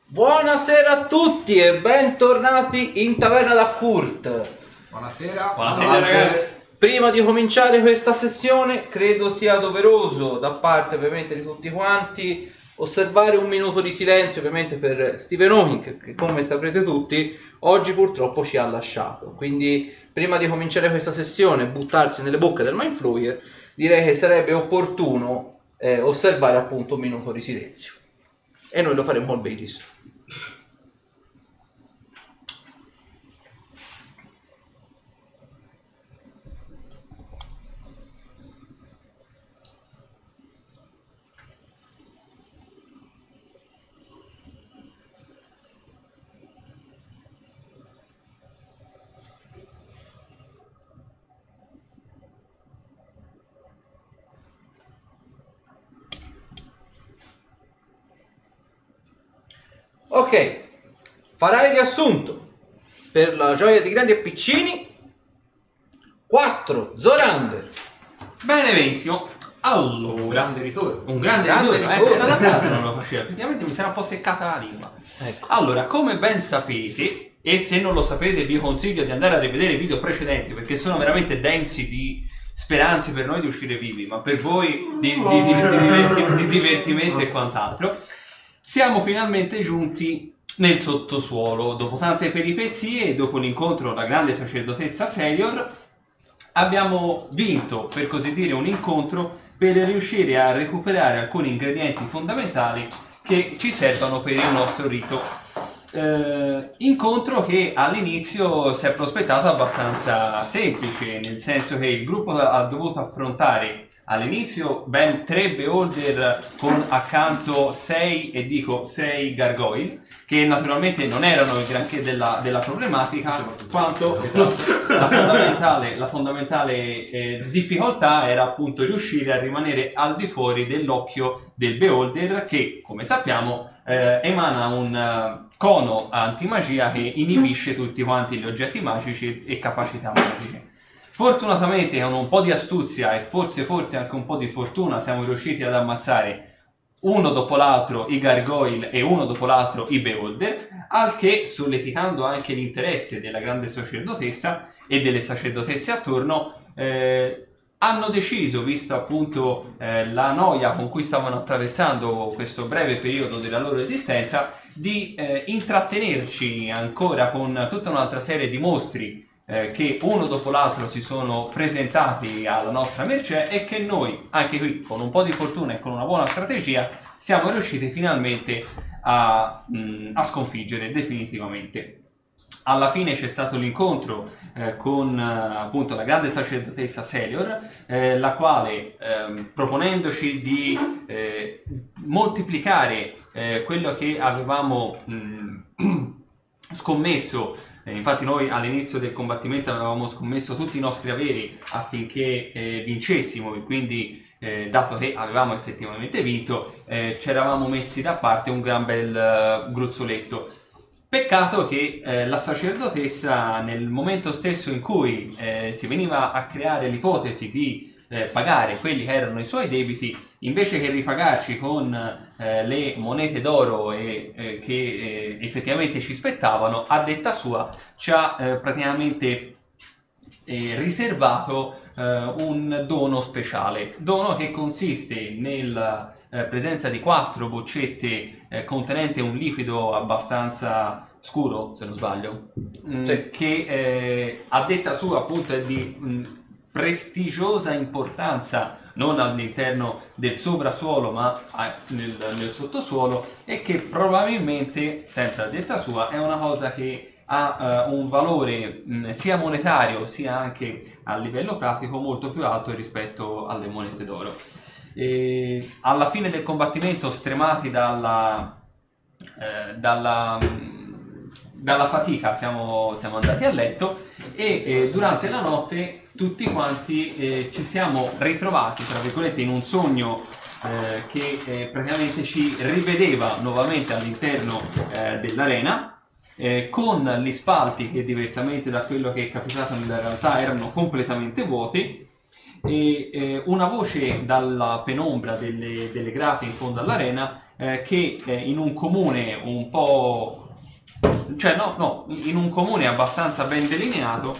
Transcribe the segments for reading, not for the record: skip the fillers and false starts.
Buonasera a tutti e bentornati in Taverna da Kurt. Buonasera. Buonasera ragazzi. Prima di cominciare questa sessione credo sia doveroso da parte ovviamente di tutti quanti osservare un minuto di silenzio ovviamente per Stephen Hawking, che come saprete tutti oggi purtroppo ci ha lasciato. Quindi prima di cominciare questa sessione e buttarsi nelle bocche del Mindflayer, direi che sarebbe opportuno osservare appunto un minuto di silenzio, e noi lo faremo col Baileys. Ok, farai il riassunto. Per la gioia di grandi e piccini, 4 Zorander. Bene, benissimo. Allora, Grande ritorno. un grande ritorno. Era da tanto non lo faceva. Effettivamente mi sarà un po' seccata la lingua. Ecco. Allora, come ben sapete, e se non lo sapete vi consiglio di andare a rivedere i video precedenti perché sono veramente densi di speranze per noi di uscire vivi, ma per voi di divertimento e quant'altro. Siamo finalmente giunti nel sottosuolo. Dopo tante peripezie e dopo l'incontro con la grande sacerdotessa Selior, abbiamo vinto, per così dire, un incontro per riuscire a recuperare alcuni ingredienti fondamentali che ci servono per il nostro rito. Incontro che all'inizio si è prospettato abbastanza semplice, nel senso che il gruppo ha dovuto affrontare all'inizio ben 3 beholder con accanto 6, e dico 6 gargoyle, che naturalmente non erano il granché della problematica, quanto la fondamentale difficoltà era appunto riuscire a rimanere al di fuori dell'occhio del beholder, che come sappiamo emana un cono antimagia che inibisce tutti quanti gli oggetti magici e capacità magiche. Fortunatamente con un po' di astuzia e forse anche un po' di fortuna siamo riusciti ad ammazzare uno dopo l'altro i gargoyle e uno dopo l'altro i beholder, al che, solleticando anche l'interesse della grande sacerdotessa e delle sacerdotesse attorno, hanno deciso, vista appunto la noia con cui stavano attraversando questo breve periodo della loro esistenza, di intrattenerci ancora con tutta un'altra serie di mostri che uno dopo l'altro si sono presentati alla nostra mercé e che noi, anche qui con un po' di fortuna e con una buona strategia, siamo riusciti finalmente a sconfiggere definitivamente. Alla fine c'è stato l'incontro con appunto la grande sacerdotessa Selior, la quale proponendoci di moltiplicare quello che avevamo scommesso. Infatti noi all'inizio del combattimento avevamo scommesso tutti i nostri averi affinché vincessimo, e quindi dato che avevamo effettivamente vinto ci eravamo messi da parte un gran bel gruzzoletto. Peccato che la sacerdotessa, nel momento stesso in cui si veniva a creare l'ipotesi di pagare quelli che erano i suoi debiti, invece che ripagarci con le monete d'oro che effettivamente ci spettavano, a detta sua ci ha praticamente riservato un dono speciale, dono che consiste nella presenza di 4 boccette contenente un liquido abbastanza scuro, se non sbaglio, Sì. che a detta sua appunto è di prestigiosa importanza non all'interno del soprasuolo ma nel sottosuolo, e che probabilmente, sempre a detta sua, è una cosa che ha un valore sia monetario sia anche a livello pratico molto più alto rispetto alle monete d'oro. Alla fine del combattimento, stremati dalla fatica, siamo andati a letto e durante la notte tutti quanti ci siamo ritrovati, tra virgolette, in un sogno che praticamente ci rivedeva nuovamente all'interno dell'arena, con gli spalti che, diversamente da quello che è capitato nella realtà, erano completamente vuoti, e una voce dalla penombra delle grate in fondo all'arena che in un comune un po'... cioè in un comune abbastanza ben delineato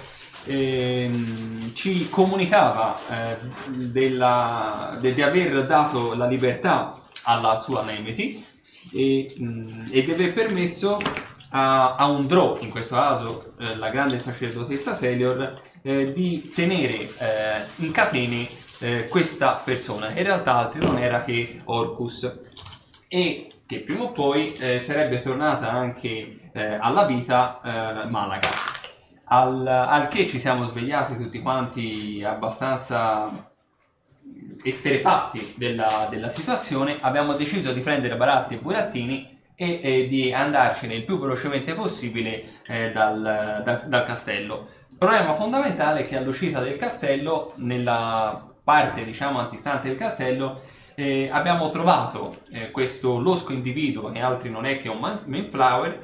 ci comunicava di aver dato la libertà alla sua nemesi e di aver permesso a un Drow, in questo caso la grande sacerdotessa Selior, di tenere in catene questa persona. In realtà altri non era che Orcus, e che prima o poi sarebbe tornata anche alla vita Malaga. Al che ci siamo svegliati tutti quanti abbastanza esterefatti della situazione. Abbiamo deciso di prendere Baratti e burattini e di andarcene il più velocemente possibile dal castello. Il problema fondamentale è che all'uscita del castello, nella parte diciamo antistante del castello, abbiamo trovato questo losco individuo, che altri non è che un Mainflower.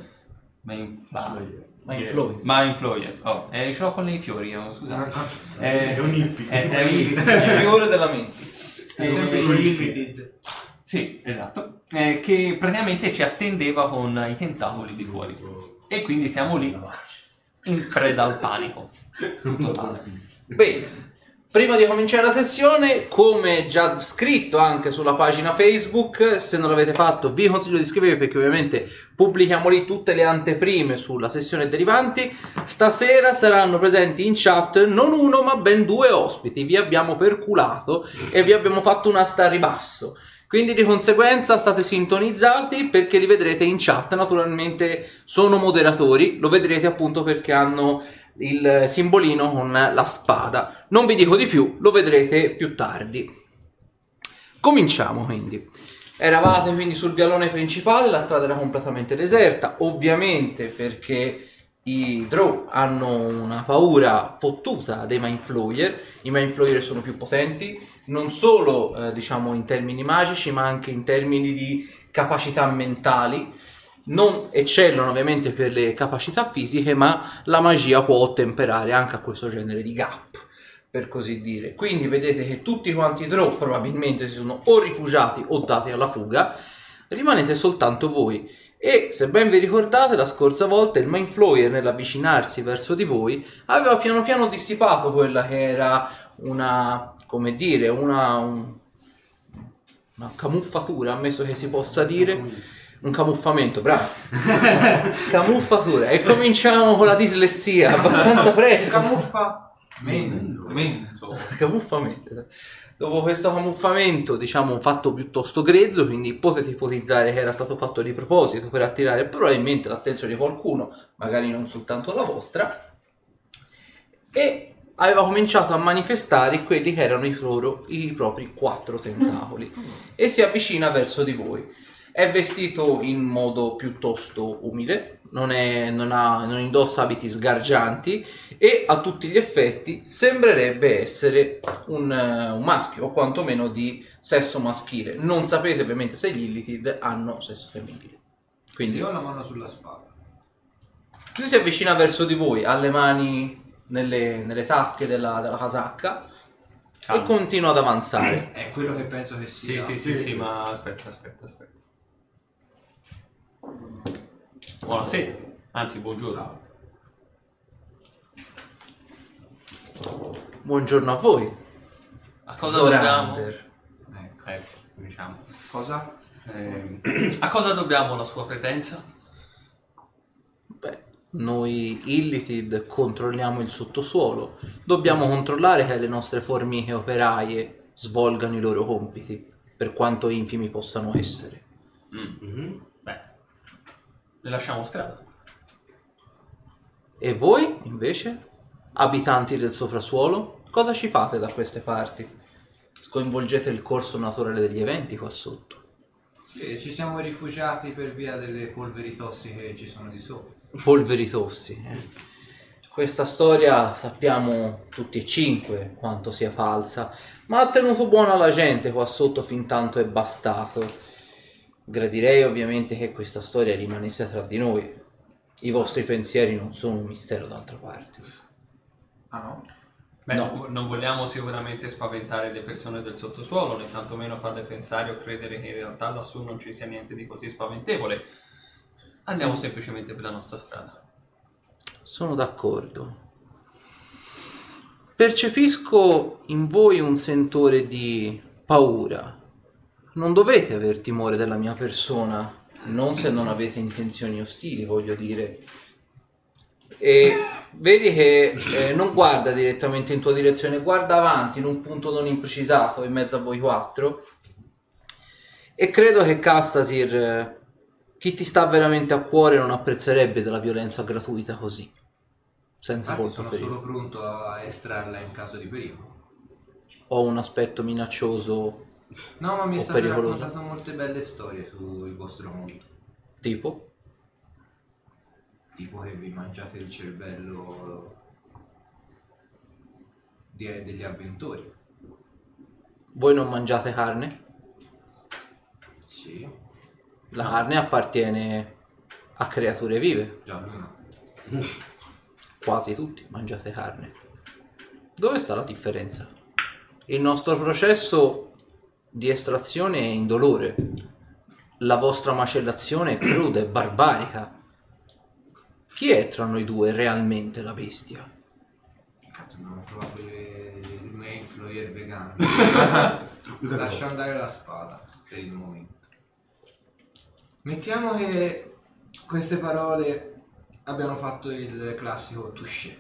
Oh, ce l'ho con i fiori, scusate. È un hippie. È il fiore della mente. Semplice limited. Sì, esatto. Che praticamente ci attendeva con i tentacoli di fuori. E quindi siamo lì in preda al panico. Totale. Bene. Prima di cominciare la sessione, come già scritto anche sulla pagina Facebook, se non l'avete fatto vi consiglio di iscrivervi, perché ovviamente pubblichiamo lì tutte le anteprime sulla sessione derivanti. Stasera saranno presenti in chat non uno ma ben 2 ospiti, vi abbiamo perculato e vi abbiamo fatto una sta a ribasso. Quindi di conseguenza state sintonizzati, perché li vedrete in chat. Naturalmente sono moderatori, lo vedrete appunto perché hanno il simbolino con la spada. Non vi dico di più, lo vedrete più tardi. Cominciamo quindi. Eravate quindi sul vialone principale, la strada era completamente deserta, ovviamente perché i Drow hanno una paura fottuta dei Mindflayer. I Mindflayer sono più potenti, non solo diciamo in termini magici, ma anche in termini di capacità mentali. Non eccellono ovviamente per le capacità fisiche, ma la magia può ottemperare anche a questo genere di gap, per così dire. Quindi vedete che tutti quanti i Drow probabilmente si sono o rifugiati o dati alla fuga, rimanete soltanto voi. E se ben vi ricordate, la scorsa volta il Mindflayer, nell'avvicinarsi verso di voi, aveva piano piano dissipato quella che era una, come dire, una camuffatura, ammesso che si possa dire. Un camuffamento, bravo. Camuffatura. E cominciamo con la dislessia abbastanza presto. Camuffamento. Dopo questo camuffamento, diciamo, fatto piuttosto grezzo, quindi potete ipotizzare che era stato fatto di proposito per attirare probabilmente l'attenzione di qualcuno, magari non soltanto la vostra, e aveva cominciato a manifestare quelli che erano i propri 4 tentacoli e si avvicina verso di voi. È vestito in modo piuttosto umile, non indossa abiti sgargianti e a tutti gli effetti sembrerebbe essere un maschio, o quantomeno di sesso maschile. Non sapete ovviamente se gli Illithid hanno sesso femminile. Quindi io ho la mano sulla spada. lui si avvicina verso di voi, ha le mani nelle tasche della casacca. E continua ad avanzare. È quello che penso che sia. Sì, ma aspetta. Buonasera, anzi buongiorno. Buongiorno a voi. A cosa dobbiamo? Ecco, diciamo. Cosa? A cosa dobbiamo la sua presenza? Beh, noi Illithid controlliamo il sottosuolo. Dobbiamo controllare che le nostre formiche operaie svolgano i loro compiti, per quanto infimi possano essere. Beh, le lasciamo strada. E voi, invece, abitanti del soprasuolo, cosa ci fate da queste parti? Sconvolgete il corso naturale degli eventi qua sotto? Sì, ci siamo rifugiati per via delle polveri tossiche che ci sono di sopra. Polveri tossiche. Questa storia sappiamo tutti e 5 quanto sia falsa, ma ha tenuto buona la gente qua sotto fin tanto è bastato. Gradirei ovviamente che questa storia rimanesse tra di noi. I vostri pensieri non sono un mistero d'altra parte. Ah no? Beh, No. non vogliamo sicuramente spaventare le persone del sottosuolo, né tantomeno farle pensare o credere che in realtà lassù non ci sia niente di così spaventevole. Andiamo semplicemente per la nostra strada. Sono d'accordo. Percepisco in voi un sentore di paura. Non dovete aver timore della mia persona, non se non avete intenzioni ostili, voglio dire. E vedi che non guarda direttamente in tua direzione, guarda avanti in un punto non imprecisato in mezzo a voi quattro. E credo che Castasir, chi ti sta veramente a cuore, non apprezzerebbe della violenza gratuita così, senza Infatti colpo sono ferito. solo pronto a estrarla in caso di pericolo. Ho un aspetto minaccioso, No, ma mi O è stato pericoloso. raccontato molte belle storie sul vostro mondo. tipo? Tipo che vi mangiate il cervello degli avventori. Voi non mangiate carne? Sì, La carne appartiene a creature vive. già lui no. Quasi tutti mangiate carne. Dove sta la differenza? Il nostro processo di estrazione è indolore. La vostra macellazione è cruda e barbarica. Chi è tra noi due realmente la bestia? Cazzo, non ho trovato il mail flyer vegano. Lascio andare la spada per il momento. Mettiamo che queste parole abbiano fatto il classico touché.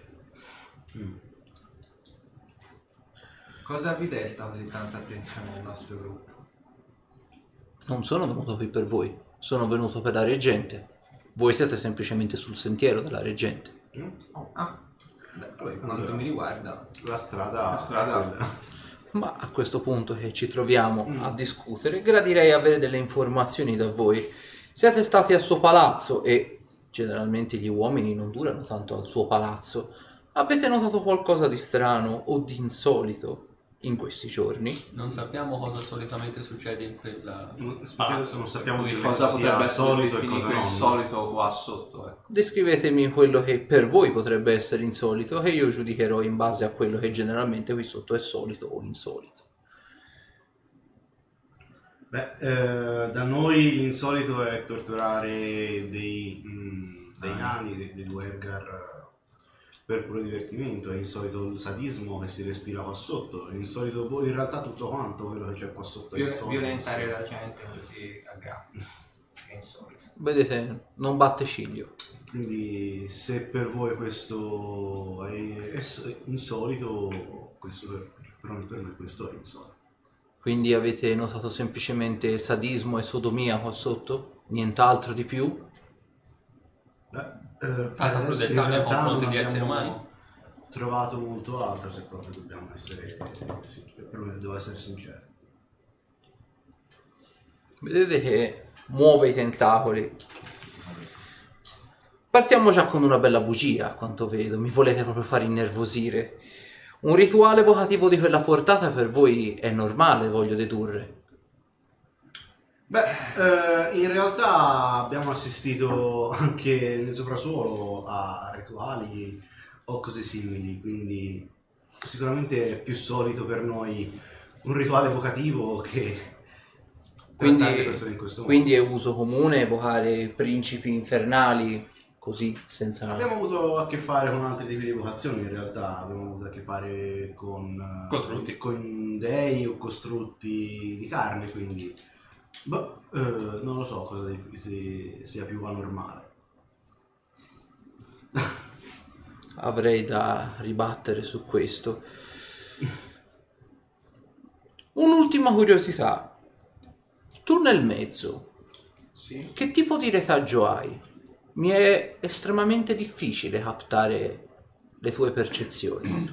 Cosa vi desta così tanta attenzione nel nostro gruppo? Non sono venuto qui per voi, sono venuto per la reggente. Voi siete semplicemente sul sentiero della reggente. Ah, beh, poi quanto mi riguarda, La strada La strada- è quella. Ma a questo punto che ci troviamo a discutere, gradirei avere delle informazioni da voi. Siete stati al suo palazzo e generalmente gli uomini non durano tanto al suo palazzo. Avete notato qualcosa di strano o di insolito in questi giorni? Non sappiamo cosa solitamente succede in quel palazzo. Non sappiamo per cui che Esatto. sia Cosa potrebbe essere solito e definito cosa il non. solito qua sotto, ecco. Descrivetemi quello che per voi potrebbe essere insolito e io giudicherò in base a quello che generalmente qui sotto è solito o insolito. Beh, da noi l'insolito è torturare dei nani, dei Duergar per puro divertimento. È insolito il sadismo che si respira qua sotto. È insolito in realtà tutto quanto quello che c'è qua sotto. È insolito. violentare la gente così a gratis. È insolito. Vedete, non batte ciglio. Quindi se per voi questo è insolito, questo per me questo è insolito. Quindi avete notato semplicemente sadismo e sodomia qua sotto? Nient'altro di più? Per Tanta adesso in crudeltà nei realtà confronti non di esseri abbiamo umani? trovato molto altro, se proprio dobbiamo essere per me devo essere sincero. Vedete che muove i tentacoli. Partiamo già con una bella bugia, a quanto vedo. Mi volete proprio far innervosire. Un rituale evocativo di quella portata per voi è normale, voglio dedurre. Beh, in realtà abbiamo assistito anche nel soprasuolo a rituali o cose simili, quindi sicuramente è più solito per noi un rituale evocativo che trattare le persone in questo modo. Quindi è uso comune evocare principi infernali così, senza... Abbiamo avuto a che fare con altri tipi di evocazioni, in realtà abbiamo avuto a che fare Costrutti. con dei o costrutti di carne, quindi non lo so cosa sia più anormale. Avrei da ribattere su questo. Un'ultima curiosità. Tu nel mezzo, Sì. che tipo di retaggio hai? Mi è estremamente difficile captare le tue percezioni.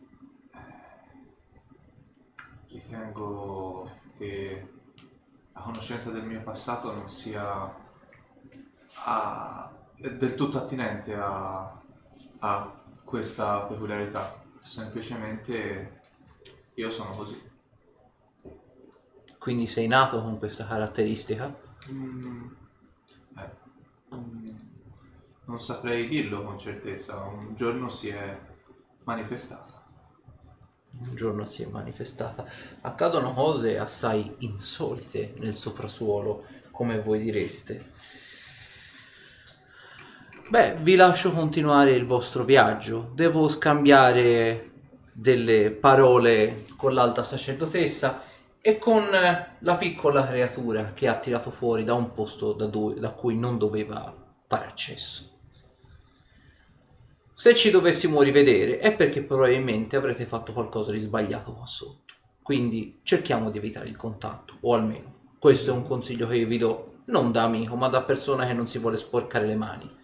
Ritengo che la conoscenza del mio passato non sia del tutto attinente a questa peculiarità. Semplicemente io sono così. Quindi sei nato con questa caratteristica? Non saprei dirlo con certezza, un giorno si è manifestata. un giorno si è manifestata. Accadono cose assai insolite nel soprasuolo, come voi direste. Beh, vi lascio continuare il vostro viaggio. Devo scambiare delle parole con l'alta sacerdotessa e con la piccola creatura che ha tirato fuori da un posto da cui non doveva fare accesso. Se ci dovessimo rivedere è perché probabilmente avrete fatto qualcosa di sbagliato qua sotto. Quindi cerchiamo di evitare il contatto, o almeno questo è un consiglio che io vi do, non da amico, ma da persona che non si vuole sporcare le mani.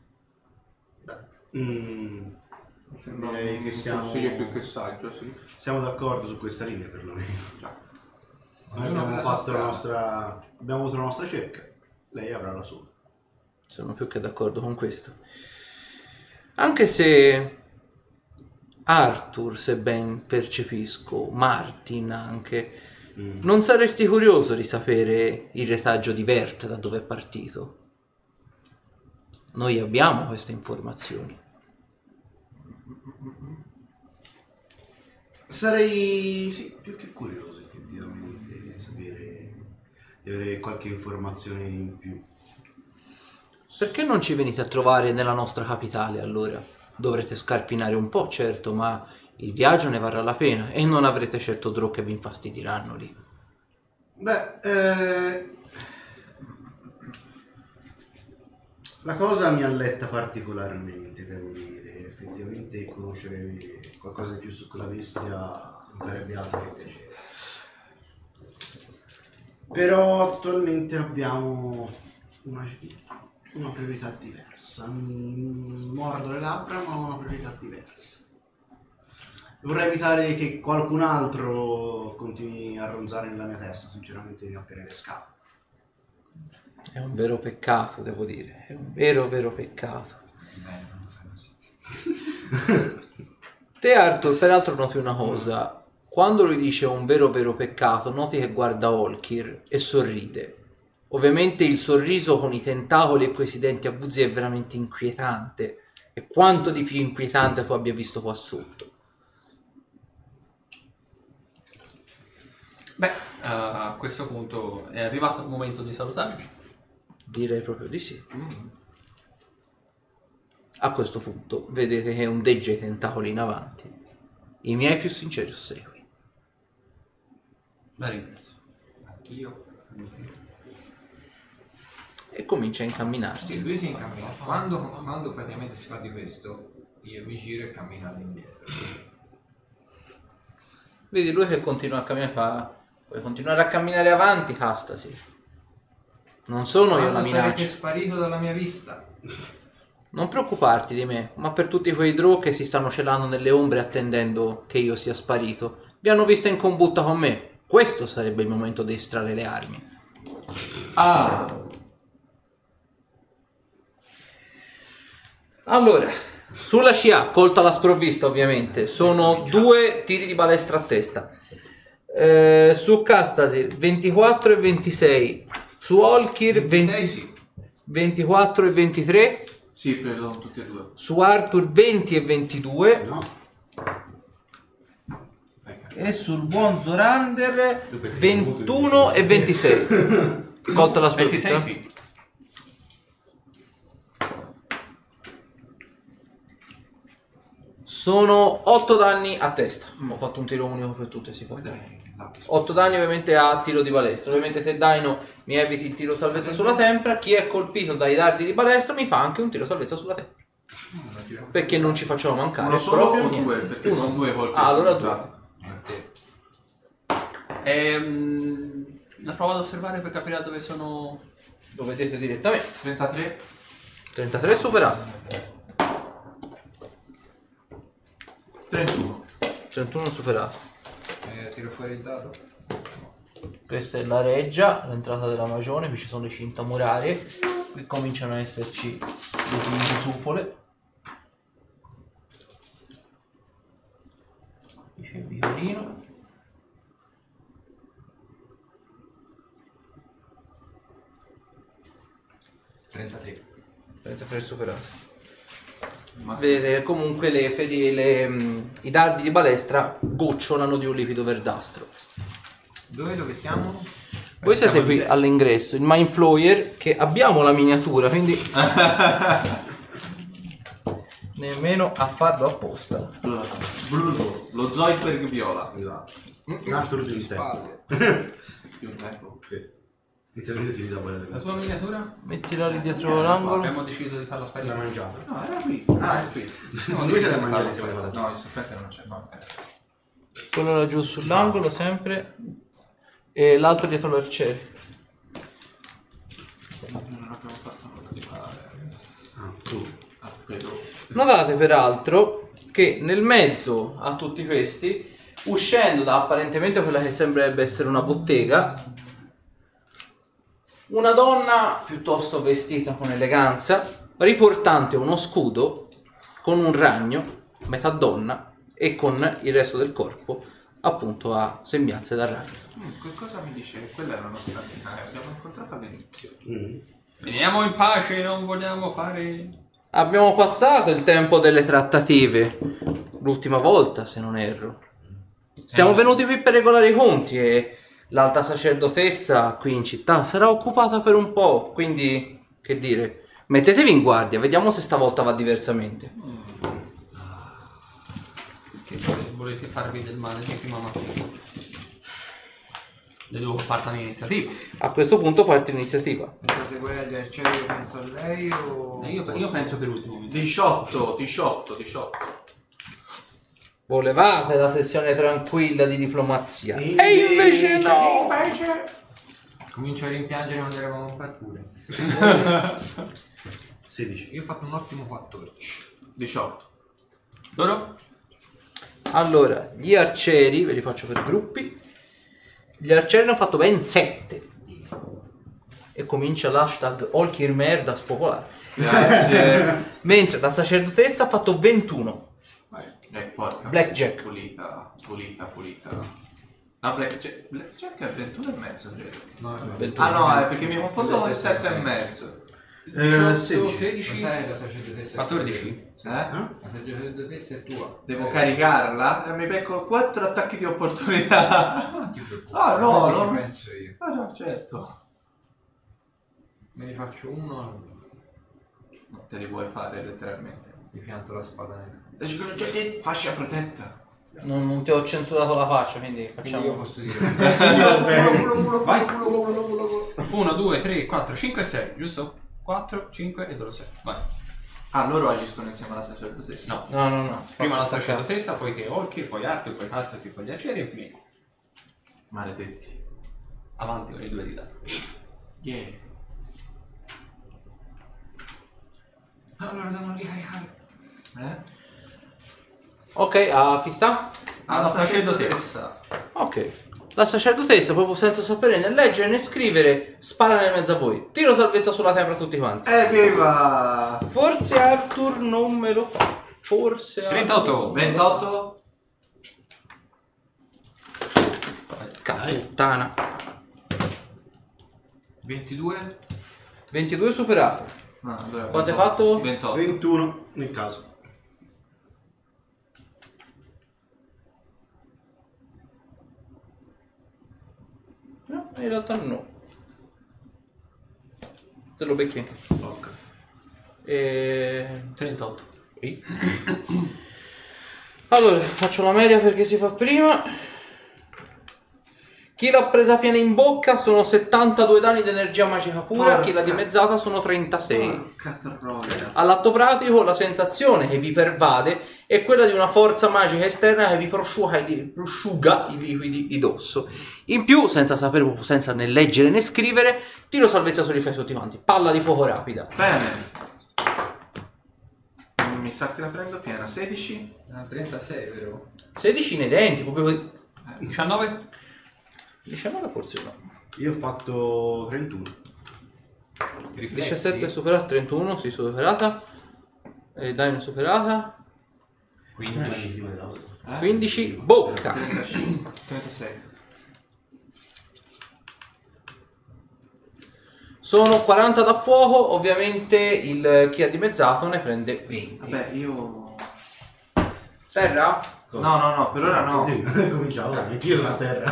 Direi che siamo... consiglio più che saggio, sì. Siamo d'accordo su questa linea perlomeno. Noi Ognuno abbiamo per la fatto sua la strada. nostra... Abbiamo avuto la nostra cerca. Lei avrà la sua. Sono più che d'accordo con questo. Anche se Arthur, se ben percepisco, Martin anche, non saresti curioso di sapere il retaggio di Vert da dove è partito? Noi abbiamo queste informazioni. Sarei sì, più che curioso effettivamente di sapere, di avere qualche informazione in più. Perché non ci venite a trovare nella nostra capitale allora? Dovrete scarpinare un po', certo, ma il viaggio ne varrà la pena e non avrete certo drog che vi infastidiranno lì. Beh, la cosa mi alletta particolarmente, devo dire. Effettivamente conoscere qualcosa di più su quella bestia mi farebbe altro che piacere. Però attualmente abbiamo una priorità diversa. Mi mordo le labbra, ma ho una priorità diversa. Vorrei evitare che qualcun altro continui a ronzare nella mia testa, sinceramente ne ho appena le scale. È un vero peccato, devo dire. È un vero, vero peccato. Te, Arthur, peraltro noti una cosa. Quando lui dice un vero, vero peccato, noti che guarda Olkir e sorride. Ovviamente il sorriso con i tentacoli e quei denti aguzzi è veramente inquietante. E quanto di più inquietante tu abbia visto qua sotto. Beh, a questo punto è arrivato il momento di salutarci. Direi proprio di sì. A questo punto vedete che ondeggia i tentacoli in avanti. I miei più sinceri ossequi. La ringrazio. Anch'io. E comincia a incamminarsi. Sì, lui si incammina. Quando praticamente si fa di questo, io mi giro e cammino all'indietro. Vedi lui che continua a camminare, fa: puoi continuare a camminare avanti, Castasi. Non sono io la Quando sarete minaccia. sparito dalla mia vista. Non preoccuparti di me, ma per tutti quei drow che si stanno celando nelle ombre attendendo che io sia sparito, vi hanno vista in combutta con me. Questo sarebbe il momento di estrarre le armi. Allora, sulla CA, colta alla sprovvista ovviamente, sono 2 tiri di balestra a testa. Su Castasir 24 e 26, su Olkir 26 sì. 24 e 23, Sì, preso con tutti e due. su Arthur 20 e 22 No, e sul buon Zorander 21 e 26. Colta la sprovvista. 26 sì. Sono 8 danni a testa. Ho fatto un tiro unico per tutte, si fa bene. 8 danni ovviamente a tiro di balestra. Ovviamente te Dino mi eviti il tiro salvezza sulla tempra. Chi è colpito dai dardi di balestra mi fa anche un tiro salvezza sulla tempra. Perché non ci facciamo mancare Uno solo proprio o niente. due? Perché Uno. sono 2 colpi. Ah, allora entrati. La provo ad osservare per capire dove sono. Lo vedete direttamente. 33. 33 superato. 31. 31 superato. Tiro fuori il dado. Questa è la reggia, l'entrata della magione, qui ci sono le cinta murarie, qui cominciano ad esserci le zupole. Qui c'è il violino. 33. 33 superato. Vedete comunque i dardi di balestra gocciolano di un liquido verdastro. Dove siamo? Voi siete qui all'ingresso, il Mind Flayer, che abbiamo la miniatura, quindi nemmeno a farlo apposta. Bruto, lo Zoidberg viola. Esatto. Un altro di tempo. Spalle. Di un tempo. Sì. Inizialmente si usa quella La sua miniatura? Mettila lì dietro l'angolo. Abbiamo deciso di farla l'ha sparire. mangiata. No, era qui. Ah, è qui. Secondo me ce l'ha mangiata insieme alle patate. No, il serpente non c'è. No, Quello laggiù sull'angolo sempre. E l'altro dietro l'arciere. non abbiamo fatto nulla di male. Ah, tu. Ah, vedo. Notate peraltro che nel mezzo a tutti questi, uscendo da apparentemente quella che sembrerebbe essere una bottega, una donna piuttosto vestita con eleganza, riportante uno scudo con un ragno, metà donna, e con il resto del corpo appunto a sembianze da ragno. Cosa mi dice? Che quella era una nostra amica che abbiamo incontrato all'inizio. Veniamo in pace, non vogliamo fare... Abbiamo passato il tempo delle trattative, l'ultima volta se non erro. Stiamo venuti qui per regolare i conti e l'alta sacerdotessa qui in città sarà occupata per un po', quindi che dire, mettetevi in guardia, vediamo se stavolta va diversamente. Che volete farvi del male di prima mattina? Le devo fare l'iniziativa. A questo punto parte l'iniziativa. Pensate voi agli arcieri, io penso a lei o... Io penso per ultimo. 18. Volevate la sessione tranquilla di diplomazia. E invece no! Comincio a rimpiangere quando eravamo in parkour. 16. Io ho fatto un ottimo 14. 18. Loro? Allora, gli arcieri, ve li faccio per gruppi. Gli arcieri hanno fatto ben 7. E comincia l'hashtag Olkirmer a spopolare. Grazie. Mentre la sacerdotessa ha fatto 21. Porca. Blackjack. Pulita. No, Blackjack è 21 e mezzo, credo. No, 21. Ah no, è perché mi confondo con il 7 e mezzo. 16. 16. Sai la sacerdotessa? 14. La sacerdotessa è tua. Devo caricarla e mi becco 4 attacchi di opportunità. Non ti preoccupare. Ah, no, ci no. penso io. Ah no, certo. Me ne faccio uno. Non te li puoi fare letteralmente. Mi pianto la spada nel... Fascia protetta. Non ti ho censurato la faccia, quindi Quindi facciamo. io posso dire... Vai. 1, 2, 3, 4, 5 e 6, giusto? 4, 5 e loro 6. Vai. Ah, loro agiscono insieme alla sacerdotessa. No. No. Prima la Faccio staccare. sacerdotessa, poi che Olkir, poi Arthur, poi Castasi, poi gli arcieri e infine. Maledetti. Avanti con i due di là. Yeah. Allora devono ricaricare. Ok, a chi sta? Alla sacerdotessa. Ok. La sacerdotessa, proprio senza sapere né leggere né scrivere, spara nel mezzo a voi. Tiro salvezza sulla tempra a tutti quanti. Evviva! Forse Arthur non me lo fa. Forse Arthur... 38. 28. Puttana. 22. 22 superato. No, allora, Quanto hai fatto? 28. 21 nel caso. No, in realtà no. Te lo becchi anche. Ok. 38. Ehi. Allora, faccio la media perché si fa prima. Chi l'ha presa piena in bocca sono 72 danni di energia magica pura, Porca. chi l'ha dimezzata sono 36. Porca troia. All'atto pratico la sensazione che vi pervade è quella di una forza magica esterna che vi prosciuga i liquidi di dosso. In più, senza sapere, senza né leggere né scrivere, tiro salvezza sui riflessi tutti quanti. Palla di fuoco rapida. Bene. Mi sa che la prendo piena. 16. 36, vero? 16 nei denti, proprio così. 19. 19 forse no. Io ho fatto 31. Riflessi. 17 è superata, 31 si superata. E dai è superata. 15. 15 bocca. 35. 36. Sono 40 da fuoco, ovviamente chi ha dimezzato ne prende 20. Vabbè, io... Terra? No, per ora no. Cominciamo, anch'io la terra.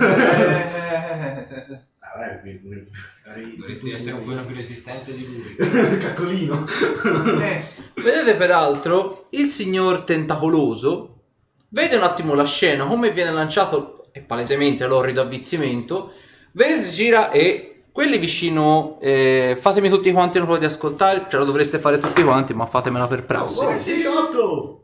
Dovresti essere un po' più resistente di lui. Caccolino. Vedete peraltro il signor tentacoloso vede un attimo la scena, come viene lanciato, è palesemente l'orrido avvizzimento, vede, si gira e quelli vicino, fatemi tutti quanti una prova di ascoltare, ce la dovreste fare tutti quanti, ma fatemela per prassi. 18!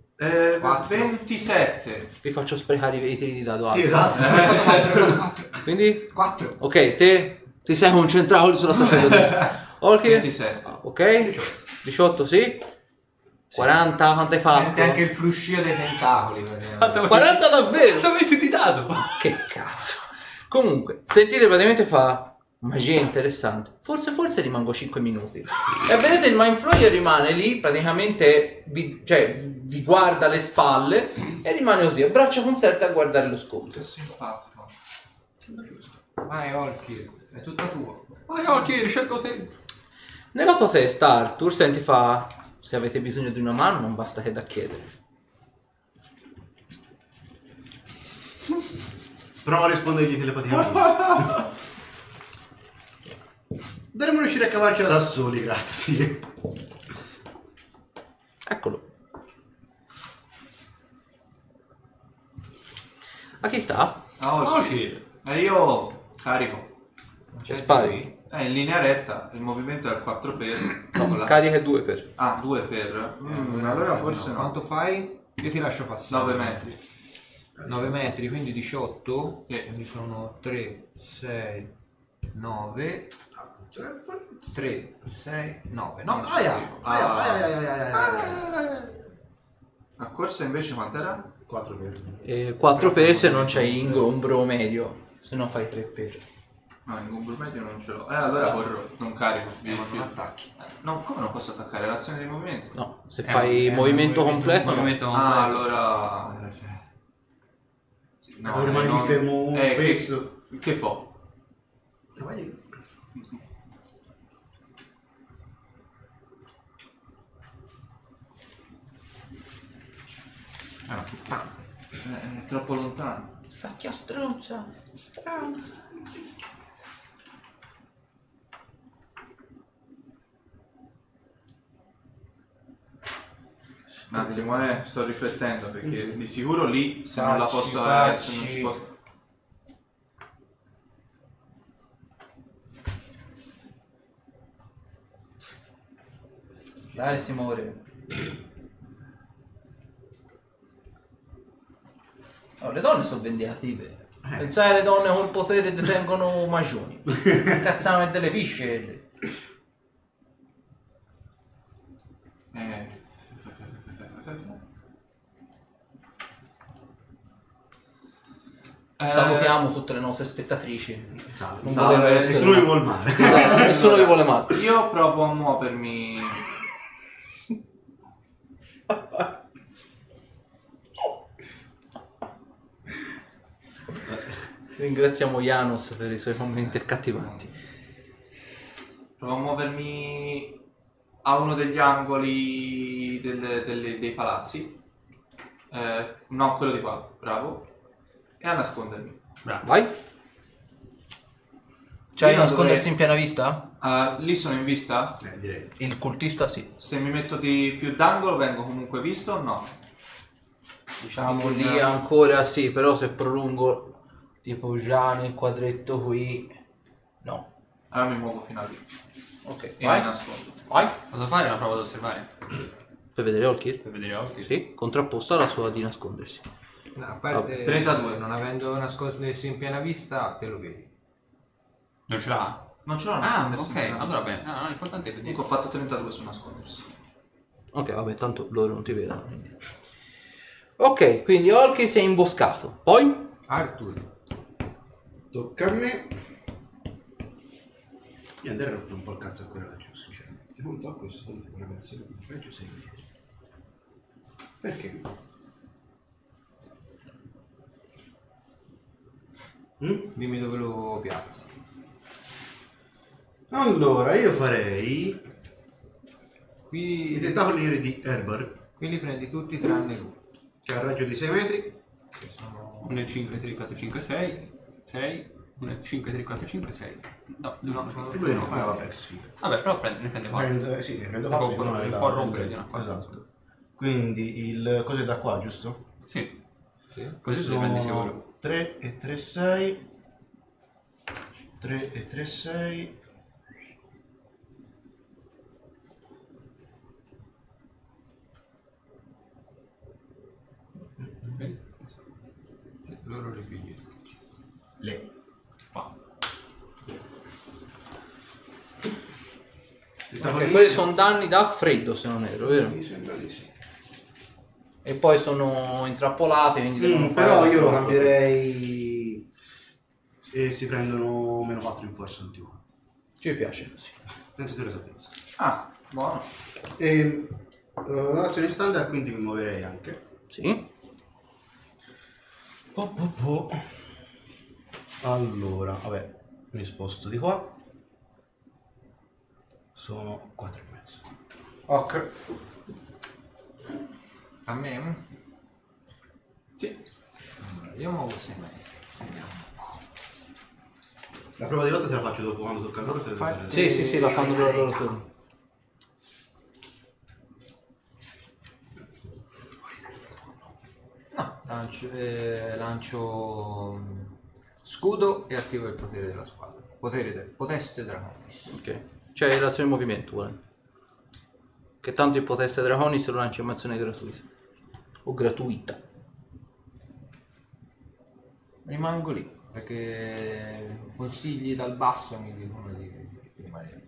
27. Vi faccio sprecare i tiri di dado Sì, alto. esatto. Quindi? 4. Ok, te ti sei concentrato sulla sacerdotessa. Ok? 27. Ok? 18 sì? 40, quanto hai fatto? Sente anche il fruscio dei tentacoli. 40 davvero? 120 di dado! Che cazzo. Comunque, sentite praticamente fa magia interessante. Forse rimango 5 minuti. E vedete il Mind Flayer rimane lì, praticamente vi guarda alle spalle e rimane così, a braccia conserte a guardare lo scontro. Che simpatico. Vai, Olkir, è tutta tua. Vai, ok, scelgo te. Nella tua testa, Arthur, senti fa: se avete bisogno di una mano non basta che da chiedere. Prova a rispondergli telepaticamente. Dovremmo riuscire a cavarcela da soli, grazie. Eccolo. A chi sta? Ok. E io carico. Che spari? È in linea retta, il movimento è al 4 per. Carica e 2 per. Ah, 2 per. Allora forse no. Quanto fai? Io ti lascio passare. 9 metri. 9 metri, quindi 18. Sì. Quindi sono 3, 6, 9. 3, 6, 9. No, Non ci aia, arrivo. A corsa invece quant'era? 4 per. 4 per se non c'hai ingombro medio, se no fai 3 per. No, in gombro medio non ce l'ho. Allora corro, non carico. non attacchi. No, come non posso attaccare? L'azione di movimento. No, se fai movimento completo, no. Ah, allora. Sì, No, rimani fermo fesso. Che fa? Puttana. È troppo lontano. Vecchia stronza. Un attimo, sto riflettendo perché di sicuro lì se non la posso se non ci posso. Dai, si muore. Oh, le donne sono vendicative. Pensare alle donne col potere detengono magioni. Cazziamo delle pisce. Salutiamo tutte le nostre spettatrici. Esatto. Non voleva essere Nessuno mi vuole male. Esatto, nessuno vi vuole male. Io provo a muovermi. Ringraziamo Janos per i suoi commenti accattivanti. Provo a muovermi a uno degli angoli dei palazzi. No, quello di qua, bravo. E a nascondermi. Bravo. Vai. C'hai Io non nascondersi dovrei- in piena vista? Lì sono in vista? Direi. Il cultista sì. Se mi metto di più d'angolo vengo comunque visto o no? Diciamo lì ancora sì, però se prolungo tipo già nel quadretto qui. No. Allora mi muovo fino a lì. Ok, E mi vai. nascondo. Vai. Posso fare una prova ad osservare? Per vedere Olkir? Per vedere occhi? Sì, contrapposta alla sua di nascondersi. No, a parte 32. non avendo nascosto in piena vista, te lo vedi. Non ce l'ha? Non ce l'ho a Ah, nascondersi. ok, allora bene. No, l'importante è vedere. Comunque ho fatto 32 su nascondersi. Ok, vabbè, tanto loro non ti vedono. Quindi. Ok, quindi Olkir si è imboscato. Poi? Arthur, Tocca a me. Io andrei a rompere un po' il cazzo ancora laggiù, sinceramente. Non tocco questo con ragazzi, peggio 6 metri. Perché no? dimmi dove lo piazzi. Allora, io farei i Qui, tentacoli neri di Herbert, qui li prendi tutti tranne lui. che ha il raggio di 6 metri. Che sono... 1 5 3 4 5 6 6 1 5 3 4 5 6. No, lui no. sono E lui no, tutti vabbè, che sfiga. Vabbè, però ne prende 4. Sì, ne prendo Un 4. po', un po' rompere di una cosa. Esatto. Quindi il cos'è da qua, giusto? Sì. Sì. Così se li prendi sicuro. 3 e 3, 6. 3 e 3, 6. Ok. Loro li pigli. Le. Qua. Ok, quelli sono danni da freddo se non erro, vero? Mi sembra di sì. E poi sono intrappolati, quindi devono Però fare- io lo cambierei e si prendono meno 4 in forza tutti quanti. Ci piace così. Senza tua sapienza. Ah, buono. E azione standard, quindi mi muoverei anche. Sì. Allora, vabbè, mi sposto di qua. Sono 4 e mezzo. Ok. A me? Sì. Allora, io muovo 6 metri. La prova di lotta te la faccio dopo quando tocca a loro. Te la devo fare. Sì, sì, sì, la fanno per loro turno. No, lancio scudo e attivo il potere della spada. Poteste Draconis. Ok. C'è l'azione movimento, vuole. Che tanto il poteste Draconis lo lancia in azione gratuita. O gratuita. Rimango lì perché consigli dal basso mi dicono di rimanere.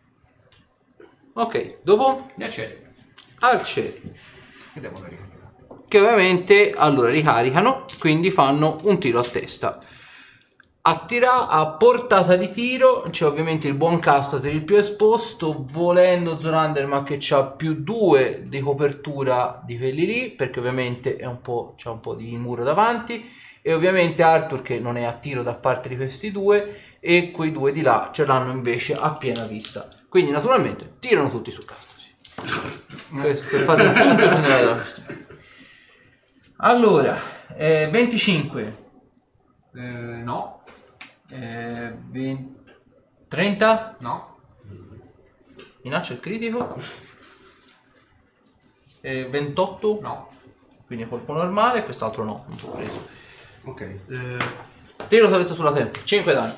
Ok, dopo Gli aceri. arcieri. Che devo ricaricare? Che ovviamente allora ricaricano, quindi fanno un tiro a testa. A portata di tiro c'è ovviamente il buon Castater, il più esposto, volendo Zoranderman che ha più 2 di copertura di quelli lì, perché ovviamente c'è un po' di muro davanti, e ovviamente Arthur che non è a tiro da parte di questi due, e quei due di là ce l'hanno invece a piena vista. Quindi naturalmente tirano tutti su Castater. Questo per fare un punto generale della questione. Allora, 25. No, 30, no, minaccia il critico, 28, no. quindi colpo normale, quest'altro no, non l'ho preso. Ok. Tiro salvezza sulla tempra, 5 danni,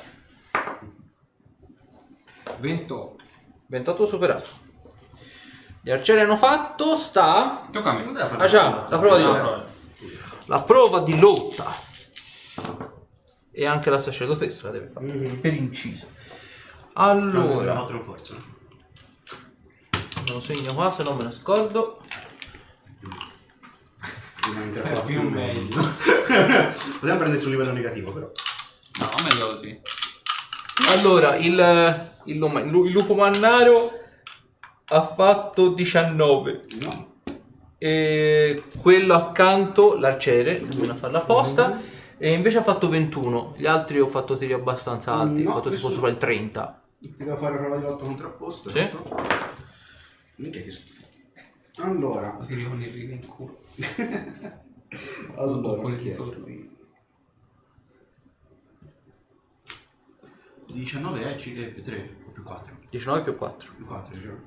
28. 28 superato. Gli arcieri hanno fatto, sta... Tocca a me. Non deve fare Ah già, la prova di lotta. La prova di lotta. E anche la sacerdotessa la deve fare, per inciso. Allora, 4 in forza. me lo segno qua se no me ne scordo. Più meglio. Potevamo prendersi un livello negativo, però. No, meglio così. Allora, il lupo mannaro ha fatto 19 No. e quello accanto, l'arciere, non viene a farla apposta, e invece ha fatto 21. Gli altri ho fatto tiri abbastanza alti, No, ho fatto tipo questo- sopra il 30. Ti devo fare la prova di lotta contrapposta. Sì. giusto? Minchia che schifo. Allora. Così con il in culo. Allora. con il chi è risorno. qui? 19 è più 3 o più 4? 19 più 4. Più 4, diciamo.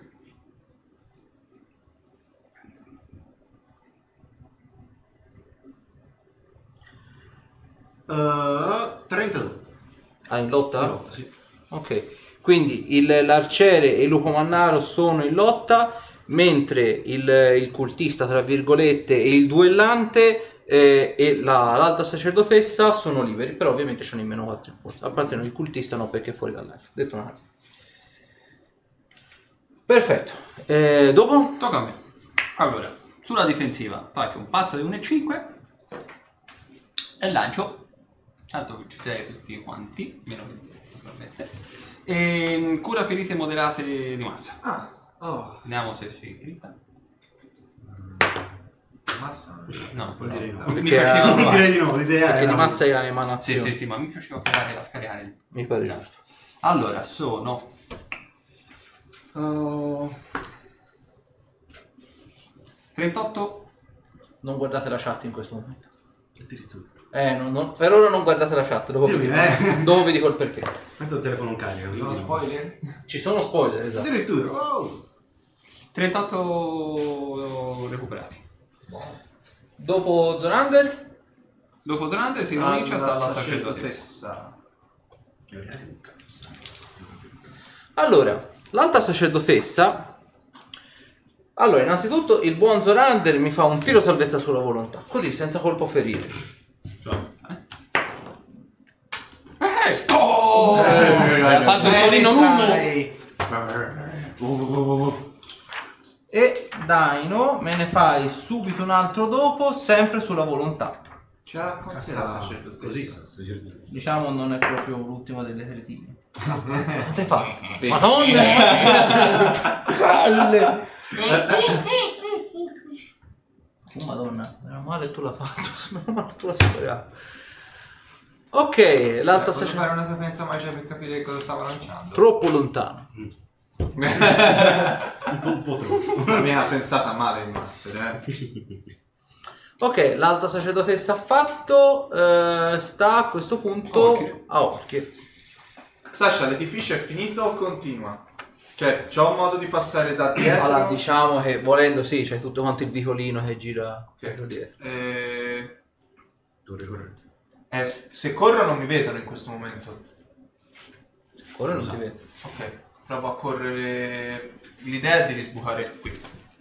32. Ah, in lotta? In lotta, sì. Ok, quindi l'arciere e il lupo mannaro sono in lotta, mentre il cultista, tra virgolette, e il duellante e l'alta sacerdotessa sono liberi, però ovviamente c'hanno in meno 4 in forza. A parte il cultista no, perché è fuori dall'aria. Detto una cosa. Perfetto. Dopo? Tocca a me. Allora, sulla difensiva faccio un passo di 1,5 e lancio. Tanto che ci sei tutti quanti, meno che te, naturalmente. E cura ferite moderate di massa. Ah, oh. Vediamo se si grita. Massa. No, Vuol dire no. mi Perché piaceva provare. Direi di no, l'idea Perché era... di massa è a Sì, emanazione. sì, sì, ma mi piaceva provare a scaricare. Mi pare giusto. Allora, sono 38. Non guardate la chat in questo momento. Addirittura. Per ora non guardate la chat, dopo vi dico il perché. Tanto il telefono non carica. Ci sono spoiler? Ci sono spoiler, esatto. Addirittura. Wow. 38 recuperati. Dopo Zorander? Dopo Zorander si comincia sta la sacerdotessa. Allora, l'alta sacerdotessa. Allora, innanzitutto il buon Zorander mi fa un tiro salvezza sulla volontà, così senza colpo ferire. Ha fatto il colino E Daino me ne fai subito un altro dopo, sempre sulla volontà. Ce la racconti la sacerdotessa? Così, Diciamo non è proprio l'ultima delle tretine. Quanto hai fatto? Madonna! Palle! Oh madonna, meno male tu l'hai fatto, meno male tu l'hai superato. Ok, l'alta Posso sacerdotessa. fare una sapienza magica per capire cosa stava lanciando? Troppo lontano. un po' troppo. Mi ha pensata male il master, Ok, l'alta sacerdotessa ha fatto, sta a questo punto a Orchid. Sasha, l'edificio è finito o continua? Cioè, c'ho un modo di passare da dietro? Allora, diciamo che volendo sì, c'è tutto quanto il vicolino che gira dietro dietro. Dovrei correre. Se corro non mi vedono in questo momento. Ora non si vede. Ok, provo a correre. L'idea è di risbucare qui.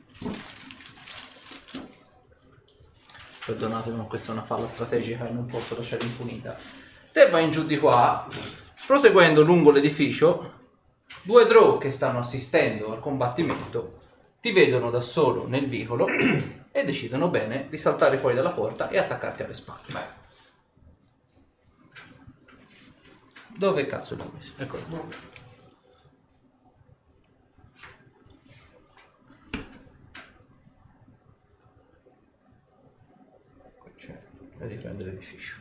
Perdonatemi, ma questa è una falla strategica e non posso lasciare impunita. Te vai in giù di qua, proseguendo lungo l'edificio. Due drow che stanno assistendo al combattimento ti vedono da solo nel vicolo e decidono bene di saltare fuori dalla porta e attaccarti alle spalle. Vai. Dove cazzo l'ho messo? Eccolo. Per riprendere l'edificio.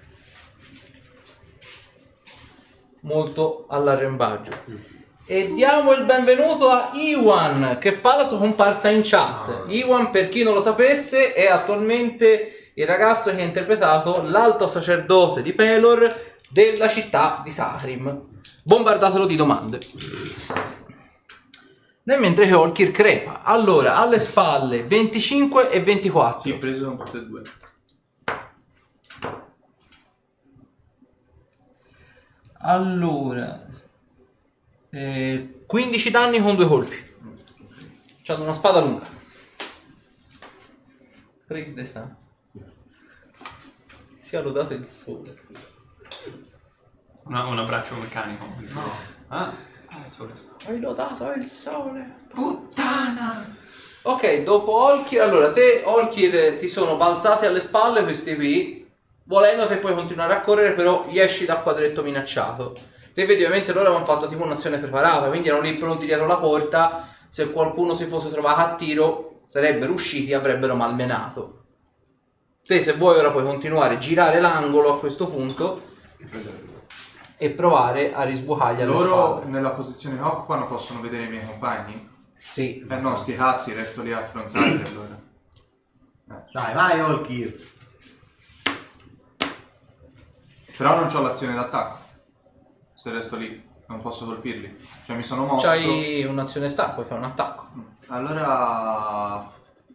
Molto all'arrembaggio. E diamo il benvenuto a Iwan che fa la sua comparsa in chat. Iwan, per chi non lo sapesse, è attualmente il ragazzo che ha interpretato l'alto sacerdote di Pelor della città di Saharim. Bombardatelo di domande. Nel mentre che Olkir crepa. Allora, alle spalle 25 e 24. Sì, preso tutte e due. Allora, 15 danni con 2 colpi. C'hanno una spada lunga. Praise the sun. Sia lodato il sole. Un abbraccio meccanico. No. Il sole. Hai lodato il sole. Puttana! Ok, dopo Olkir, allora te Olkir ti sono balzati alle spalle questi qui. Volendo te puoi continuare a correre, però gli esci dal quadretto minacciato. Te vedi ovviamente loro avevano fatto tipo un'azione preparata, quindi erano lì pronti dietro la porta. Se qualcuno si fosse trovato a tiro sarebbero usciti e avrebbero malmenato. Te se vuoi ora puoi continuare a girare l'angolo a questo punto e provare a risbucargli alle Loro spalle. nella posizione che occupano possono vedere i miei compagni? Sì. No, sti cazzi, resto lì a affrontarli allora. Dai, vai Olkir. Però non ho l'azione d'attacco. Se resto lì non posso colpirli. Cioè mi sono mosso. C'hai un'azione stacco, puoi fare un attacco. Allora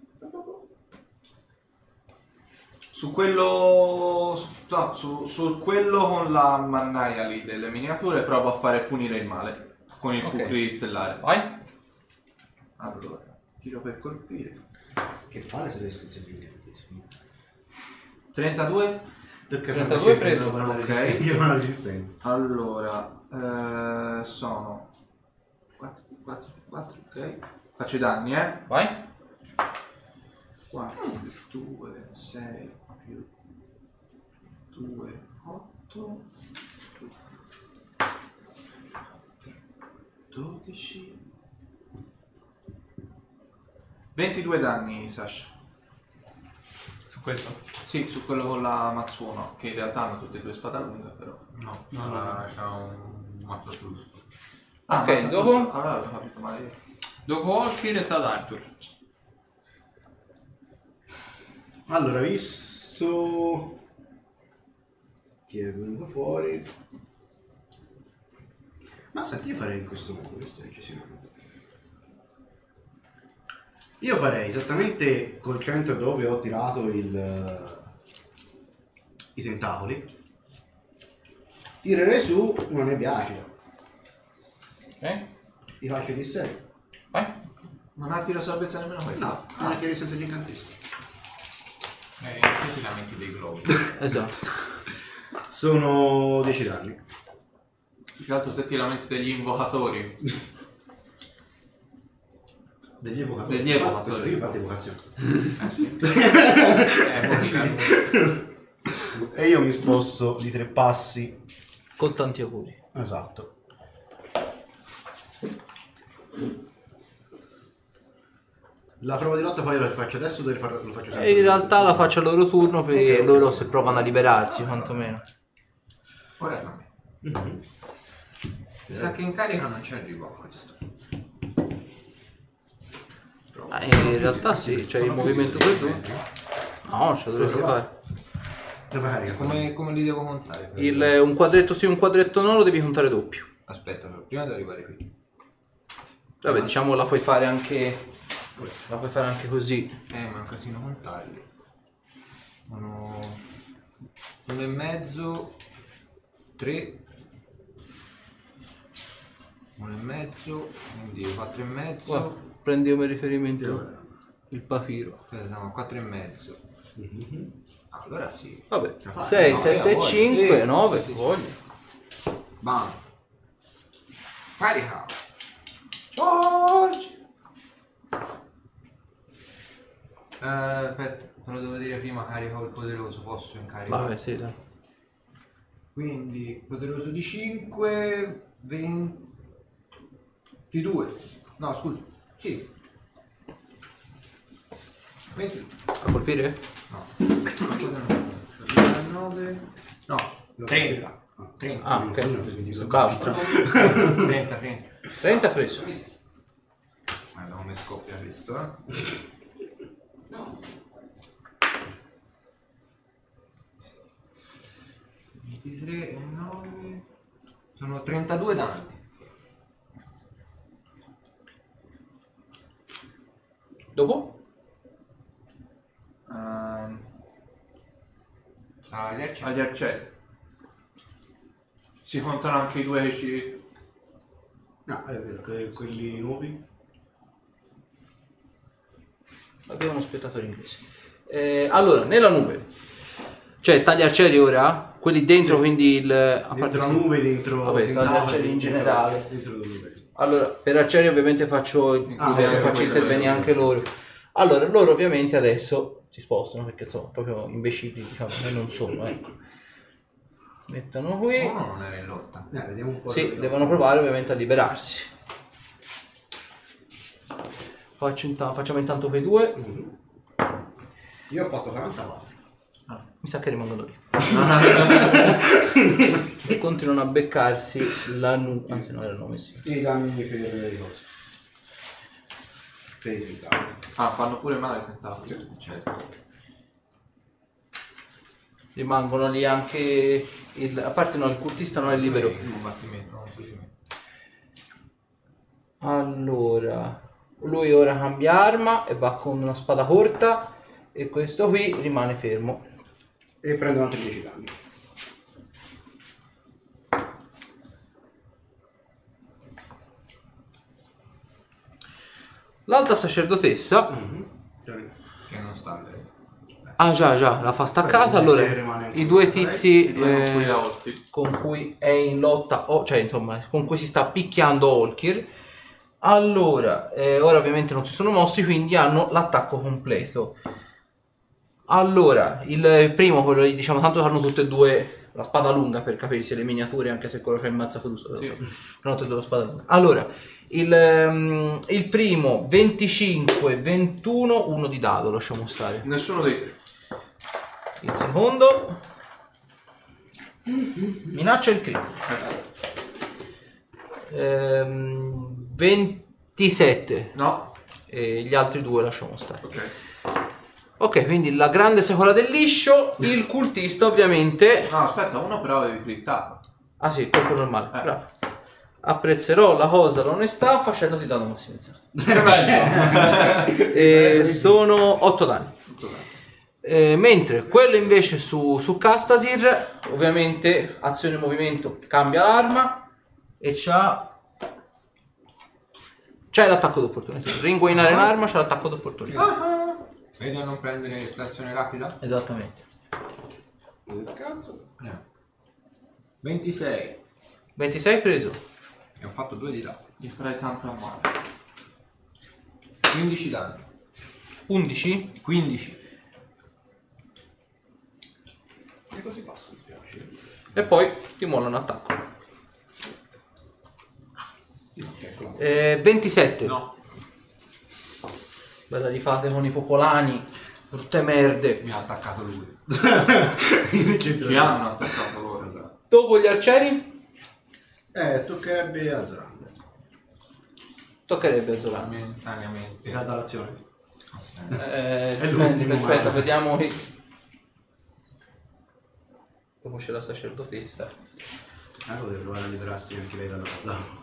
su quello su quello con la mannaia lì delle miniature provo a fare punire il male con il Kukri stellare. Vai. Allora, tiro per colpire. Che palle se resistenze più incantesimi. 32. 32 preso. Ok. Io ho una resistenza. Allora, sono 4, ok. Faccio i danni, Vai. 4 più 2, 6 più 2, 8, 12, 22 danni, Sasha. Su questo? Sì, su quello con la Matsuono, che in realtà hanno tutte e due spada lunga, però. No, c'ha un mazzo giusto. Ok, dopo? Allora l'ho capito male io. Dopo Olkir è stato Arthur. Allora, visto che è venuto fuori, ma senti, io farei in questo modo, questa decisione. Io farei esattamente col centro dove ho tirato i tentacoli. Tirerei su una nebbia acida. Ok, Ti faccio di 6. vai. Non ha tiro salvezza nemmeno questo? No, non è che senza gli incantesimi. Che ti lamenti dei globi? Esatto. Sono 10 danni. Più che altro te ti lamenti degli invocatori. Degli evocatori. Degli evocatori. Questo io fate evocazione. Sì. E io mi sposto di 3 passi. Con tanti auguri. Esatto. La prova di lotta poi la faccio adesso o lo faccio sempre? E in realtà la faccio al loro turno perché loro se provano a liberarsi, quantomeno. Ora sta a me. Mhm. Mi sa che in carica non ci arrivo a questo. In realtà sì, c'è il movimento per due. No, ce lo dovresti fare. Lo fa carica. Come li devo contare? Un quadretto sì, un quadretto no, lo devi contare doppio. Aspetta, prima devo arrivare qui. Vabbè, diciamo la puoi fare anche. La puoi fare anche così. Ma è un casino contarli. Sono 1,5, 3, 1,5, quindi 4,5. Guarda, prendi come riferimento il papiro. Aspetta, siamo a 4,5. Allora sì. Vabbè, La fai? 6, No, 7, voglio. 5, 9, sì, sì. voglio. Bam. Carica. George! Aspetta, te lo devo dire prima, carico il poderoso, posso incaricare? Vabbè, sì, dai. Quindi poderoso di 5, 22. No, scusa. Sì. 20. A colpire? No. 19. No, 30. 30. Ah, ok. Sono Basta. 30, 30. 30 preso. Guarda come scoppia questo, eh. 23 e 9. Sono 32 danni. Dopo? Agli arcieri. Agli arcieri. Si contano anche i due che ci... No, è vero, quelli nuovi. Abbiamo uno spettatore inglese. Allora, nella nube. Cioè, sta gli arcieri ora? Quelli dentro, Sì. quindi il... A Dentro la sì. nube, dentro Vabbè, sta gli tentacoli, arcieri in dentro- generale. Dentro la nube. Allora, per arcieri ovviamente faccio includere, ok, faccio quello intervenire è- anche loro. Allora, loro ovviamente adesso si spostano perché sono proprio imbecilli, diciamo, e non sono, ecco. Mettono qui. Uno non era in lotta. Vediamo un po'. Sì, dove- devono provare ovviamente a liberarsi. Facciamo intanto quei due. Mhm. Io ho fatto 44. Mi sa che rimangono lì. E continuano a beccarsi la nuca. Anzi, no, erano messi. I danni per i cosi. Per i tentacoli. Ah, fanno pure male i tentacoli. Certo. Rimangono lì anche. A parte no, il cultista non è libero. Il combattimento, non so di me. Allora, lui ora cambia arma e va con una spada corta. E questo qui rimane fermo. E prendono altri 10 danni. L'alta sacerdotessa. Che non sta lei. Ah già, la fa staccata. Allora, i due tizi Qui la Olti. con cui è in lotta, cioè insomma, con cui si sta picchiando Olkir. Allora, ora ovviamente non si sono mossi, quindi hanno l'attacco completo. Allora, il primo, quello lì, diciamo, tanto hanno tutte e due la spada lunga per capirsi, le miniature, anche se quello c'è in mazza fuso. Sì. Hanno tutte e due la spada lunga. Allora, il primo 25, 21, 1 di dado, lasciamo stare. Nessuno dei tre. Il secondo minaccia il crimine. 27. No. E gli altri 2 lasciamo stare. Ok. Ok, quindi la grande sequela del liscio. Il cultista ovviamente. No, aspetta, uno però avevi frittato. Ah sì, colpo normale, bravo. Apprezzerò la cosa, l'onestà facendoti danno massimizzato. Sono 8 danni. Mentre quello invece su Castasir, ovviamente azione movimento cambia l'arma e c'ha l'attacco d'opportunità. Ringuainare l'arma, c'ha l'attacco d'opportunità. Vedi a non prendere estrazione rapida? Esattamente. Cazzo. 26. 26 preso. E ho fatto 2 di là. Gli farai tanto male. 15 danni. 11. 15. E così passa, mi piace. E poi ti molla un attacco. 27. No. Bella li fate con i popolani. Brutte merde. Mi ha attaccato lui. Ci hanno attaccato loro. Esatto. Dopo gli arcieri Toccherebbe a Zoran. toccherebbe a Zoran. Momentaneamente. Cade l'azione. Dipende, l'ultimo, aspetta, guarda. vediamo. Dopo c'è la sacerdotessa. Poteva provare a liberarsi anche lei dalla.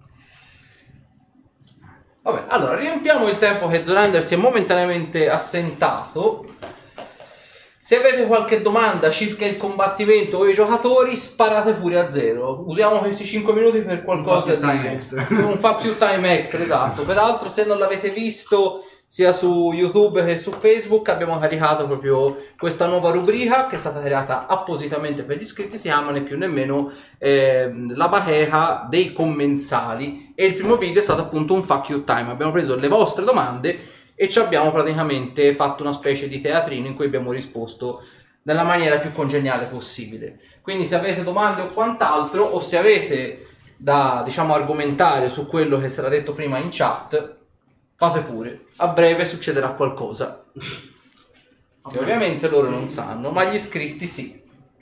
Vabbè, allora riempiamo il tempo che Zorander si è momentaneamente assentato. Se avete qualche domanda circa il combattimento o i giocatori, sparate pure a 0. Usiamo questi 5 minuti per qualcosa Un fa più time extra. Non fa più time extra, esatto. Peraltro, se non l'avete visto sia su YouTube che su Facebook, abbiamo caricato proprio questa nuova rubrica che è stata creata appositamente per gli iscritti. Si chiama né più nemmeno la bacheca dei commensali, e il primo video è stato appunto un fuck you time. Abbiamo preso le vostre domande e ci abbiamo praticamente fatto una specie di teatrino in cui abbiamo risposto nella maniera più congeniale possibile. Quindi se avete domande o quant'altro, o se avete da, diciamo, argomentare su quello che sarà detto prima in chat, fate pure. A breve succederà qualcosa che ovviamente loro non sanno, ma gli iscritti sì.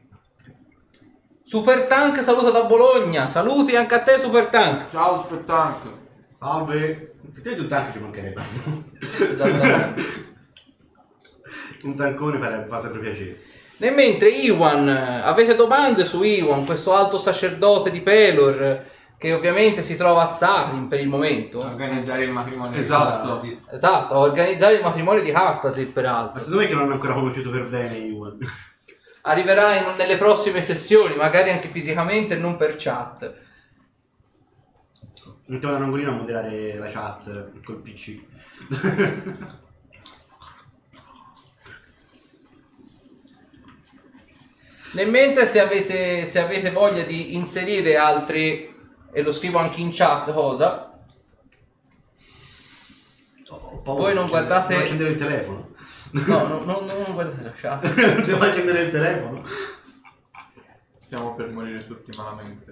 Super Tank saluta da Bologna. Saluti anche a te, Super Tank. Ciao Spettank. Salve. Effettivamente un tank ci mancherebbe. Esattamente. Un tankone fa sempre piacere. E mentre Iwan, avete domande su Iwan, questo alto sacerdote di Pelor, che ovviamente si trova a Sarin per il momento. Organizzare il matrimonio. Esatto. Sì. Esatto, a organizzare il matrimonio di Castasir Ma peraltro. secondo me che non hanno ancora conosciuto per bene Iwan. Arriverà nelle prossime sessioni, magari anche fisicamente e non per chat. Mettiamo un angolino a moderare la chat col PC. Nel mentre, se avete voglia di inserire altri, e lo scrivo anche in chat cosa, voi non guardate. Devo accendere il telefono. No, non guardate la chat. Devo accendere il telefono. Stiamo per morire tutti malamente.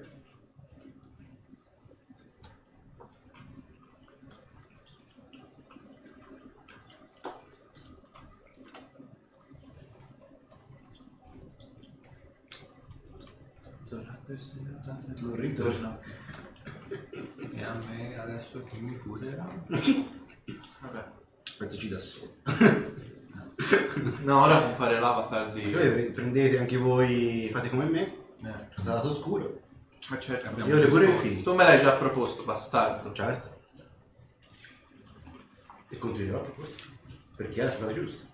Non ritorna. E a me adesso chi mi curerà? Vabbè. Pensaci da solo. No, ora compare l'avatar di... Prendete anche voi, fate come me. Sta lato oscuro. Ma certo, Io le pure infili. tu me l'hai già proposto, bastardo. Certo. E continuerò a proporre. Perché è la strada giusta.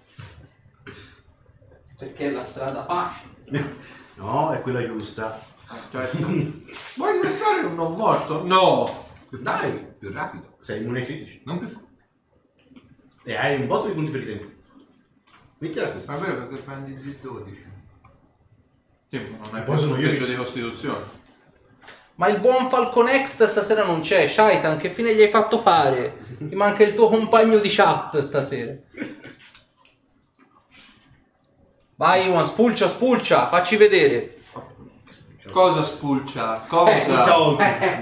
Perché è la strada facile. No, è quella giusta. Certo. Vuoi diventare un non morto? No! Dai, Più rapido. sei immune ai critici. Non più forte. E hai un botto di punti per il tempo. Mettila così. Ma è vero perché prendi il 12. Sì, ma non E è poi più sono io punteggio che- di costituzione. Ma il buon Falcon X stasera non c'è. Shaitan, che fine gli hai fatto fare? Ti manca il tuo compagno di chat stasera. Vai Iwan, spulcia, facci vedere. Cosa spulcia? Cosa? Ciao.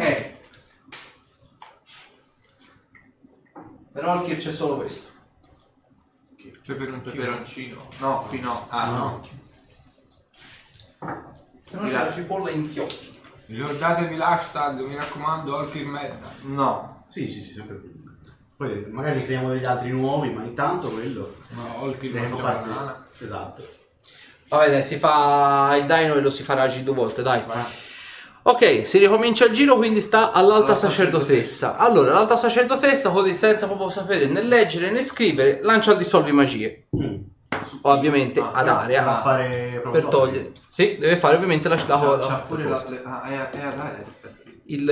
Però anche c'è solo questo. Peperoncino. No, fino. Ah, No. no. Se no c'è la cipolla in fiocchi. Ricordatevi l'hashtag, mi raccomando, Olkir Medda. No. Sì, sempre più. Poi magari ne creiamo degli altri nuovi, ma intanto quello... No, Olkir ne fa mangia parte. banana. Esatto. Vabbè, dai, si fa il dino e lo si farà G 2 volte, dai. Ok, si ricomincia il giro, quindi sta all'alta sacerdotessa. Allora, l'alta sacerdotessa, così senza proprio sapere né leggere né scrivere, lancia il dissolvi magie. Ovviamente ad area. Va a fare proprio Per togliere. Sì, deve fare ovviamente la C'ha pure è ad aria, perfetto.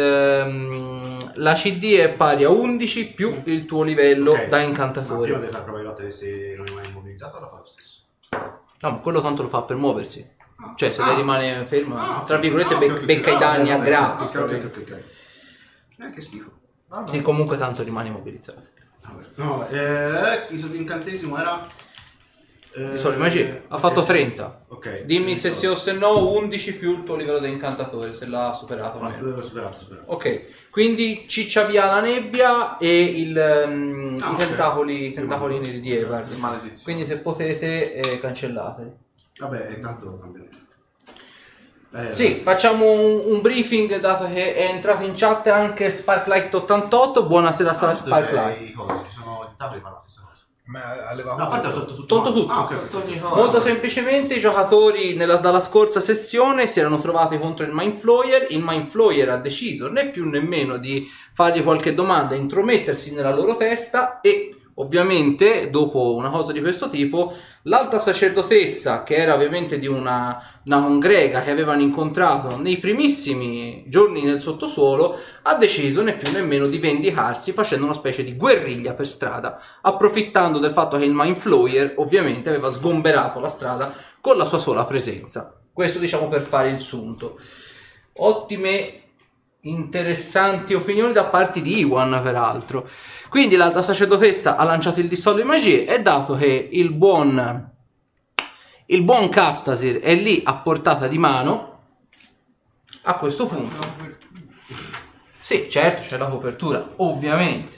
la CD è pari a 11 più il tuo livello Ok. da Ma incantatore. prima deve fare prova di lotta se non è mai immobilizzato, la fa lo stesso. No, ma quello tanto lo fa per muoversi. Cioè, se Ah. lei rimane ferma, tra virgolette, ok. becca i danni a Ok, gratis. ok. Che schifo. Sì, comunque tanto rimane immobilizzato. Vabbè. No, l'incantesimo era... Dissolvi magie. Ha fatto 30. Ok. Dimmi se sì o se no, 11 più il tuo livello da incantatore, se l'ha superato. o meno. L'ho superato. Ok, quindi ciccia via la nebbia e i ok. tentacoli neri di Evard. Maledizione. Quindi se potete cancellateli. Vabbè, tanto cambia. Sì, facciamo un briefing dato che è entrato in chat anche Sparklight88. Buonasera Sparklight. I cosi, ci sono i tavoli fanno la stessa cosa. Ma ha levato No, a parte ho tolto tutto. Tolto tutto. Ah, ok. Molto semplicemente i giocatori dalla scorsa sessione si erano trovati contro il Mindflayer. Il Mindflayer ha deciso né più né meno di fargli qualche domanda, intromettersi nella loro testa e ovviamente dopo una cosa di questo tipo l'alta sacerdotessa, che era ovviamente di una congrega che avevano incontrato nei primissimi giorni nel sottosuolo, ha deciso né più né meno di vendicarsi facendo una specie di guerriglia per strada, approfittando del fatto che il Mindflayer ovviamente aveva sgomberato la strada con la sua sola presenza. Questo diciamo per fare il sunto. Ottime, interessanti opinioni da parte di Iwan, peraltro. Quindi l'alta sacerdotessa ha lanciato il dissolvi magie e dato che il buon Castasir è lì a portata di mano, a questo punto sì, certo, c'è la copertura, ovviamente,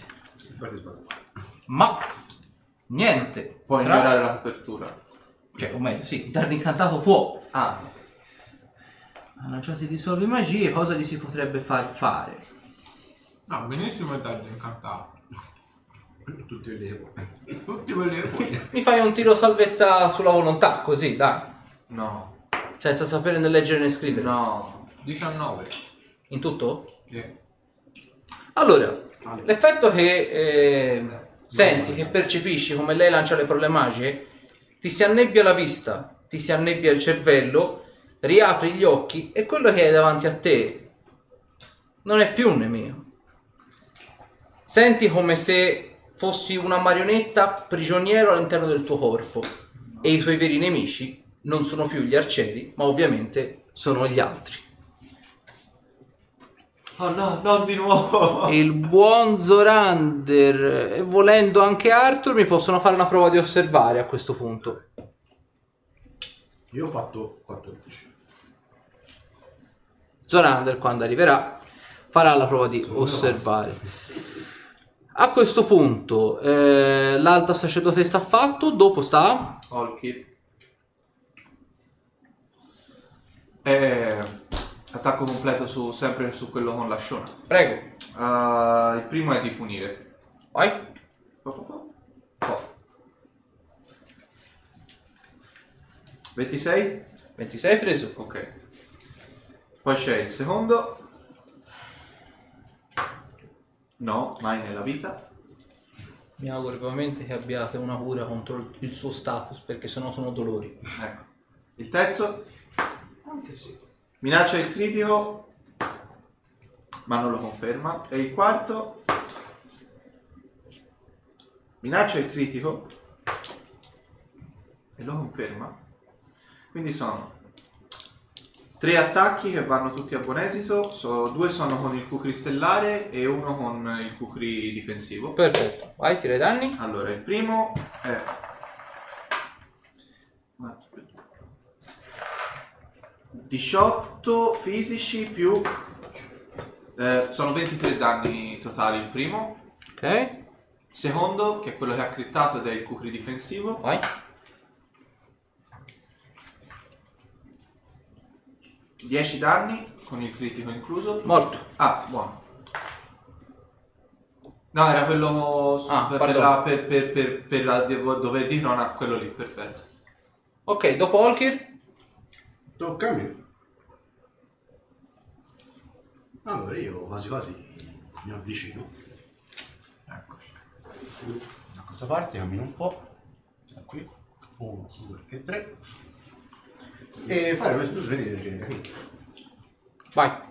ma niente, Puoi ignorare la copertura. cioè, o meglio, sì, il dardo incantato può. Ah, Ha lanciato il dissolvi magie, cosa gli si potrebbe far fare? No, benissimo il dardo incantato. Tutti quelli. Tutti quelli che vuoi. Mi fai un tiro salvezza sulla volontà, così, dai, no. senza sapere né leggere né scrivere. No. 19. In tutto? Sì. Allora, l'effetto che senti, che percepisci come lei lancia le parole magiche, ti si annebbia la vista, ti si annebbia il cervello, riapri gli occhi e quello che hai davanti a te non è più un nemico. Senti come se fossi una marionetta prigioniero all'interno del tuo corpo e i tuoi veri nemici non sono più gli arcieri, ma ovviamente sono gli altri. Oh no, non di nuovo. Il buon Zorander e volendo anche Arthur mi possono fare una prova di osservare a questo punto. Io ho fatto 14. Zorander quando arriverà farà la prova di osservare. A questo punto l'alta sacerdotessa ha fatto, dopo sta Olkir. Attacco completo sempre su quello con l'asciona. prego, Il primo è di punire. vai. Oh. 26? 26 preso. Ok. Poi c'è il secondo. No, mai nella vita. Mi auguro ovviamente che abbiate una cura contro il suo status, perché sennò sono dolori. Ecco. Il terzo. Anche sì. Minaccia il critico, ma non lo conferma. E il quarto. Minaccia il critico e lo conferma. Quindi sono 3 attacchi che vanno tutti a buon esito. 2 sono con il Q cristellare e 1 con il Q cri difensivo. Perfetto, vai, tira i danni. Allora, il primo è 18 fisici più sono 23 danni totali il primo. Ok, Secondo, che è quello che ha crittato ed è il Q cri difensivo, vai. 10 danni con il critico incluso. Morto. Ah, buono. No, era quello per la dovere di crona, quello lì, perfetto. Ok, dopo Olkir. Tocca a me. Allora io quasi quasi mi avvicino. Eccoci. Da questa parte cammino un po'. Da qui. 1, 2 e 3. E fare un'esplosione di energia negativa. Vai.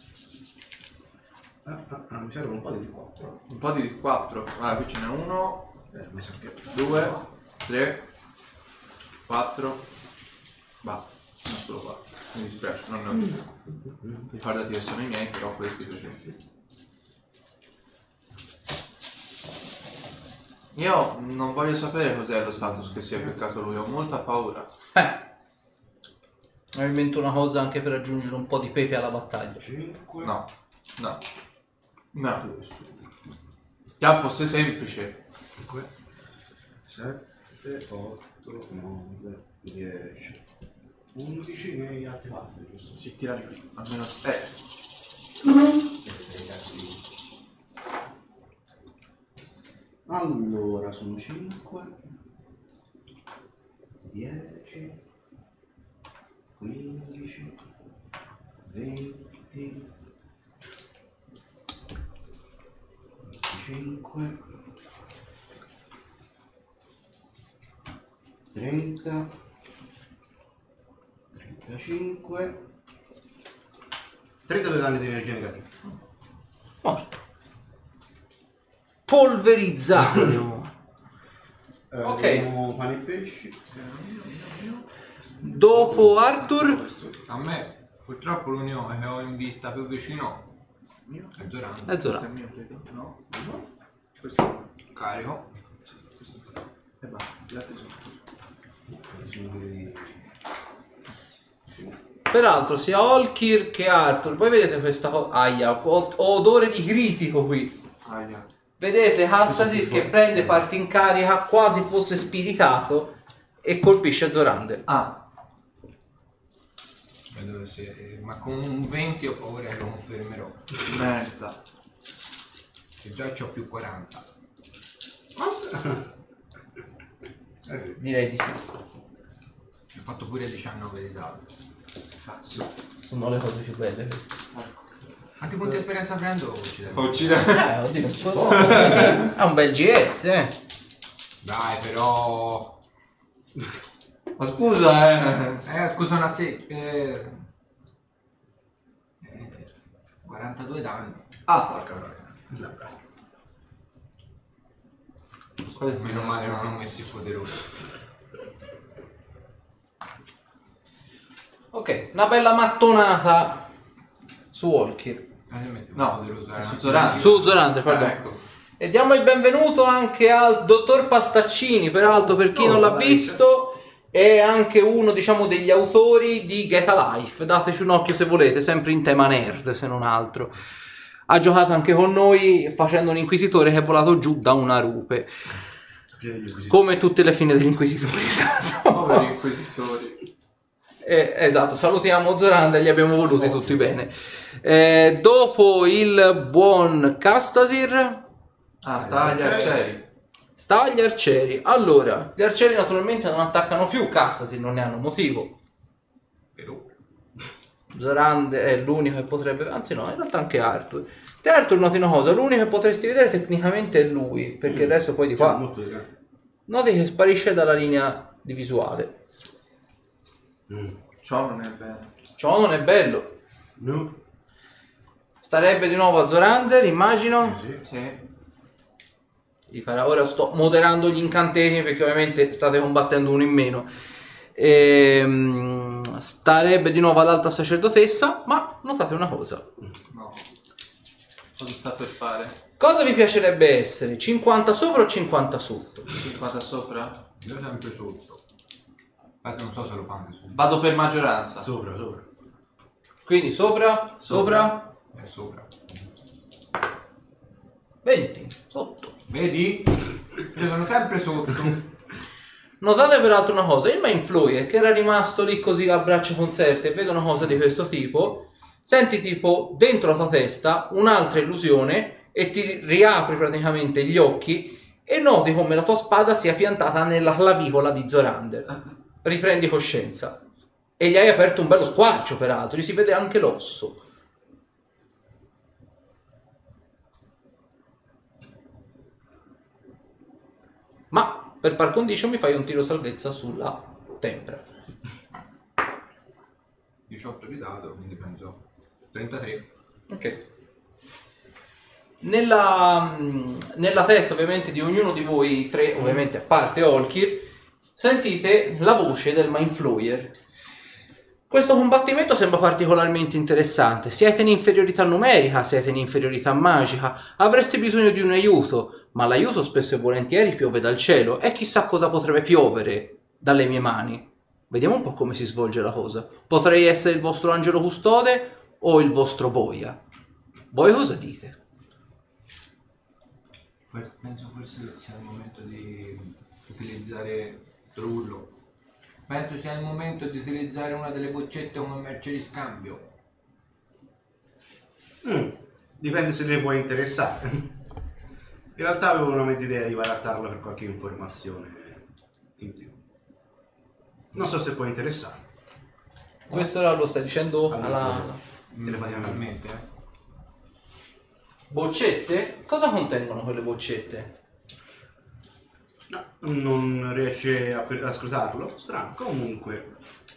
Mi serve un po' di D4. Un po' di D4. Allora, qui ce n'è 1, Mi sa che 2, 3, 4. Basta, non solo 4. Mi dispiace, non ne ho più. Ricordati che sono i miei, però questi così. Io non voglio sapere cos'è lo status che si è beccato lui, ho molta paura. Ho inventato una cosa anche per aggiungere un po' di pepe alla battaglia. 5. No. Già fosse semplice. 5, 7, 8, 9, 10, 11 miei altri fatti, giusto? Si tira di qui, almeno. Allora sono 5, 10, 15, 20, 25, 30, 35, 32 danni di energia negativa. Morto. Polverizzato. Ok. Abbiamo pane e pesci. Dopo Arthur. A me purtroppo l'unico che ho in vista più vicino è Zorando. È Zoran. Questo è il mio, credo. No? Questo è Carico. e basta. Gli altri sono Peraltro sia Olkir che Arthur. Voi vedete questa cosa. Aia, ho odore di critico qui. Aia. Vedete Hastasir che prende parte in carica quasi fosse spiritato e colpisce Zorander. Ah, Vedo se... Ma con un 20 ho paura che lo confermerò. merda. Che già c'ho più 40. Sì. Direi di sì. Ho fatto pure 19 di dado. Cazzo. Sono le cose più belle queste. Quanti punti esperienza prendo o uccidere? Uccide. Oddio, un po'. È un bel GS, Dai, però... Ma scusa, scusa una 42 danni. Ah, porca troia. Meno male non ho messo i poderosi. Ok, una bella mattonata su Olkir. No, poderoso, è su Zorander. Su Zorander, perdono. Ecco. E diamo il benvenuto anche al dottor Pastaccini, peraltro per chi non l'ha visto è anche uno, diciamo, degli autori di Get a Life. Dateci un occhio se volete, sempre in tema nerd se non altro. Ha giocato anche con noi facendo un inquisitore che è volato giù da una rupe, come tutte le fine degli inquisitori. Esatto. Poveri inquisitori. Esatto, salutiamo Zorander, gli abbiamo voluti tutti bene. Dopo il buon Castasir Ah, sta agli arcieri. sta agli arcieri. Allora, gli arcieri naturalmente non attaccano più Castasir, non ne hanno motivo. Però... Zorander è l'unico che potrebbe, anzi no, in realtà anche Arthur. Te Arthur noti una cosa, l'unico che potresti vedere tecnicamente è lui, perché il resto poi di qua noti che sparisce dalla linea di visuale. Ciò non è bene. Ciò non è bello. No. Starebbe di nuovo a Zorander, immagino. Sì. Sì. Li farà. Ora sto moderando gli incantesimi perché ovviamente state combattendo uno in meno. Starebbe di nuovo all'alta sacerdotessa, ma notate una cosa. No. Cosa sta per fare? Cosa vi piacerebbe essere? 50 sopra o 50 sotto? 50 sopra? Io sempre sotto. Infatti non so se lo fa anche sopra. Vado per maggioranza. Sopra, sopra. Quindi sopra, sopra, È sopra. 20, sotto. Vedi? Io sono sempre sotto. Notate peraltro una cosa, il Mind Flayer che era rimasto lì così a braccia conserte e vede una cosa di questo tipo, senti tipo dentro la tua testa un'altra illusione e ti riapri praticamente gli occhi e noti come la tua spada sia piantata nella clavicola di Zorander. Riprendi coscienza e gli hai aperto un bello squarcio peraltro, gli si vede anche l'osso. Ma per par condicio mi fai un tiro salvezza sulla tempra. 18 di dado, quindi penso 33. Ok. Nella testa ovviamente di ognuno di voi tre, ovviamente a parte Olkir, sentite la voce del Mind Flayer. Questo combattimento sembra particolarmente interessante. Siete in inferiorità numerica, siete in inferiorità magica, avreste bisogno di un aiuto, ma l'aiuto spesso e volentieri piove dal cielo e chissà cosa potrebbe piovere dalle mie mani. Vediamo un po' come si svolge la cosa. Potrei essere il vostro angelo custode o il vostro boia. Voi cosa dite? Penso forse sia il momento di utilizzare Trullo. Penso sia il momento di utilizzare una delle boccette come merce di scambio. Dipende se le può interessare. In realtà avevo una mezza idea di barattarla per qualche informazione in più. Non so se può interessare. Questo lo stai dicendo alla... Telepaticamente. Boccette? Cosa contengono quelle boccette? No, non riesce a scrutarlo? Strano. Comunque,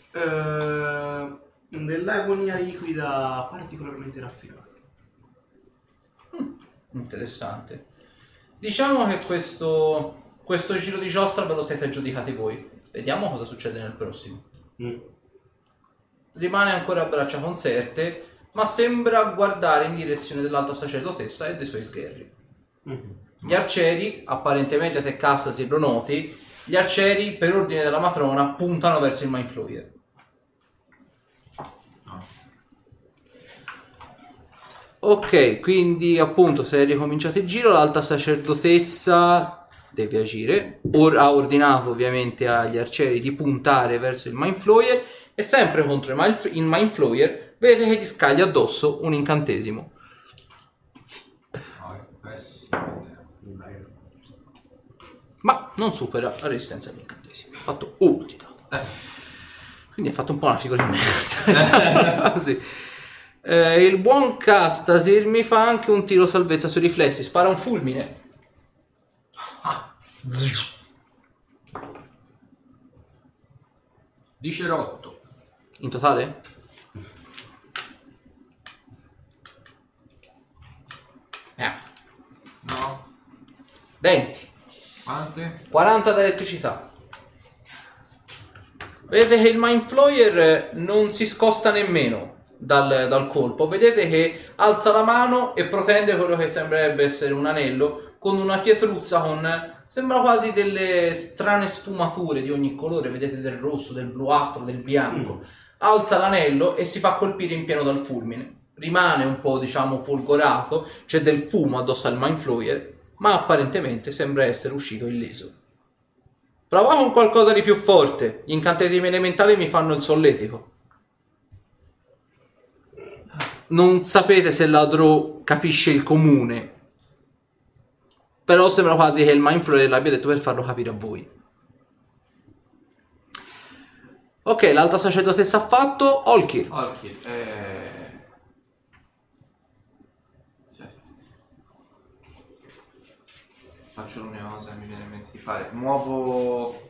dell'agonia liquida particolarmente raffinata. Interessante. Diciamo che questo giro di giostra ve lo siete aggiudicati voi. Vediamo cosa succede nel prossimo. Rimane ancora a braccia conserte, ma sembra guardare in direzione dell'alta sacerdotessa e dei suoi sgherri. Gli arcieri, apparentemente te Castasi lo noti, gli arcieri per ordine della matrona puntano verso il Mind Flayer. Ok, quindi appunto se hai ricominciato il giro, l'alta sacerdotessa deve agire. Ha ordinato ovviamente agli arcieri di puntare verso il Mind Flayer e sempre contro il Mind Flayer vedete che gli scaglia addosso un incantesimo. Ma non supera la resistenza all'incantesimo. Ha fatto 1 di dato. Quindi ha fatto un po' una figura di merda. Così. Il buon Castasir mi fa anche un tiro salvezza sui riflessi. Spara un fulmine. Dice 8. In totale? No. 20. Quante? 40 d'elettricità. Vedete che il Mind Flayer non si scosta nemmeno dal colpo. Vedete che alza la mano e protende quello che sembrerebbe essere un anello con una pietruzza con... sembra quasi delle strane sfumature di ogni colore. Vedete del rosso, del bluastro, del bianco. Alza l'anello e si fa colpire in pieno dal fulmine. Rimane un po', diciamo, folgorato. C'è del fumo addosso al Mind Flayer, ma apparentemente sembra essere uscito illeso. Prova con qualcosa di più forte. Gli incantesimi elementali mi fanno il solletico. Non sapete se l'Adro capisce il comune, però sembra quasi che il Mind Flayer l'abbia detto per farlo capire a voi. Ok, l'altra sacerdotessa ha fatto. Olkir. Faccio l'unica cosa che mi viene in mente di fare. Muovo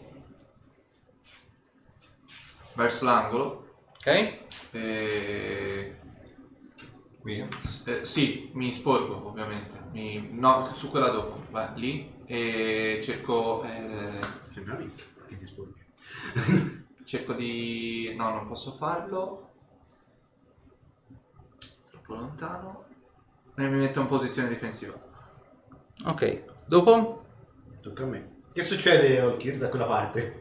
verso l'angolo. Ok. Qui? Sì, mi sporgo ovviamente. No, su quella dopo. Vai lì e cerco... Sembra vista che ti sporgi. cerco di... No, non posso farlo. Troppo lontano. E mi metto in posizione difensiva. Ok. Dopo? Tocca a me. Che succede, Olkir, da quella parte?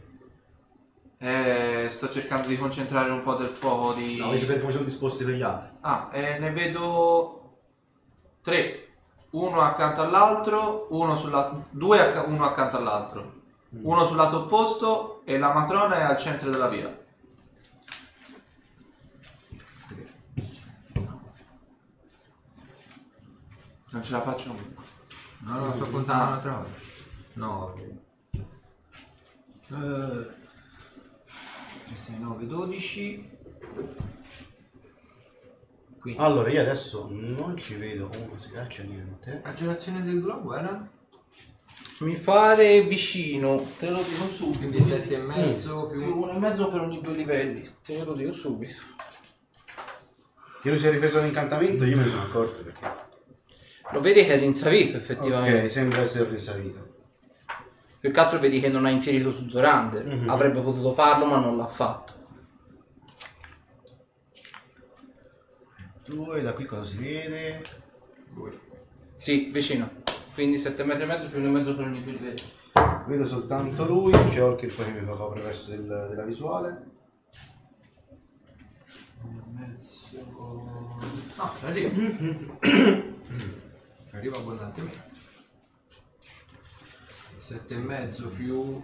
Sto cercando di concentrare un po' del fuoco di... No, vuoi sapere come sono disposti quegli altri? Ne vedo 3. Uno accanto all'altro, uno accanto all'altro. Uno sul lato opposto e la matrona è al centro della via. Non ce la faccio. No, sto contando un'altra volta. 9. 3, 6, 9, 12. Quindi. Allora, io adesso non ci vedo come si caccia niente. La girazione del globo era? Mi pare vicino, te lo dico subito. Quindi 7,5 più più 1,5 per ogni 2 livelli. Te lo dico subito. Che lui si è ripreso l'incantamento, io me ne sono accorto perché. Lo vedi che è rinsavito effettivamente. Ok, sembra essere risalito. Più che altro vedi che non ha infierito su Zorander. Avrebbe potuto farlo ma non l'ha fatto. 2, da qui cosa si vede? 2. Sì, vicino. Quindi 7,5 metri più 1,5 per ogni 2 livelli. Vedo soltanto lui, c'è Hulk poi che mi fa copre il resto della visuale. No, ci arriva. Ci arriva abbondantemente. 7,5 più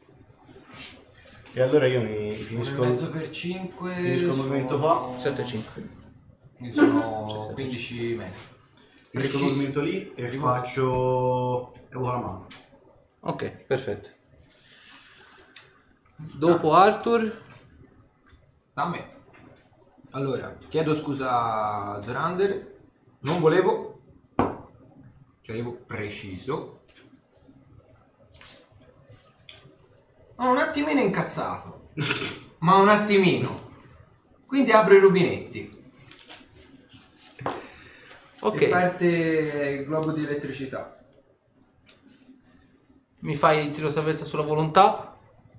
E allora io mi finisco 1,5 per 5. finisco il movimento fa. 7,5. Quindi sono 15 metri. Finisco il movimento lì e faccio. Evoco la mano. Ok, perfetto. Dopo Arthur. Da me. Allora, chiedo scusa a Zorander. Non volevo. Ci arrivo preciso. Ho un attimino incazzato. Ma un attimino. Quindi apro i rubinetti. Ok. E parte il globo di elettricità. Mi fai il tiro salvezza sulla volontà.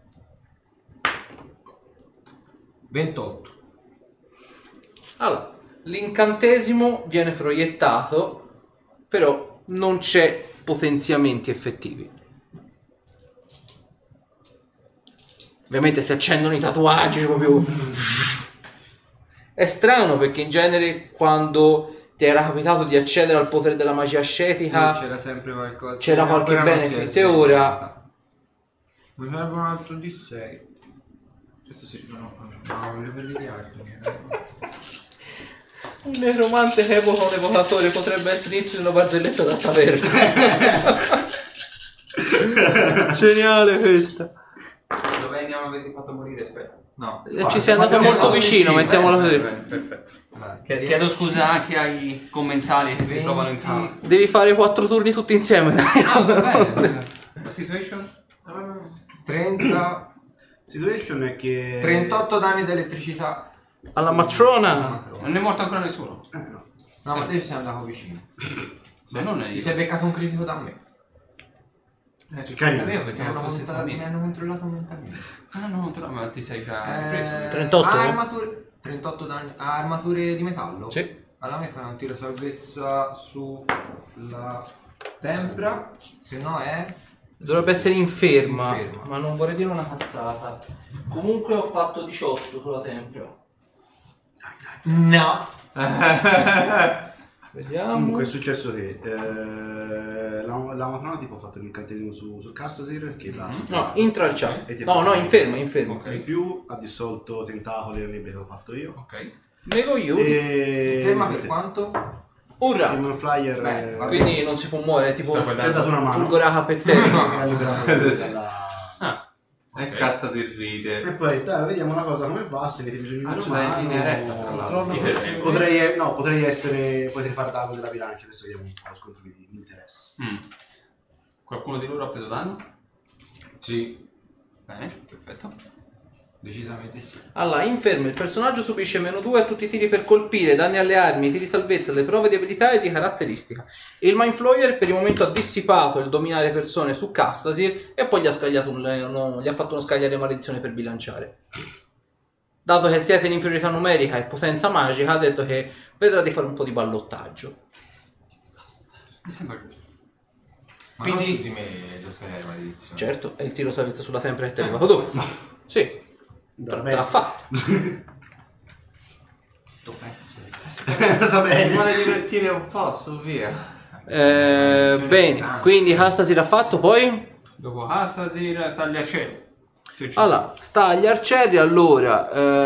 28. Allora, l'incantesimo viene proiettato, però non c'è potenziamenti effettivi. Ovviamente si accendono i tatuaggi proprio. È strano perché in genere quando ti era capitato di accedere al potere della magia ascetica C'era sempre qualcosa. c'era qualche Ancora non si è benefit e ora svegliata. Mi serve un altro di 6. Questo sì, no. No, le pelli di altro. un necromante che evoca un evocatore potrebbe essere l'inizio di una barzelletta da taverna. Geniale questa. Dove andiamo avete fatto morire? Aspetta. No. Ci sei andato molto vicino, mettiamola così. Perfetto. Chiedo scusa anche ai commensali che si 20. trovano in sala. Devi fare 4 turni tutti insieme. La situation? 30. Situation è che 38 danni di elettricità. Alla matrona. Non è morto ancora nessuno. No, ma te sei andato vicino. Ma non è Ti io. sei beccato un critico da me. carino. Io pensavo che fosse tra Mi me. hanno controllato mentalmente. Ah no, ma ti sei già preso. 38? Armature. 38 danni. Armature di metallo? Sì. Allora mi fai un tiro salvezza sulla tempra. Se no è. Dovrebbe essere inferma, Inferma. ma non vorrei dire una cazzata. Comunque ho fatto 18 sulla tempra. No. Vediamo. Comunque è successo che la matrona tipo ha fatto l'incantesimo su Castasir che l'ha No, intralciato. E ti No, fa- no, inferma, inferma. Ok. in più ha dissolto tentacoli e nebbie che ho fatto io. Ok. Nego io. E Ferma per quanto? Ora. il Man Flyer Beh, vabbè. Quindi non si può muovere, tipo Sta ti ha guardando. dato una mano. fulgorata per terra. Mi ha liberato dalla... Ah. E ok. casta si ride. E poi dai, vediamo una cosa come va, se avete bisogno di Ah, una ce l'hai in linea retta, tra l'altro. Controllo potrei fare dago della bilancia, adesso vediamo un po' lo scontro di interesse. Qualcuno di loro ha preso danno? Sì. Bene, perfetto. Decisamente sì. Allora, infermo, il personaggio subisce -2 a tutti i tiri per colpire, danni alle armi, tiri salvezza, le prove di abilità e di caratteristica. Il Mind Flayer per il momento ha dissipato il dominare persone su Castasir e poi gli ha fatto uno scagliare maledizione per bilanciare. Dato che siete in inferiorità numerica e potenza magica, ha detto che vedrà di fare un po' di ballottaggio. Mi sembra giusto. Ma Quindi- non su di me lo scagliare maledizione. Certo, è il tiro salvezza sulla tempra che ti è arrivato dopo. Sì, te l'ha fatto. Sto pezzo. Va Mi bene. vuole divertire un po', su via. Bene, quindi Castasir ha fatto poi Dopo Hassasir sta agli arcieri. Allora, sta agli arcieri, allora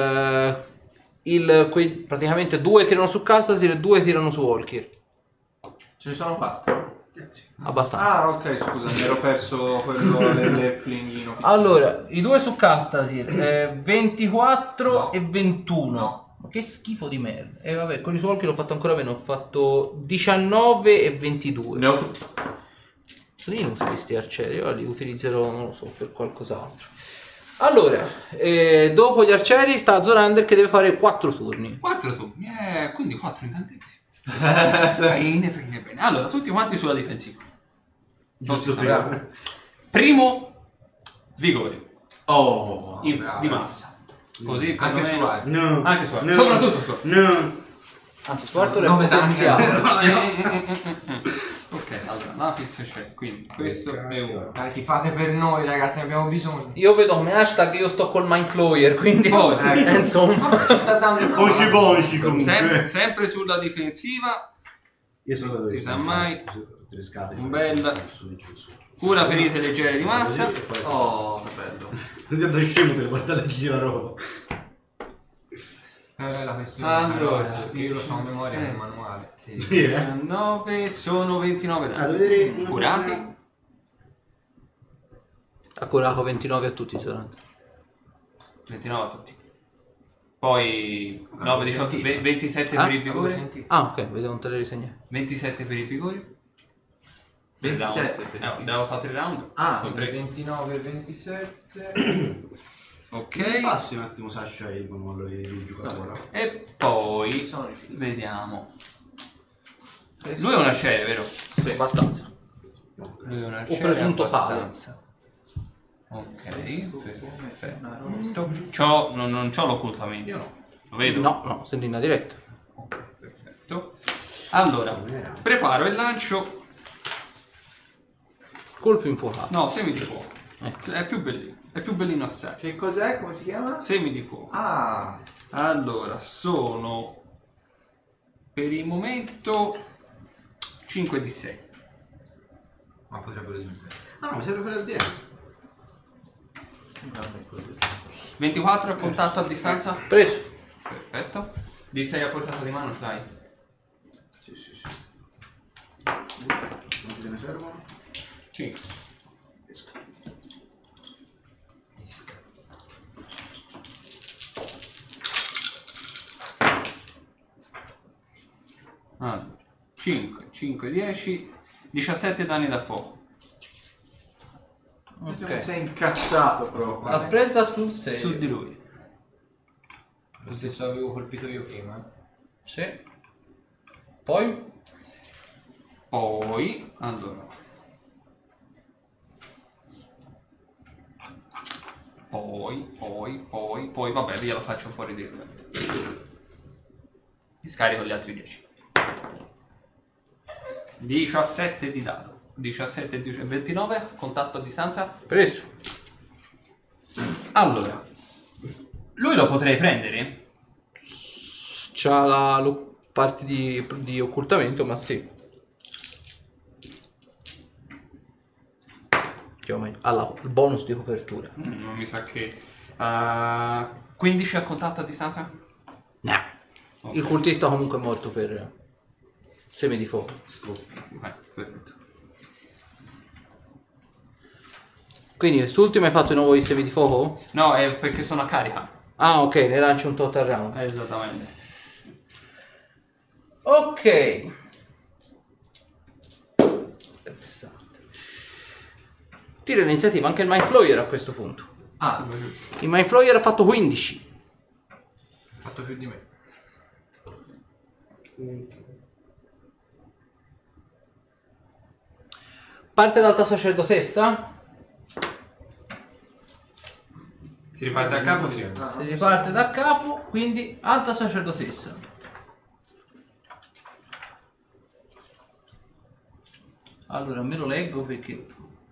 praticamente 2 tirano su Cassasir e 2 tirano su Volkir. Ce ne sono 4. Abbastanza. Ah, ok, scusa, mi ero perso quello del flinghino. Allora, i 2 su Cassasir, 24 No. e 21. No. Ma che schifo di merda. E vabbè, con i su Volkir ho fatto ancora meno, ho fatto 19 e 22. No. Sono inutili sti arcieri, io li utilizzerò, non lo so, per qualcos'altro. Allora, dopo gli arcieri sta Zorander che deve fare 4 turni. 4 turni, quindi 4 incantesimi. Bene. Allora, tutti quanti sulla difensiva. Giusto Bravo. per... Primo, vigore. Oh, Di bravo. massa. Così più o Anche su meno- Arthur. No. Anche su Arthur. No. Soprattutto su Arthur. No. Anzi, su Arthur è 9 danni. potenziato. Ok, allora, Lapis c'è, quindi questo è uno. Dai, ti fate per noi, ragazzi, ne abbiamo bisogno. Io vedo come hashtag io sto col Mindflower, quindi Poi, insomma. Ci sta dando Bonci bonci comunque. sempre sulla difensiva, Io sono stato si sa mai. Tutte le scatole. Un bel Su, giù, su. cura ferite leggere di massa. Così, e poi- Oh, che bello. Non ti andrei scemo per guardare chi la roba. la questione. Allora, che io lo so a memoria nel manuale. Sì, 9 sono 29 Ah, danni. devo vedere una Curati. cosa- Ha curato 29 a tutti, Zorander. 29 a tutti. Poi 9 18, sentito. 27 Ah, per il Avevo vigore. sentito. Ah, ok, vedo un te le risegnare. 27 per il vigore. 27 per Avevo fatto il round. Ah, sono Quindi 3. 29 e 27. Ok. Passi un attimo Sasha il manuale di giocatore. E poi Sono i figli. vediamo. Lui è un arciere, vero? Sì. Abbastanza. Lui è un Ho arciere. presunto tale. abbastanza. Ok, perfetto. Non c'ho l'occultamento. Io no. Lo vedo? No, sembri una diretta. Ok, perfetto. Allora, preparo il lancio. Colpo infuocato. No, semi di fuoco. È più bellino. È più bellino assai. Che cos'è? Come si chiama? Semi di fuoco. Ah, Allora, sono per il momento 5 di 6. Ma potrebbero diventare. Ah no, mi serve quello del DM. 24 a contatto a distanza? Preso. Perfetto. Di 6 a portata di mano, dai. Sì. Quanti te ne servono? 5. Allora, 5, 10, 17 danni da fuoco. okay. Sei incazzato proprio. L'ha presa sul 6. Su di lui. Lo stesso avevo colpito io prima. Sì. Poi? Poi, allora. Poi, vabbè, via, lo faccio fuori direttamente. Mi scarico gli altri 10. 17 di dado. 17 e 29, contatto a distanza. Preso. Allora, lui lo potrei prendere? C'ha la parte di occultamento, ma sì. Ha il bonus di copertura. Non mi sa che... 15 a contatto a distanza? No. Ok. Il cultista comunque è morto per semi di fuoco. Perfetto. Quindi quest'ultimo hai fatto di nuovo i semi di fuoco? No, è perché sono a carica. Ah, ok, ne lanci un total round. Esattamente. Ok. Interessante. Tira l'iniziativa anche il Mindflower a questo punto. Ah, Il Mindflower ha fatto 15. Ha fatto più di me. Parte l'alta sacerdotessa. Si riparte a capo? Sì. Si riparte da capo, quindi alta sacerdotessa. Allora me lo leggo perché...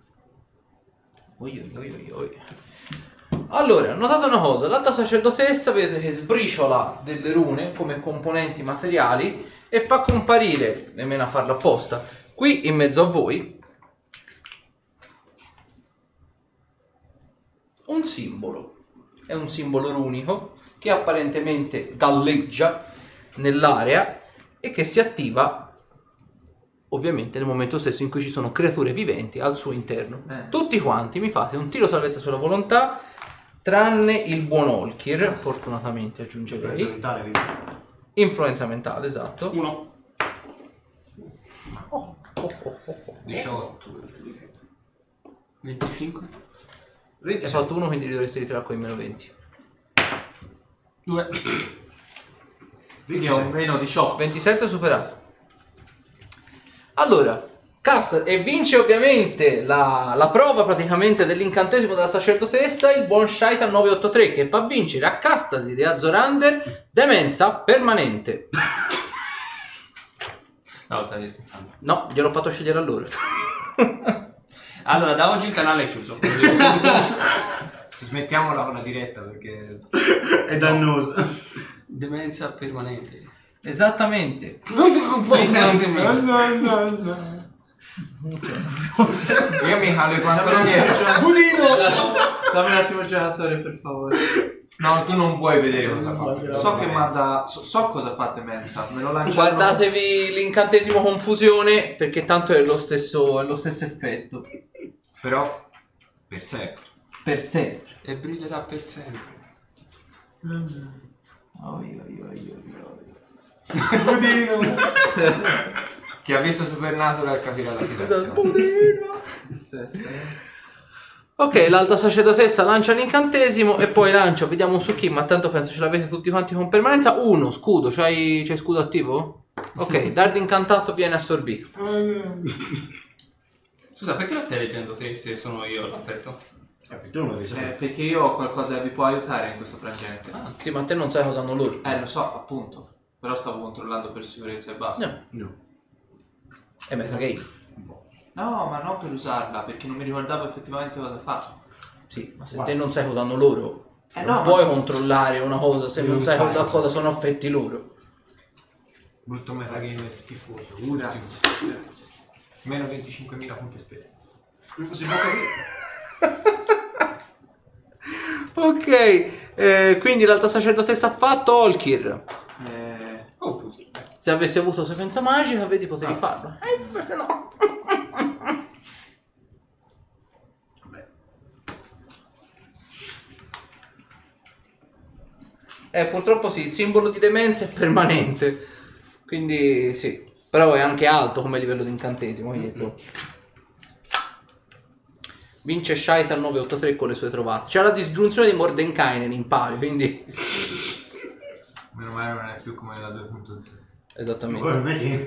Oi. Allora, notate una cosa, l'alta sacerdotessa vedete che sbriciola delle rune come componenti materiali e fa comparire, nemmeno a farlo apposta, qui in mezzo a voi un simbolo. È un simbolo runico che apparentemente galleggia nell'area e che si attiva ovviamente nel momento stesso in cui ci sono creature viventi al suo interno. Tutti quanti mi fate un tiro salvezza sulla volontà, tranne il buon Olkir, fortunatamente aggiungerei. Influenza mentale, esatto. 1. 18. 25. Hai fatto 1, quindi dovresti ritirare con i meno 20. 2. Quindi ho un meno 18. 27 superato. Allora, casta e vince ovviamente la prova praticamente dell'incantesimo della sacerdotessa, il buon Shaitan 983, che fa vincere a Castasir e a Zorander demenza permanente. No, stai scherzando. No, gliel'ho fatto scegliere a loro. Allora, da oggi il canale è chiuso. Smettiamola con la diretta perché È dannosa. Demenza permanente. Esattamente. io mi calo i pantaloni Dammi un attimo il giocatore, per favore. No, tu non puoi vedere cosa fa. So che manda. So cosa fate Mensa. Me lo lanciano. Guardatevi l'incantesimo confusione perché tanto è lo stesso effetto. Però per sempre. Per sempre. E brillerà per sempre. Chi ha visto Supernatural capirà la situazione. Ok, l'alta sacerdotessa lancia l'incantesimo e poi lancio, vediamo su chi, ma tanto penso ce l'avete tutti quanti con permanenza. 1, scudo, c'hai scudo attivo? Ok, dardo incantato viene assorbito. Scusa, perché lo stai leggendo te se sono io l'affetto? Tu non lo devi sapere. Perché io ho qualcosa che vi può aiutare in questo frangente. Sì, ma te non sai cosa hanno loro. Lo so, appunto. Però stavo controllando per sicurezza e basta. No. È metagame. No, ma non per usarla, perché non mi ricordavo effettivamente cosa fa. Sì, ma se te non sai cosa hanno loro, non no, puoi controllare una cosa se non sai cosa sono affetti loro. Brutto metagame schifoso. Grazie. Meno 25.000 punti esperienza. Non si può capire. Ok, quindi l'alta sacerdotessa ha fatto Olkir. Confuso. Se avessi avuto sapienza magica, vedi, potevi farlo. Invece no. Purtroppo sì, il simbolo di demenza è permanente. Quindi sì. Però è anche alto come livello di incantesimo. Quindi, insomma. Vince Shaitan 983 con le sue trovate. C'è la disgiunzione di Mordenkainen in pari, quindi... Meno male non è più come la 2.0. Esattamente. Poi non è che...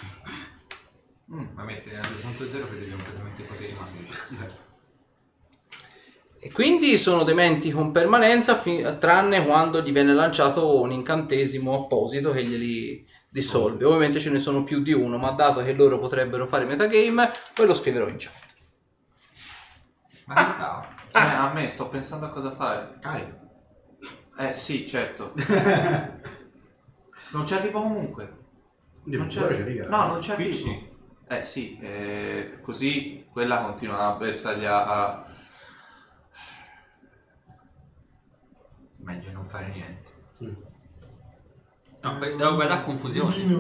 Ma mette la 2.0 perché completamente poteri magici. E quindi sono dementi con permanenza tranne quando gli viene lanciato un incantesimo apposito che glieli dissolve. Ovviamente ce ne sono più di uno, ma dato che loro potrebbero fare metagame, poi lo scriverò in chat. Ma che stava? A me sto pensando a cosa fare. Carico. Sì, certo. Non ci arrivo comunque. Non ci arrivo. No, non ci arrivo. Sì. Sì, così quella continua a bersaglia a... Meglio non fare niente. No, devo guardare confusione.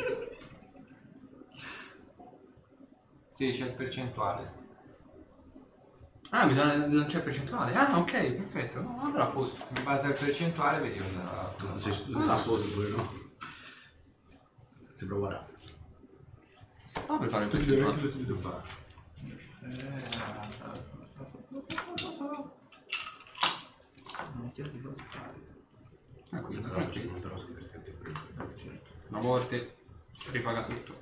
Sì, c'è il percentuale. Ah, non c'è percentuale. Ah, ok, perfetto. No, allora a posto. In base al percentuale vedi cosa Sei studio pure, no? Si proverà. No, per fare il percentuale. Tranquillo, tranquillo. Non te lo so divertente pure. Una morte ripaga tutto.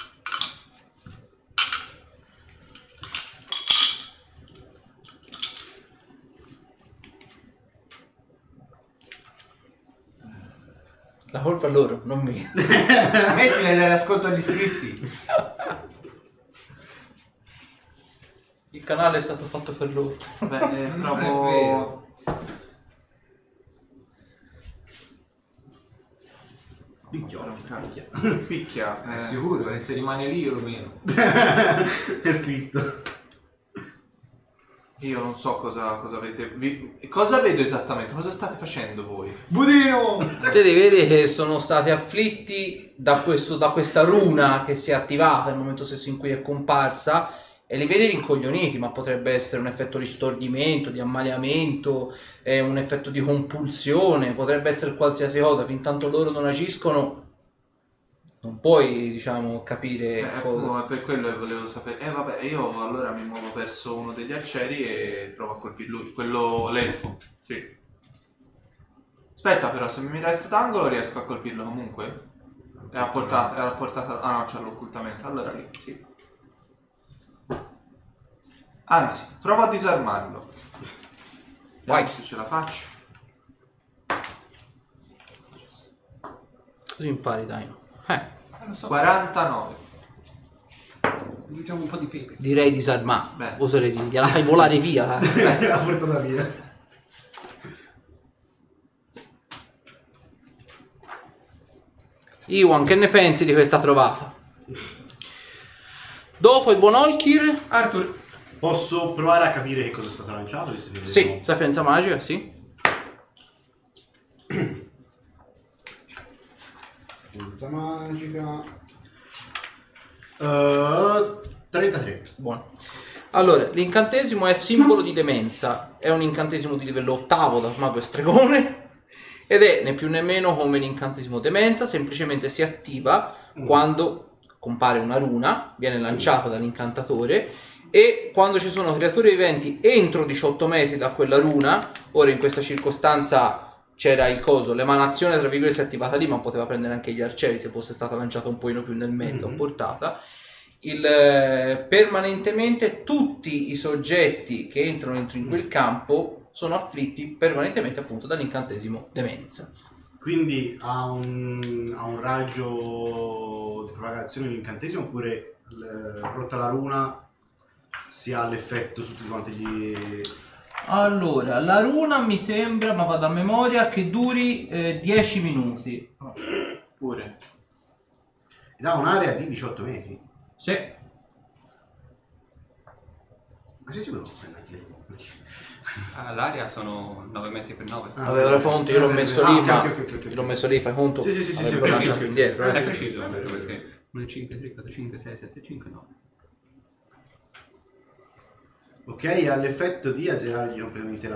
La colpa è loro, non me. Mettile dare ascolto agli iscritti. Il canale è stato fatto per loro. Beh, Non è provo... vero. Picchia. È sicuro che se rimane lì io lo meno. È scritto. Io non so cosa avete... cosa vedo esattamente? Cosa state facendo voi? Budino! Te li vedi che sono stati afflitti da questa runa che si è attivata nel momento stesso in cui è comparsa, e li vedi rincoglioniti, ma potrebbe essere un effetto di stordimento, di ammaliamento, un effetto di compulsione, potrebbe essere qualsiasi cosa. Fin tanto loro non agiscono non puoi, diciamo, capire cosa. Per quello che volevo sapere. Vabbè, io allora mi muovo verso uno degli arcieri e provo a colpire lui, quello, l'elfo. Sì. Aspetta, però, se mi resto d'angolo riesco a colpirlo comunque? È a portata. Ah no, c'è l'occultamento. Allora lì, sì. Anzi, provo a disarmarlo. Vai. Vediamo se ce la faccio. Così impari, dai, no? Lo so. 49. Usiamo un po' di pepe. Direi disarmato. Beh. Oserei dire, gliela fai volare via. La portata via. Iwan, che ne pensi di questa trovata? Dopo il buon Olkir? Arthur, Posso provare a capire che cosa è stato lanciato? Visto che Sì, vedo- sapienza magica, sì. Sapienza magica. 33. Buono. Allora, l'incantesimo è simbolo di demenza. È un incantesimo di livello ottavo da mago e stregone. Ed è né più né meno come l'incantesimo demenza. Semplicemente si attiva quando compare una runa, viene lanciata dall'incantatore. E quando ci sono creature viventi entro 18 metri da quella runa, ora in questa circostanza c'era il coso, l'emanazione tra virgolette si è attivata lì, ma poteva prendere anche gli arcieri se fosse stata lanciata un pochino più nel mezzo a portata. Permanentemente tutti i soggetti che entrano in quel campo sono afflitti permanentemente appunto dall'incantesimo demenza. Quindi ha un raggio di propagazione dell'incantesimo, oppure rotta la runa si ha l'effetto su tutti quanti gli... Allora, la runa mi sembra, ma vado a memoria, che duri 10 minuti. Pure. Ed ha un'area di 18 metri. Sì. Ma sei sicuro? Anche... l'area sono 9 metri per 9. Avevo le fonti, io l'ho messo lì, ma ok. l'ho messo lì, fai conto? Sì, Avevo ho lanciato capito. indietro. È preciso, perché 1, 5, 3, 4, 5, 6, 7, 5, 9. Ok, ha l'effetto di azzerargli completamente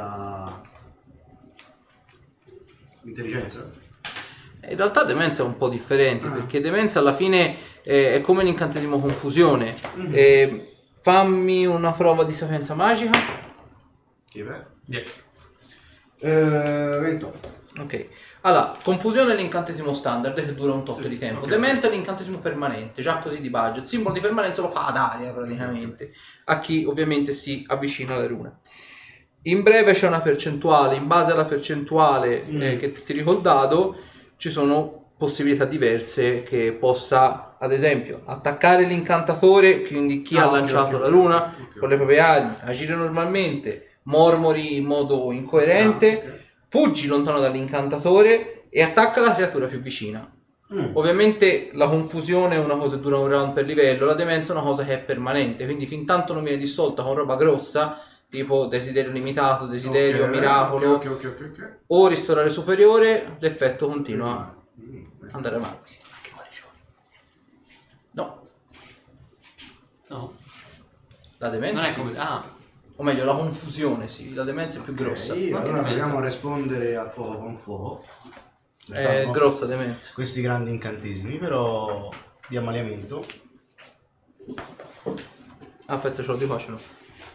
l'intelligenza. In realtà demenza è un po' differente, perché demenza alla fine è come l'incantesimo confusione. Fammi una prova di sapienza magica. Che beh. 10. 28. Ok, allora, confusione è l'incantesimo standard che dura un tot Sì, di tempo. ok. Demenza è l'incantesimo permanente, già così di budget. Simbolo di permanenza lo fa ad aria praticamente, a chi ovviamente si avvicina alla runa. In breve c'è una percentuale, in base alla percentuale che ti tiri col dado, ci sono possibilità diverse che possa, ad esempio, attaccare l'incantatore, quindi chi ha ok, lanciato ok, la runa, ok. con le proprie armi, agire normalmente, mormori in modo incoerente, Ok. fuggi lontano dall'incantatore e attacca la creatura più vicina. Ovviamente la confusione è una cosa che dura un round per livello, la demenza è una cosa che è permanente, quindi fin tanto non viene dissolta con roba grossa, tipo desiderio limitato, desiderio, Ok, miracolo ok. o ristorare superiore, l'effetto continua a andare avanti. No, No, la demenza non è sì. come... O meglio, la confusione sì, la demenza è più grossa. Sì, Ma che allora demenza? proviamo a rispondere al fuoco con fuoco. È grossa demenza. Questi grandi incantesimi, però di ammaliamento. Aspetta, ce lo dico, ce l'ho.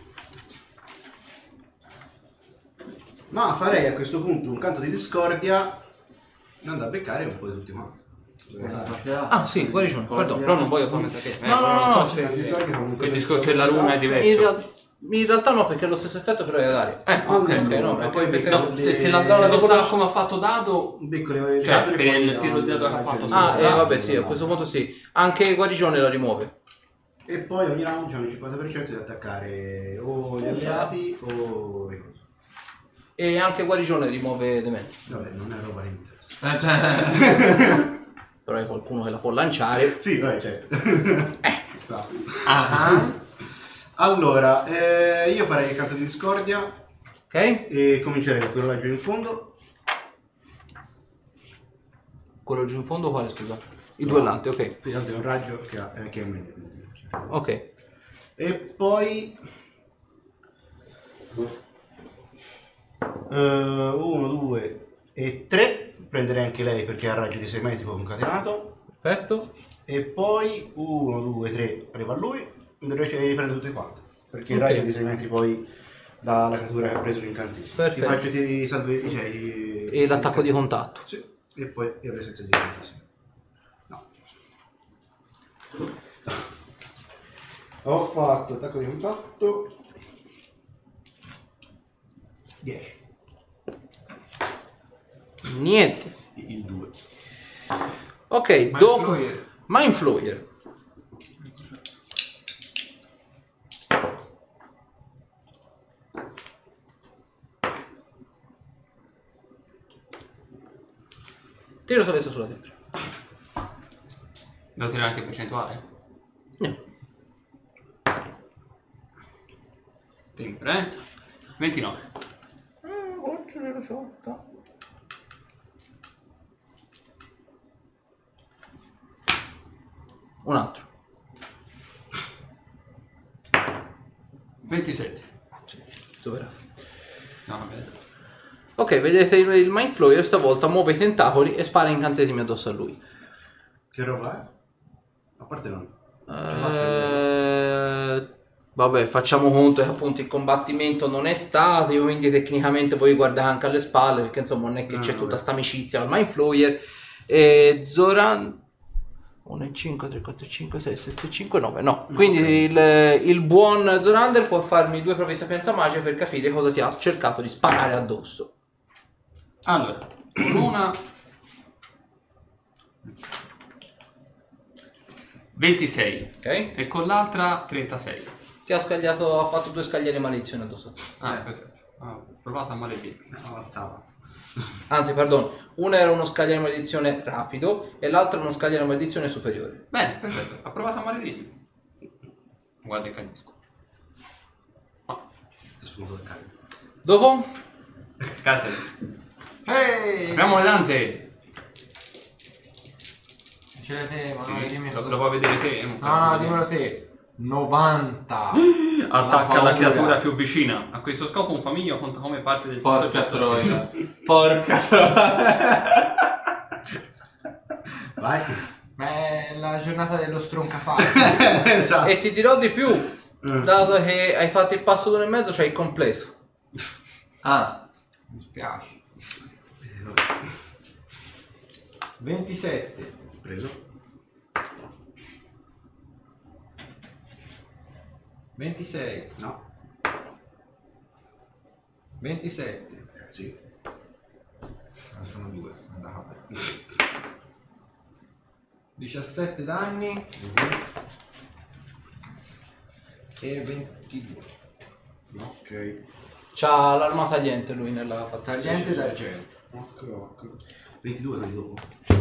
Ma farei a questo punto un canto di discordia andando a beccare un po' di tutti quanti. Ah sì, guarigione, perdono. Però non voglio farmi perché... No, Sì, di solito fanno Quel discorso della runa è diverso. In realtà no, perché è lo stesso effetto però è ad aria. Ok. no, ma perché- poi perché- No, se la donna lo sa come ha fatto dado... becco le Cioè, capre per e poi il da- tiro di dado che ha fatto, Ah, sì. vabbè sì, a questo punto sì. Anche guarigione la rimuove. E poi ogni round c'hanno il 50% di attaccare o gli alleati o i cosi. E anche guarigione rimuove demenza. Vabbè, non è roba che mi interessa. Però è qualcuno che la può lanciare. Sì, vai, certo. Esatto. Allora, io farei il canto di discordia Ok? e comincerei da quello laggiù in fondo. Quello giù in fondo quale, scusa? I duellanti, ok. Sì, tanto è un raggio che è meglio. Ok. E poi 1, 2 e 3. Prenderei anche lei perché ha il raggio di 6 metri concatenato. Perfetto. E poi 1, 2, 3 arriva a lui. Invece li prendo tutti quanti. Perché il Ok. raggio di 6 metri poi dà la cattura che ha preso l'incantesimo. Perfetto. Ti faccio tiri salve, cioè, E l'attacco di contatto. Sì. E poi il resetto di incantesimo. No. Ho fatto attacco di contatto 10. Niente. Il 2. Ok, Ma dopo... influire. Mind Flayer. Tiro salvezza sulla tempra. Devo tirare anche percentuale? No. Sempre, 29. Un altro. 27. Superato. No, vabbè. Ok, vedete il Mind Flayer stavolta muove i tentacoli e spara incantesimi addosso a lui. Che roba è? A parte non. Vabbè, facciamo conto che appunto il combattimento non è statico, quindi tecnicamente voi guardate anche alle spalle, perché insomma non è che c'è tutta sta amicizia al Mind Flayer. E Zoran 1 e 5, 3, 4, 5, 6, 7, 5, 9, no. Quindi il buon Zorander può farmi 2 prove di sapienza magica per capire cosa ti ha cercato di sparare addosso. Allora, con una 26 Ok? e con l'altra 36. Ti ha scagliato, ha fatto 2 scagliere maledizione addosso. Ah, perfetto. Provate a maledirmi. Avanzava. Anzi, perdono, uno era uno scagliere maledizione rapido e l'altro uno scagliere maledizione superiore. Bene, perfetto. Ha provato a maledirmi. Guarda il canisco. Spunto del cane. Dopo? Cazzo. Ehi! Apriamo le danze. Ce l'hai te, ma no, dimmi Lo puoi vedere te? No, dimmelo te. 90. Attacca la paura. creatura più vicina. A questo scopo un famiglio conta come parte del Porca soggetto troia. Porca troia. Vai. Ma è la giornata dello stroncafato. Esatto. E ti dirò di più, dato che hai fatto il passo d'1 e mezzo, c'hai il completo. Ah, Mi spiace. 27. Preso. 26. No. 27. Sì. Sono 2. Andava bene. 17 danni. E 22. Ok. C'ha l'arma tagliente lui nella fatta. Tagliente d'argento. Ok. 22 quelli dopo.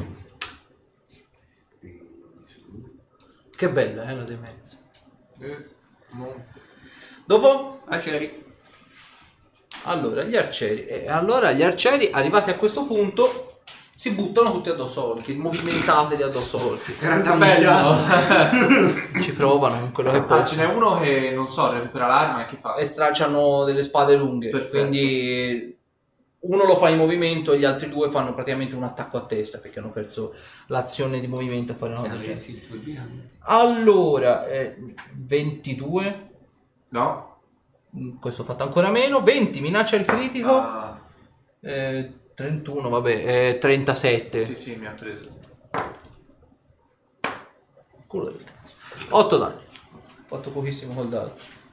Che bella, la demenza. Monte. Dopo? Aceri. Allora, gli arcieri. E allora gli arcieri, arrivati a questo punto, si buttano tutti addosso a Holky, movimentateli addosso a Holky. Grande ammigliato. Ci provano con quello che ah, ce n'è possono. uno che non so, recupera l'arma e che fa? E stracciano delle spade lunghe. Perfetto. Quindi uno lo fa in movimento e gli altri 2 fanno praticamente un attacco a testa perché hanno perso l'azione di movimento a fare una cosa del genere. il tuo abbinamento. Allora, 22. No? Questo ho fatto ancora meno. 20, minaccia il critico. Ah, 31, vabbè, 37. sì, mi ha preso. Culo del cazzo. 8 danni. Ho fatto pochissimo col dado.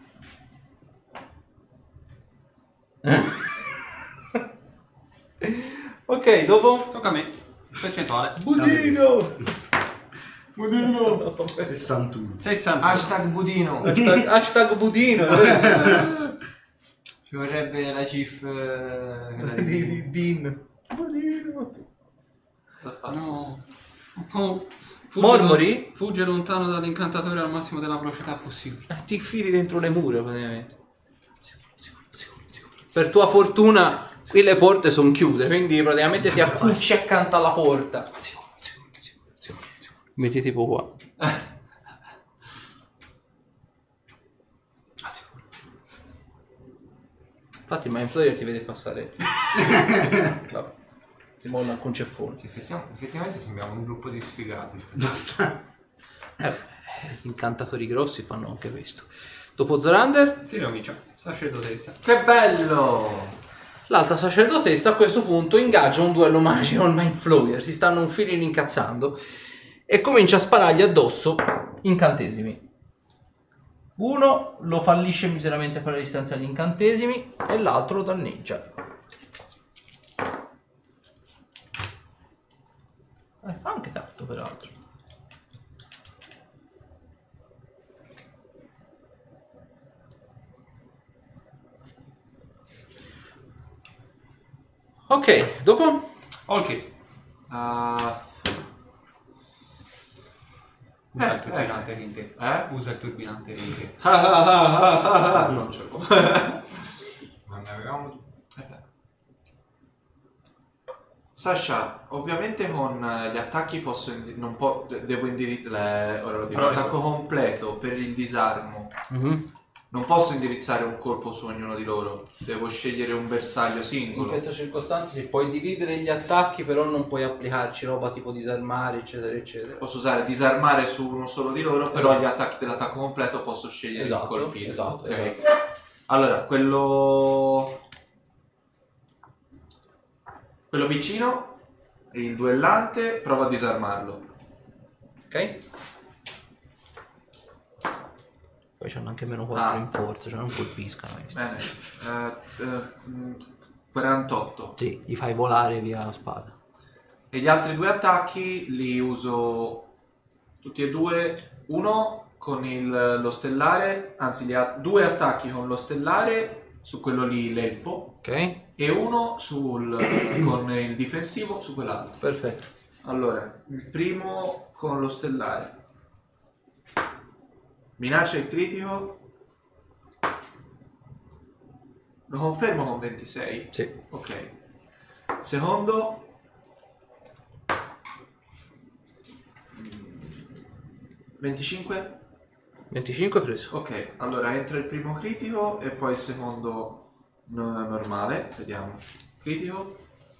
Ok, dopo. Tocca a me. Percentuale. Budino. Budino. 61. 60. Hashtag Budino. Hashtag Budino. Ci vorrebbe la gif di Din. Budino. No. Un po' Mormori? Fugge lontano dall'incantatore al massimo della velocità possibile. Ti infili dentro le mura praticamente. Per tua fortuna qui le porte sono chiuse, quindi praticamente ti accucci accanto alla porta. Metti tipo qua. Infatti il Mindflayer ti vede passare. Vabbè. Ti molla un conceffone. Sì, effettivamente sembriamo un gruppo di sfigati. Abbastanza. Gli incantatori grossi fanno anche questo. Dopo Zorander, Si ricomincia. Sacerdotessa. Che bello! l'alta sacerdotessa a questo punto ingaggia un duello magico con Mindflayer. Si stanno un filino incazzando e comincia a sparargli addosso incantesimi. Uno lo fallisce miseramente per la distanza agli incantesimi e l'altro lo danneggia. Fa anche tanto peraltro. Ok, dopo? Ok. Usa il Eh, turbinante in te. Usa il turbinante in te. Non ce l'ho. Non ne avevamo... Sasha, ovviamente con gli attacchi posso non devo indirizzare ora lo dico, Però- attacco completo per il disarmo. Non posso indirizzare un colpo su ognuno di loro, devo scegliere un bersaglio In singolo. questa circostanza si puoi dividere gli attacchi, però non puoi applicarci roba tipo disarmare, eccetera, eccetera. Posso usare disarmare su uno solo di loro, però gli attacchi dell'attacco completo posso scegliere di colpire. Esatto, Ok. esatto. Allora, quello vicino, il duellante, prova a disarmarlo. Ok? Poi c'hanno anche meno 4 Ah. in forza, cioè non colpiscano. Bene. 48. Sì, gli fai volare via la spada. E gli altri due attacchi li uso tutti e due. Uno con lo stellare, anzi li ha due attacchi con lo stellare su quello lì, l'elfo, Ok? e uno con il difensivo su quell'altro. Perfetto. Allora, il primo con lo stellare. Minaccia il critico. Lo confermo con 26? Sì. Ok. Secondo. 25? 25 preso. Ok, allora entra il primo critico e poi il secondo normale. Vediamo. Critico.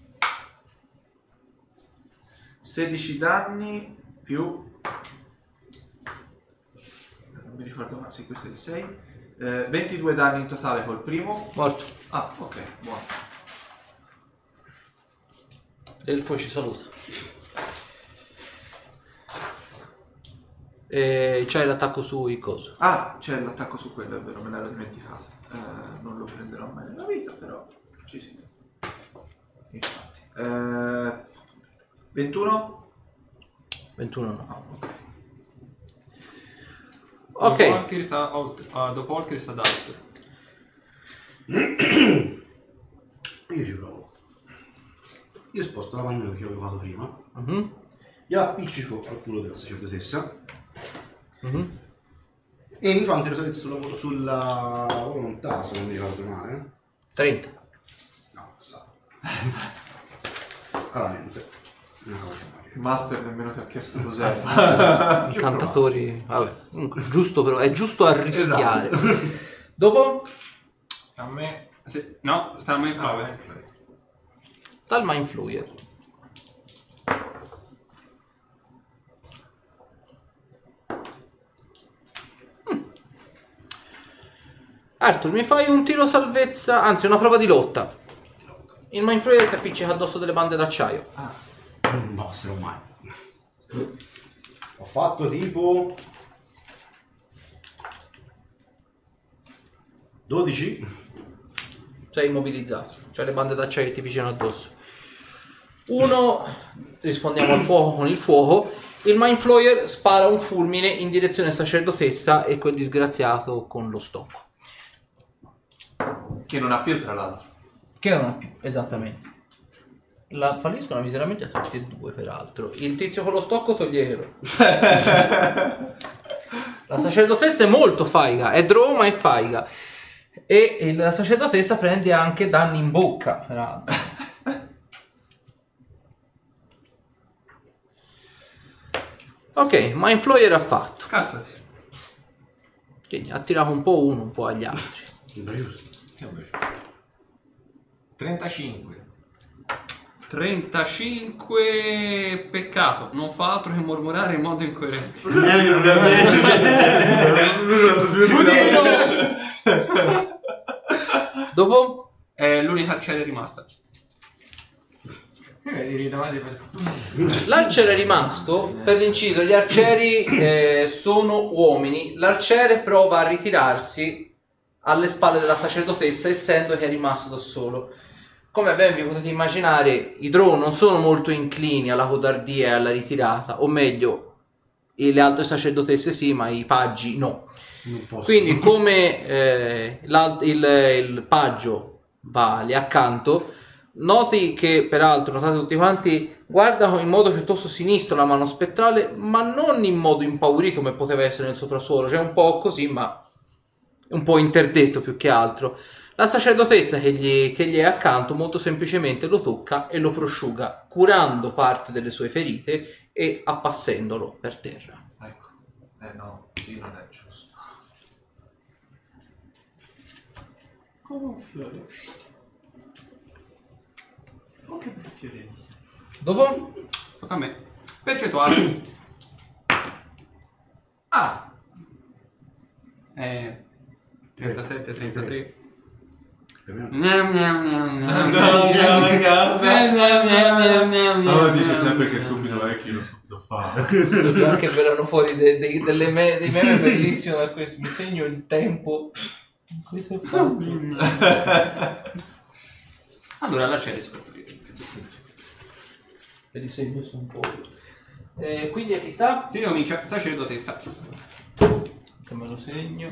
16 danni più... non mi ricordo, ma sì, questo è il 6. 22 danni in totale col primo. Morto. Ah, ok, buono. L'elfo ci saluta. E c'hai l'attacco sui coso. Ah, c'è l'attacco su quello, è vero, me l'ero dimenticato. Non lo prenderò mai nella vita, però ci si. Infatti. 21? 21 no. Ah, ok. Ok. Dopo Olker sta Daltor. Io ci provo. Io sposto la mano che avevo fatto prima. Mhm. Io appiccico al culo della sacerdotessa. Mhm. E mi fa un tiro salvezza sulla volontà, se non mi ricordo male. 30. No, passato. Allora niente. Una cosa magica. Il master nemmeno ti ha chiesto cos'è. Incantatori. Vabbè. Comunque, giusto però. È giusto arrischiare. Esatto. Dopo A me... Sì. No, sta a me Flavio. dal Mindflayer. Arthur, mi fai un tiro salvezza, anzi una prova di lotta. Il Mindflayer ti appiccica addosso delle bande d'acciaio. Non passerò mai. Ho fatto tipo 12. Sei immobilizzato, cioè le bande d'acciaio che ti pigiano addosso. Uno, rispondiamo al fuoco con il fuoco. Il Mindflayer spara un fulmine in direzione sacerdotessa e quel disgraziato con lo stocco. Che non ha più, tra l'altro. Che non ha più, esattamente. La falliscono miseramente a tutti e due, peraltro. Il tizio con lo stocco toglielo. La sacerdotessa è molto faiga, è drow ma è faiga. E la sacerdotessa prende anche danni in bocca, peraltro. Ok, Mind Flayer ha fatto. Cazzati. Quindi ha tirato un po' uno, un po' agli altri. Giusto. 35. 35. Peccato, non fa altro che mormorare in modo incoerente. Dopo? È l'unica arciere rimasta. L'arciere è rimasto, per l'inciso, gli arcieri sono uomini. L'arciere prova a ritirarsi alle spalle della sacerdotessa, essendo che è rimasto da solo. Come ben vi potete immaginare, i drow non sono molto inclini alla codardia e alla ritirata, o meglio, le altre sacerdotesse sì, ma i paggi no. Non posso. Quindi come il paggio va lì accanto, noti che peraltro, notate tutti quanti, guarda in modo piuttosto sinistro la mano spettrale, ma non in modo impaurito come poteva essere nel soprasuolo, cioè un po' così, ma un po' interdetto più che altro. La sacerdotessa che gli è accanto molto semplicemente lo tocca e lo prosciuga, curando parte delle sue ferite e appassendolo per terra. Ecco. No, sì, non è giusto. Come un fiore. Oh, che bel fiorino. Dopo? Tocca a me. Percentuale. Ah! 37, 33. Allora dice sempre che è stupido è chi lo stupido fa. Già anche verranno fuori dei meme bellissimi da questo. Mi segno il tempo in cui si è fatto. Allora l'arciere si può Te li segno su un po'. Quindi a chi sta? si comincia sacerdotessa. Che me lo segno.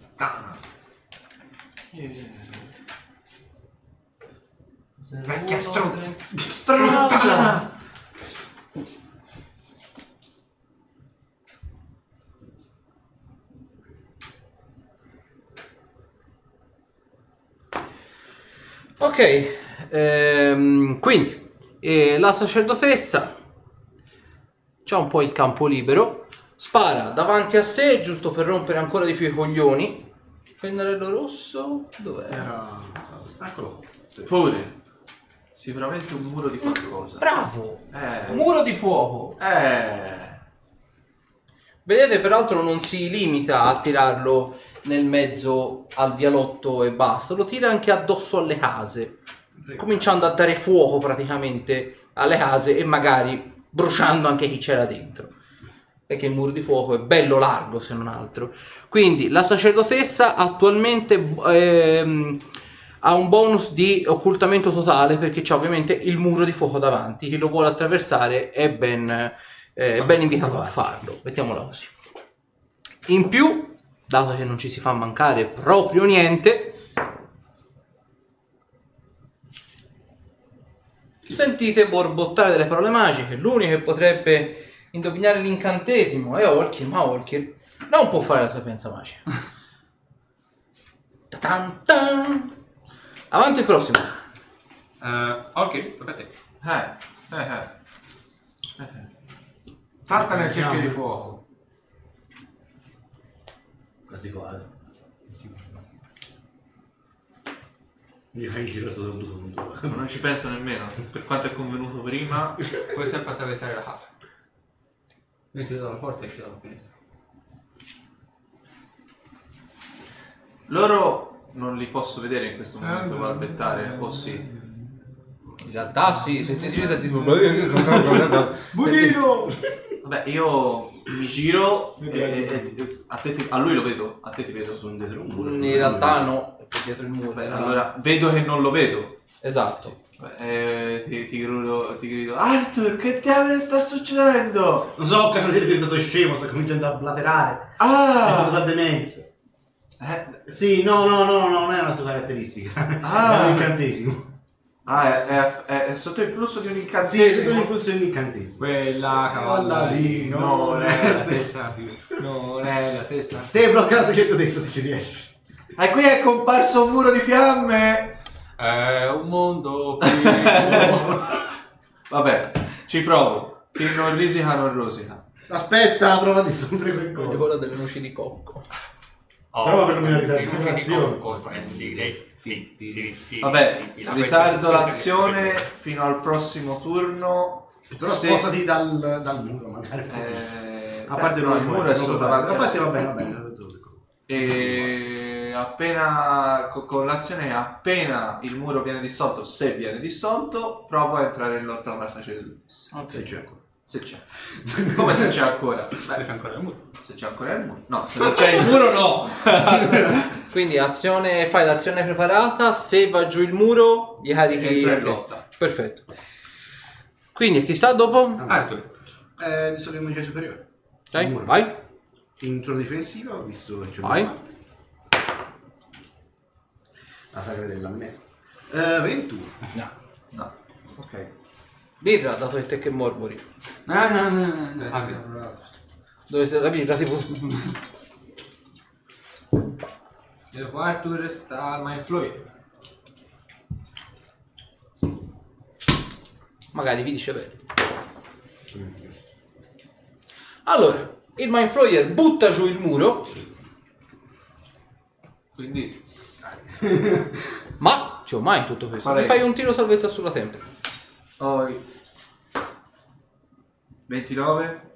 Vecchia strozza! Strozza! Ok, quindi la sacerdotessa c'ha un po' il campo libero, spara davanti a sé giusto per rompere ancora di più i coglioni. Pennarello rosso, dov'è? Eccolo. Pure. Sicuramente un muro di qualcosa. Bravo! Muro di fuoco. Eh. Vedete, peraltro non si limita a tirarlo nel mezzo al vialotto e basta, lo tira anche addosso alle case, cominciando a dare fuoco praticamente alle case e magari bruciando anche chi c'era dentro, perché il muro di fuoco è bello largo se non altro. Quindi la sacerdotessa attualmente ha un bonus di occultamento totale perché c'è ovviamente il muro di fuoco davanti. Chi lo vuole attraversare è ben invitato a farlo, mettiamola così. In più, dato che non ci si fa mancare proprio niente, sentite borbottare delle parole magiche. L'unico che potrebbe indovinare l'incantesimo è Olkir, ma Olkir non può fare la sapienza magica. Ta-tan-tan. Avanti il prossimo. Ok, tocca a te. Salta nel cerchio di fuoco. Quasi quasi. Mi fai il giro tutto. Ma non ci penso nemmeno. Per quanto è convenuto prima. Puoi sempre attraversare la casa. Entri dalla porta e esci dalla finestra. Loro non li posso vedere in questo momento balbettare, o sì? In realtà sì, se ti giri senti Budino! Vabbè, io mi giro e a lui lo vedo, a te ti vedo. Sono dietro un muro. in realtà no, è dietro il muro. Beh, allora vedo che non lo vedo. Esatto. Ti grido, Arthur, che diavolo sta succedendo? Non so, cosa è diventato scemo, sta cominciando a blaterare. È Ah! la demenza. Sì, no, non è una sua caratteristica. È un incantesimo. È sotto il flusso di un Sì, incantesimo. è l'influenza di un incantesimo. Quella cavalla lì non è la stessa. Non è la stessa. Te blocca la 600 testa se ci riesci. E qui è comparso un muro di fiamme. È un mondo Vabbè, ci provo. Chi non risica non rosica. Aspetta, prova di sempre quel Voglio coso. quella delle noci di cocco. Prova per non ritardare l'azione. Vabbè, ritardo l'azione fino al prossimo turno. Però spostati dal muro magari. A parte no, il muro è solo davanti. A parte va bene. E appena con l'azione appena il muro viene dissolto, se viene dissolto, provo a entrare in lotta con la sacerdotessa. Se c'è ancora. Se c'è. Come se c'è ancora? C'è ancora il muro. Se c'è ancora il muro. No, se non c'è il muro no. Quindi azione, fai l'azione preparata, se va giù il muro gli carichi. Entra in lotta. Perfetto. Quindi chi sta dopo? Arthur. Di solito magia superiore. Dai, Il muro. vai. In zona difensiva, visto che c'è Vai. la sagra della mela. 21. No. Ok. Birra, dato che te che mormori. No. Dove sei la birra tipo. E dopo Arthur sta il Mind Fluid. Magari vi dice bene. Allora, il Mind Flayer butta giù il muro, Quindi ma c'è mai in tutto questo. Qual è? Mi fai un tiro salvezza sulla tempra. poi 29.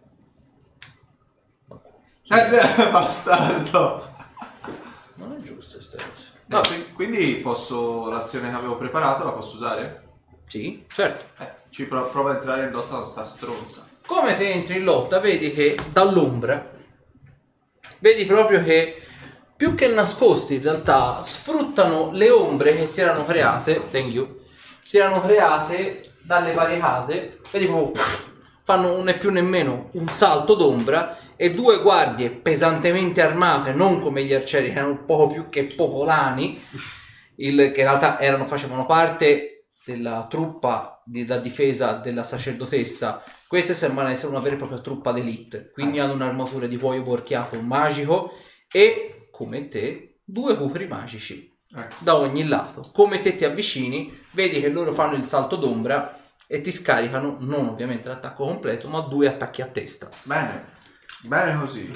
Bastardo. Non è giusto queste cose. No, quindi posso l'azione che avevo preparato la posso usare? Sì, certo. Provo a entrare in lotta con sta stronza. Come te entri in lotta, vedi che dall'ombra, vedi proprio che più che nascosti in realtà sfruttano le ombre che si erano create, thank you, si erano create dalle varie case, vedi proprio fanno né più nemmeno un salto d'ombra e due guardie pesantemente armate, non come gli arcieri che erano poco più che popolani, che in realtà facevano parte della truppa da difesa della sacerdotessa. Queste sembrano essere una vera e propria truppa d'elite, quindi hanno un'armatura di cuoio borchiato magico e, come te, due cupri magici da ogni lato. Come te ti avvicini, vedi che loro fanno il salto d'ombra e ti scaricano, non ovviamente l'attacco completo, ma 2 attacchi a testa. Bene, bene così.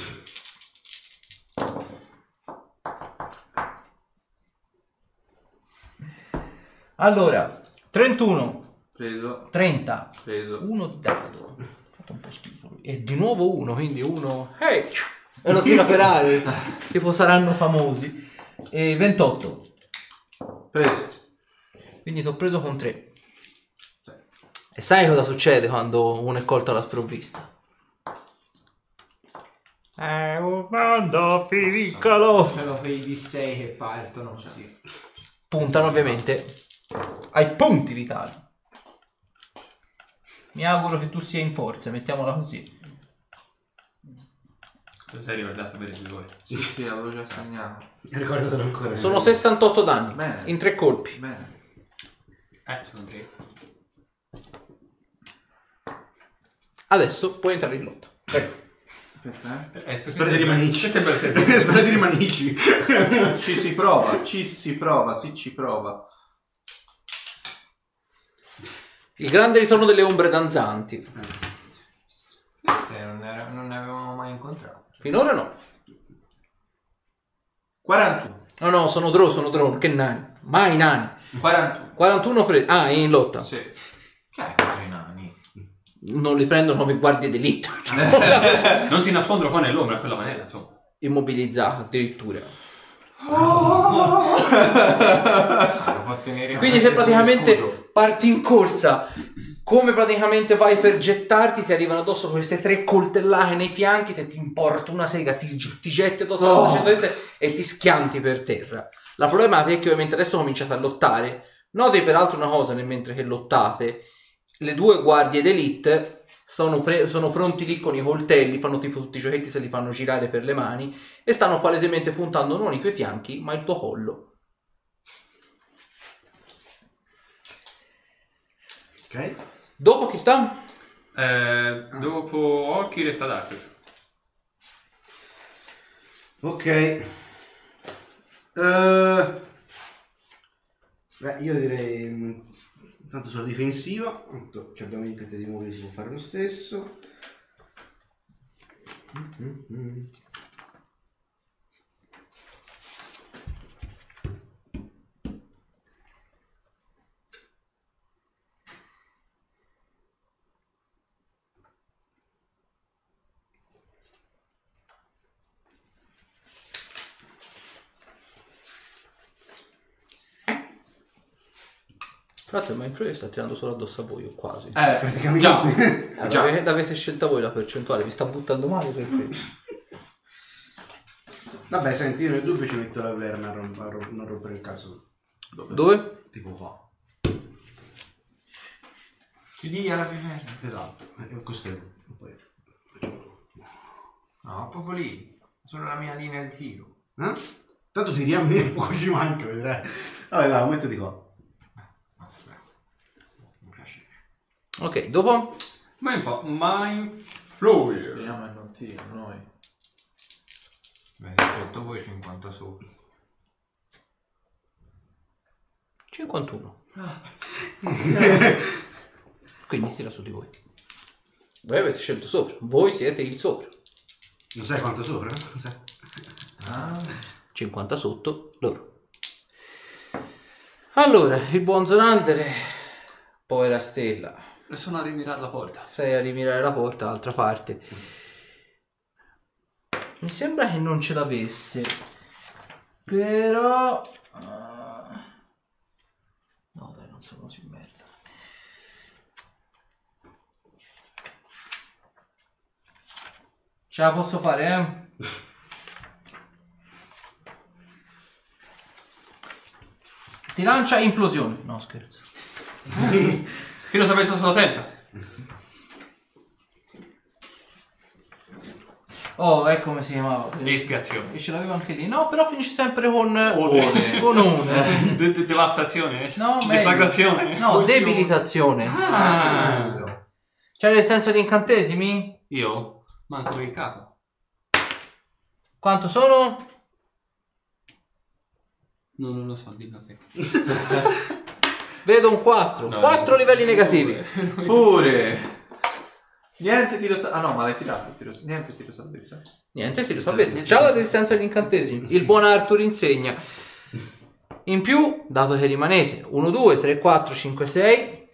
Allora, 31, Preso, 30, preso. 1 di dado. Fatto un po' schifo. E di nuovo 1, quindi 1, hey, e lo tira per aria, tipo saranno famosi. E 28, Preso. quindi ti ho preso con 3. E sai cosa succede quando uno è colto alla sprovvista? È un mondo piccolo. Sono quei D6 che partono, sì. Puntano ovviamente ai punti vitali. Mi auguro che tu sia in forza, mettiamola così. Tu sei ricordato per i vigori. Sì, l'avevo già segnato. Ricordatelo ancora. Sono 68 danni Bene. in 3 colpi. Bene. Sono 3. Adesso puoi entrare in lotta. Ecco. Aspetta, Spero di rimanici. Questo è per sempre. Spero di rimanici. Ci si prova, ci prova. Il grande ritorno delle ombre danzanti. Non ne avevamo mai incontrato. Finora no. 41. No, sono drone, che nani. Mai nani. 41. 41 è in lotta. Sì. Che hai contro i nani? Non li prendono come guardie d'elite. Non si nascondono qua nell'ombra a quella maniera, insomma. Immobilizzati addirittura. Può tenere Quindi anche te praticamente sullo scudo. parti in corsa, come praticamente vai per gettarti, ti arrivano addosso queste 3 coltellate nei fianchi, te ti importa una sega, ti getti addosso alla sacerdotessa e ti schianti per terra. La problematica è che ovviamente adesso cominciate a lottare. Noti peraltro una cosa nel mentre che lottate, le 2 guardie d'elite sono pronti lì con i coltelli, fanno tipo tutti i giochetti, se li fanno girare per le mani e stanno palesemente puntando non i tuoi fianchi ma il tuo collo. Ok. Dopo chi sta? Dopo Orchi resta Dark. Ok. Beh, io direi tanto sulla difensiva, tanto che abbiamo l'incantesimo che si può fare lo stesso. Tra l'altro il Mindflayer sta tirando solo addosso a voi, o quasi. Praticamente. Già. L'avete scelta voi la percentuale, vi sta buttando male per questo. Vabbè, senti, io nel dubbio ci metto la verna a non rompere il cazzo. Dove? Tipo qua. Ci dia la viverna. Esatto, questo è. Poi No, proprio lì. Solo la mia linea di tiro. Tanto tiri a me, poco ci manca, vedrai. Vabbè, va, mettiti qua. Mi piace. Ok, dopo? Mindflayer. Speriamo che non tiro noi. Beh, sotto voi 50 sopra. 51. Quindi tira su di voi. Voi avete scelto sopra, voi siete il sopra. Non sai quanto sopra? Non sai. 50 sotto loro. Allora, il buon Zonander, povera stella, Sono a rimirare la porta. sei a rimirare la porta dall'altra parte. Mi sembra che non ce l'avesse, però no dai, non sono così merda. Ce la posso fare, eh? Ti lancia implosione. No, scherzo. Tiro sapienza sulla tempra. Oh, ecco come si chiamava. L'espiazione. E ce l'avevo anche lì. No, però finisce sempre con One. con one. Devastazione? No, meglio. Deflagrazione? No, debilitazione. C'è l'essenza di incantesimi? Io? Manco per il capo. Quanto sono? No, non lo so, dillo te. Vedo un 4. No, 4 livelli negativi. Pure. Niente tiro Ah no, ma l'hai tirato. Niente tiro salvezza. Niente, ti lo sapete. C'ha la resistenza agli incantesimi. Il buon Arthur insegna. In più, dato che rimanete 1, 2, 3, 4, 5, 6.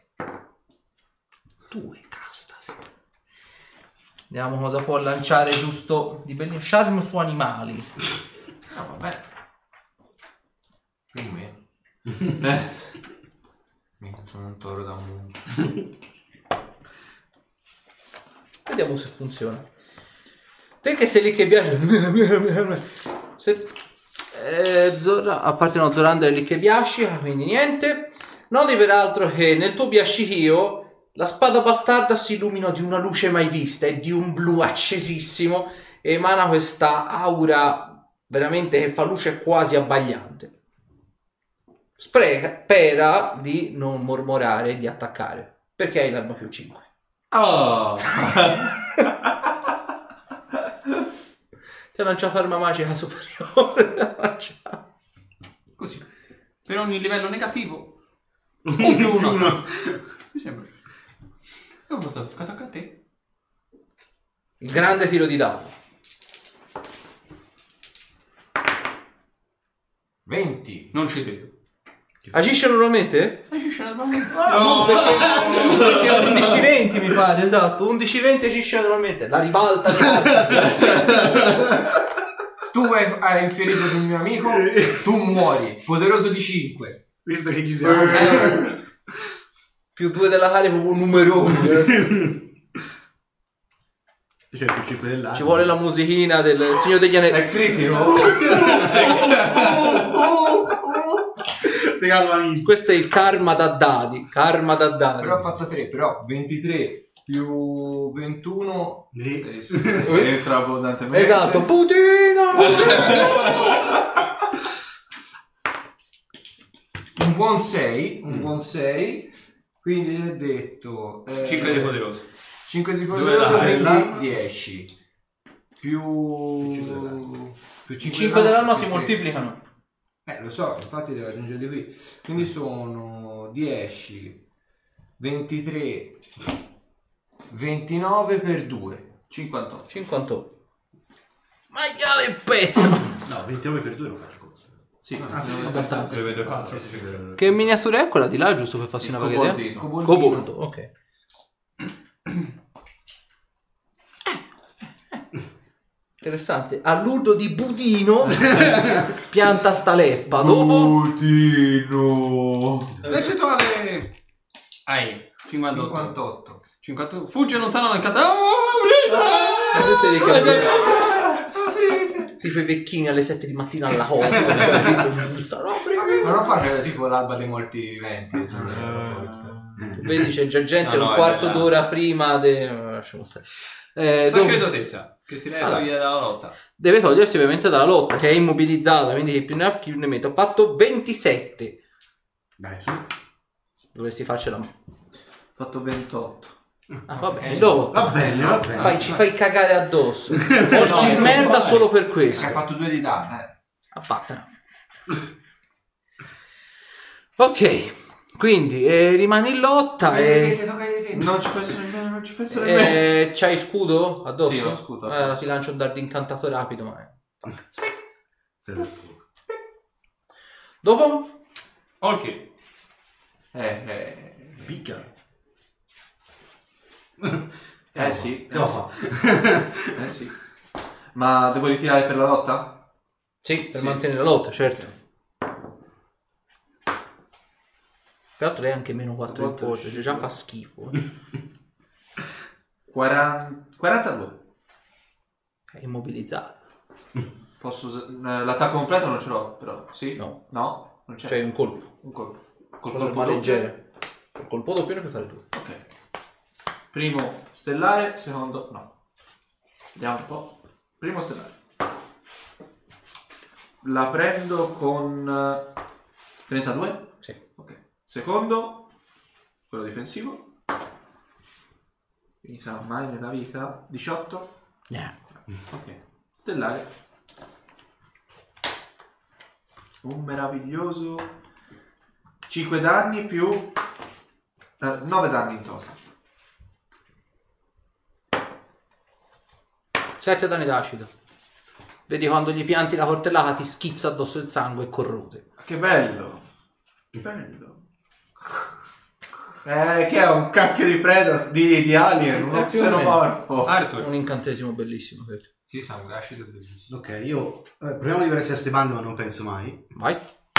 2, castasi. Vediamo cosa può lanciare giusto di bellino. Charm su animali. Ah, vabbè. Quindi me. Mica sono un toro da un mondo. Vediamo se funziona. Te che sei lì che piace. A parte no, Zorander è lì che biascica, quindi niente. Noti peraltro che nel tuo biascichio la spada bastarda si illumina di una luce mai vista e di un blu accesissimo e emana questa aura veramente che fa luce quasi abbagliante. Spera di non mormorare e di attaccare, perché hai l'arma più 5. Oh. Ti ha lanciato arma magica superiore. Così. Per ogni livello negativo. Compro uno. Mi sembra giusto. E ho fatto tocca a te. Il grande tiro di dado. 20. Non ci credo. Agisce normalmente? Agisce normalmente. Perché 11-20 mi pare, esatto. 11-20 agisce normalmente. La ribalta di casa. Tu hai infierito sul mio amico, tu muori. Poderoso di 5. Visto che ci siamo. Più 2 della carica proprio numeroni. C'è il più 5 dell'anno. Ci vuole la musichina del Signore degli Anelli. È critico. Si calma. Questo è il karma da dadi. Karma da dadi. Però ho fatto 3, però 23 più 21. Entra abbondantemente. Esatto. Putina! Un buon 6. Un buon 6. Quindi si è detto 5 di poderoso. 5 di Due poderoso, dell'arma. quindi 10 più 5 dell'arma si moltiplicano. lo so, infatti devo aggiungere qui. Quindi sono 10, 23, 29 per 2. 58. 58. Maiale pezzo! No, 29 per 2 non faccio conto. Sì, Abbastanza. Se vedo qua. Che miniatura è quella di là, giusto per farsi una vaga idea? Coboldo, ok. Interessante. All'urlo di Budino pianta sta leppa. Dopo Budino. Percentuale. 58. 58. 58. Fugge lontano nel canto. tipo i vecchini alle 7 di mattina alla hop. Ma non fanno tipo l'alba dei morti viventi. Vedi c'è già gente No, un no, quarto è d'ora prima lasciamo stare. Sacerdotessa che si deve togliere dalla lotta. Deve togliersi ovviamente dalla lotta, che è immobilizzata, quindi chi più ne ha più ne mette. Ho fatto 27. Dai, su. Dovresti farcela. Ho fatto 28. Ah, vabbè, lotta. Va bene, va bene. Ci fai cagare addosso. Porti in merda solo per questo. Hai fatto 2 di danno. Vattene. Ok, quindi rimani in lotta e Non ci penso nemmeno, non ci penso nemmeno. c'hai scudo addosso? Sì, ho scudo addosso. Allora ti lancio un dardo incantato rapido, ma dopo? Ok. Picca. Sì. Che lo fa? Sì. Ma devo ritirare per la lotta? Sì, per mantenere la lotta, certo. Peraltro lei ha anche meno 4 in forza, cioè già fa schifo. 42. È immobilizzato. L'attacco completo non ce l'ho, però. Sì? No. No? Non c'è. Cioè un colpo. Un colpo. Col colpo leggero. Col colpo doppio ne puoi fare 2. Ok. Primo stellare, secondo no. Vediamo un po'. Primo stellare. La prendo con 32? Sì. Ok. Secondo, quello difensivo. Quindi sarà mai nella vita 18. Ok. Stellare. Un meraviglioso 5 danni più 9 danni in totale. 7 danni d'acido. Vedi quando gli pianti la coltellata ti schizza addosso il sangue e corrode. Che bello! Che bello! Che è un cacchio di preda di alien, un più o meno. xenomorfo. Arthur. Un incantesimo bellissimo quello. Sì, sangue acido e bellissimo. Ok, io proviamo a liberarsi a ste bande, ma non penso mai. Vai.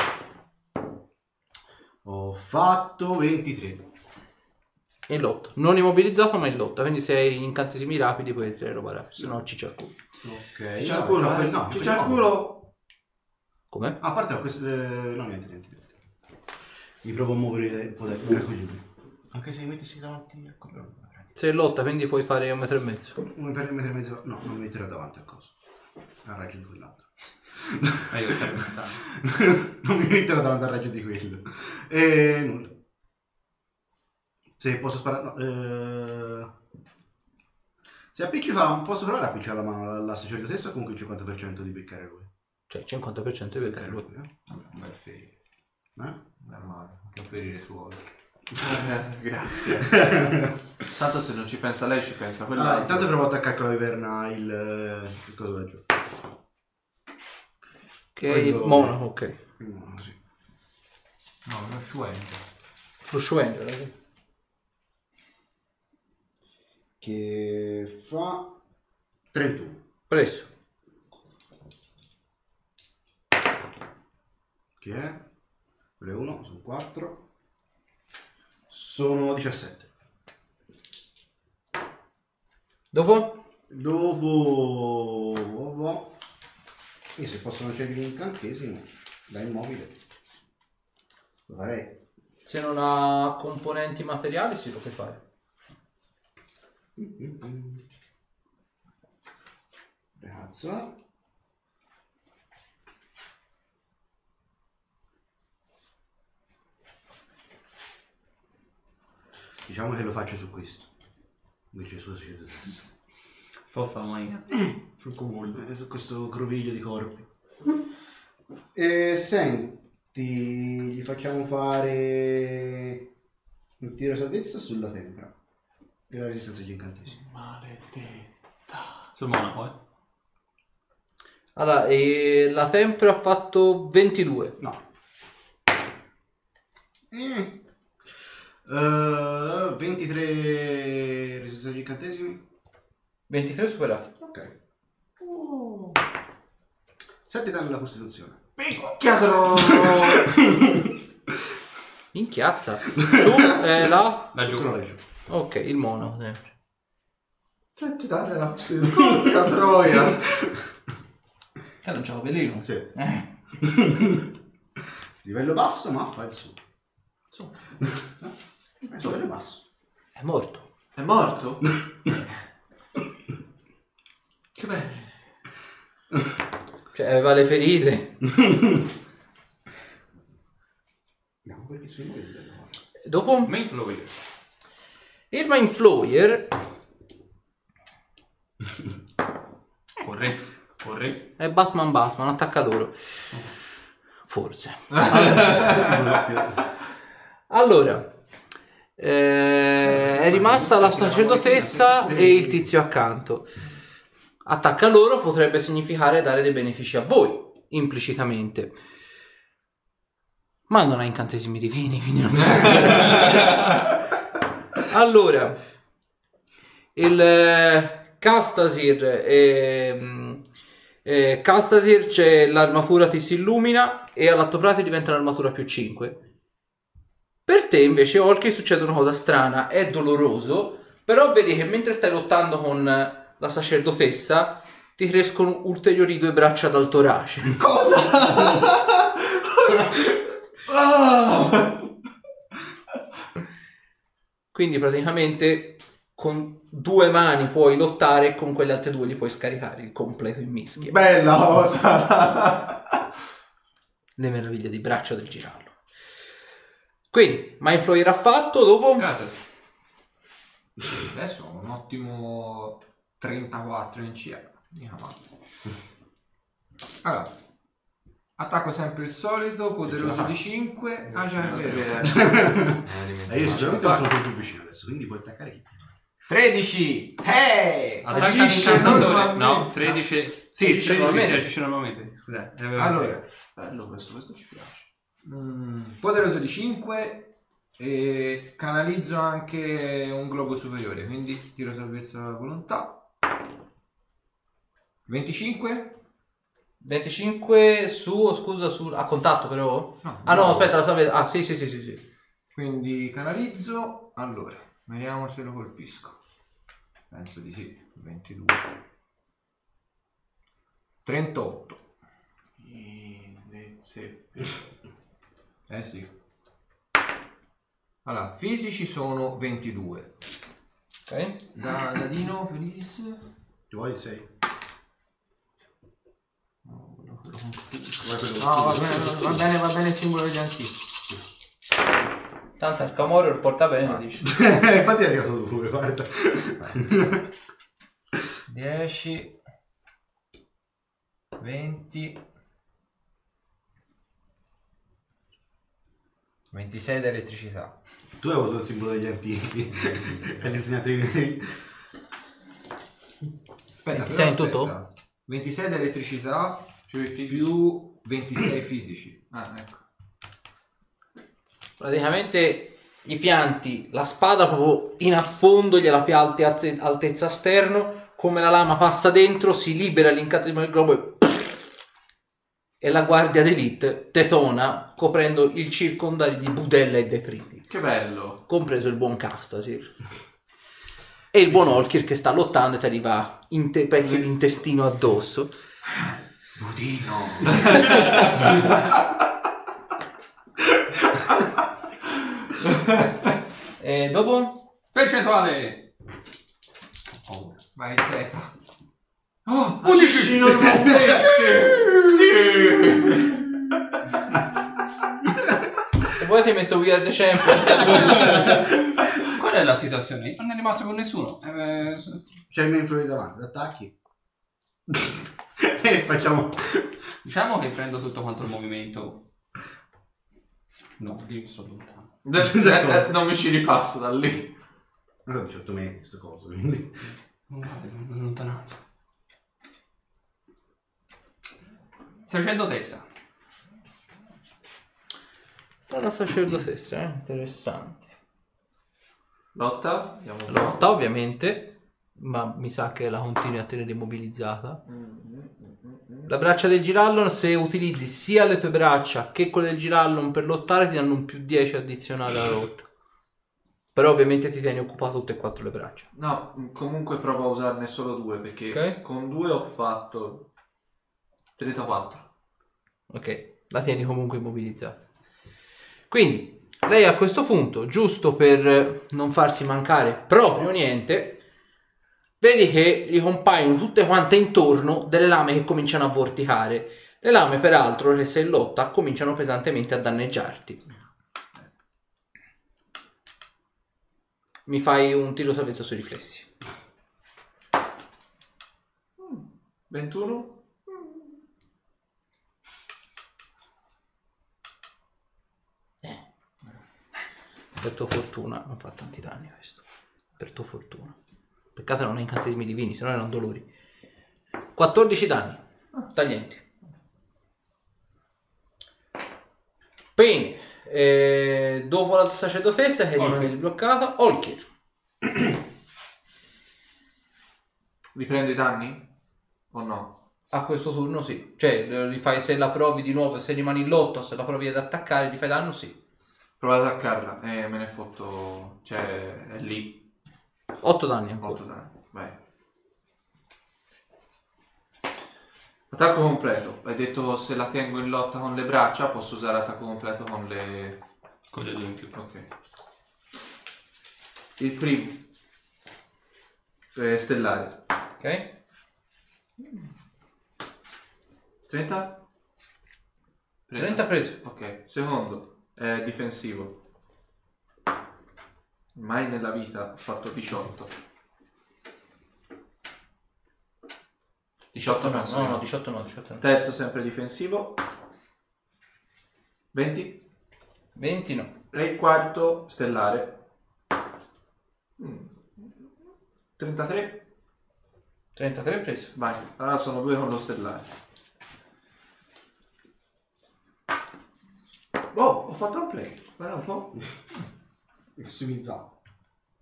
Ho fatto 23. In lotta. Non immobilizzato ma in lotta. Quindi se hai incantesimi rapidi puoi tirare roba rapida. Se no ciccia il culo. Ok. C'è il culo, no, c'è il culo. Com'è? A parte questo... no, niente. Mi provo a muovere un po' dai coglioni. Anche se mi mettessi davanti a quello. Sei in lotta, quindi puoi fare 1,5 metri. Un metro e mezzo... No, non mi metterò davanti al coso. Al raggio di quell'altro. Io stai lontano. Non mi metterò davanti al raggio di quello. E nulla. Se posso sparare... No, se appiccico... Posso provare a appiccicare la mano alla sacerdotessa o comunque il 50% di beccare lui? Cioè 50% di beccare lui. Un bel ferire. Eh? Normale. Anche un ferire su occhio. Grazie. Tanto se non ci pensa lei ci pensa quella. Intanto provo a attaccare con la viverna il coso laggiù. Ok, il monaco, ok. No, sì. No, uno sciuente. Lo sciuendo, ragazzi. Che fa 31. Preso. Che è? Quello è 1, sono 4. Sono 17. Dopo? Dopo... E se posso lanciare l'incantesimo da immobile lo farei. Se non ha componenti materiali sì lo puoi fare. Ragazzo. Diciamo che lo faccio su questo. Invece sulla sacerdotessa. Forza mai. Sul covollo. Su questo groviglio di corpi. E senti, gli facciamo fare un tiro salvezza sulla tempra. E la resistenza agli incantesimi. Sul monaco, Allora, la tempra ha fatto 22. No. 23 resistenza agli incantesimi. 23 superati. Ok. 7 danni alla costituzione. Picchiatelo! Inchiazza. Su, là. La giù. Cronolegio. Ok, il mono. 7 danni alla costituzione. Porca troia! Che non c'è un veleno. Sì. Livello basso, ma fa il suo. Livello basso. È morto. È morto? Che bello. Cioè, aveva le ferite. No, perché sono io il livello basso. Dopo Main flow. il Mind Flower Corri. è Batman, attacca loro. Forse. Allora, è rimasta la sacerdotessa e il tizio accanto. Attacca loro potrebbe significare dare dei benefici a voi, implicitamente. Ma non ha incantesimi divini, quindi non... Allora, il Castasir c'è l'armatura ti si illumina e all'atto pratico diventa l'armatura più 5. Per te invece Olki succede una cosa strana, è doloroso, però vedi che mentre stai lottando con la sacerdotessa ti crescono ulteriori 2 braccia dal torace. Cosa? Quindi praticamente con 2 mani puoi lottare e con quelle altre 2 li puoi scaricare il completo in mischia. Bella cosa! Le meraviglie di braccia del girallo. Quindi, Mind Flow era fatto, dopo... Casa. Adesso ho un ottimo 34 in CA. Allora, attacco sempre il solito, poderoso di 5. Ah, già, è vero. Io sinceramente non sono più vicino adesso, quindi puoi attaccare chi ti pare. 13. Hey! Attacca Agisce l'incantatore. normalmente. No, 13. Sì, Agisce 13 normalmente. si agisce normalmente. Scusate, Allora, Bello questo ci piace. poderoso di 5 e canalizzo anche un globo superiore, quindi tiro salvezza alla volontà. 25. 25 su, scusa, a contatto però? No, Ah no, no. aspetta, la salvezza. Ah, sì. Quindi canalizzo. Allora, vediamo se lo colpisco. Penso di sì. 22. 38. Eh sì. Allora, fisici sono 22. Ok. Dadino, please. Tu vuoi il 6? No, va bene il simbolo degli antichi. Tanto il Camorro il porta bene, dice. Infatti hai tirato tu, guarda. 10 20 26 di elettricità. Tu hai avuto il simbolo degli antichi. Hai disegnato i miei. Aspetta, 26 in tutto? aspetta. 26 di elettricità più 26 fisici. Ah, ecco. Praticamente gli pianti la spada proprio in affondo, gliela pianti altezza sterno, come la lama passa dentro, si libera l'incantesimo del globo e la guardia d'elite detona coprendo il circondario di budella e detriti, Che bello. compreso il buon Castasir e il buon Olkir che sta lottando e ti arriva pezzi di intestino addosso. Budino. E dopo? Percentuale. Vai Z. Oh, 11 normalmente. Sì. E poi ti metto Weird Champion. qual è la situazione? Non è rimasto con nessuno. C'è il menflore davanti, attacchi. E facciamo... Diciamo che prendo tutto quanto il movimento. No, io sto lontano. Non mi ci ripasso da lì. Ma sono 18 metri queste cose, quindi... Non vale, non è allontanato. Sacerdotessa. Sta la sacerdotessa, interessante. Lotta? Andiamo Lotta ovviamente, ma mi sa che la continui a tenere immobilizzata. La braccia del girallon, se utilizzi sia le tue braccia che quelle del girallon per lottare, ti danno un più 10 addizionale alla lotta. Però ovviamente ti tieni occupato tutte e 4 le braccia. No, comunque provo a usarne solo 2 perché Ok. con 2 ho fatto 34. Ok, la tieni comunque immobilizzata. Quindi, lei a questo punto, giusto per non farsi mancare proprio niente, vedi che gli compaiono tutte quante intorno delle lame che cominciano a vorticare. Le lame, peraltro, che sei in lotta, cominciano pesantemente a danneggiarti. Mi fai un tiro salvezza sui riflessi. 21? Per tua fortuna non fa tanti danni questo. Per tua fortuna. Peccato non hai incantesimi divini, se no erano dolori. 14 danni. Taglienti. Bene. Dopo la sacerdotessa che rimane bloccata, Olkir. Riprendo i danni? O no? A questo turno sì. Cioè, rifai, se la provi di nuovo, se rimani in lotta, se la provi ad attaccare, gli fai danno, sì. Provo ad attaccarla e me ne fotto... Cioè, è lì. 8 danni ancora. 8 danni. Vai. Attacco completo. Hai detto se la tengo in lotta con le braccia, posso usare attacco completo con le... Con le 2 in più. Ok. Il primo. Stellare. Ok? 30? 30 preso. Ok. Secondo. Difensivo. Mai nella vita ho fatto 18. 18 no, penso no, di no, 18 no, 18 no. Terzo sempre difensivo. 20. 20 no. E il quarto stellare. 33. 33 preso. Vai. Allora sono 2 con lo stellare. Oh, ho fatto un play. Guarda un po'. Massimizzato.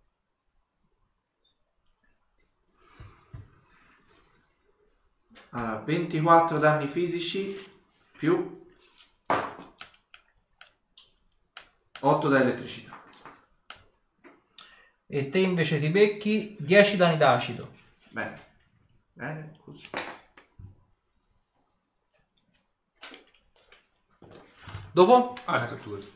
Allora, 24 danni fisici più 8 da elettricità. E te invece ti becchi 10 danni d'acido. Bene. Bene, così. Dopo? Arthur.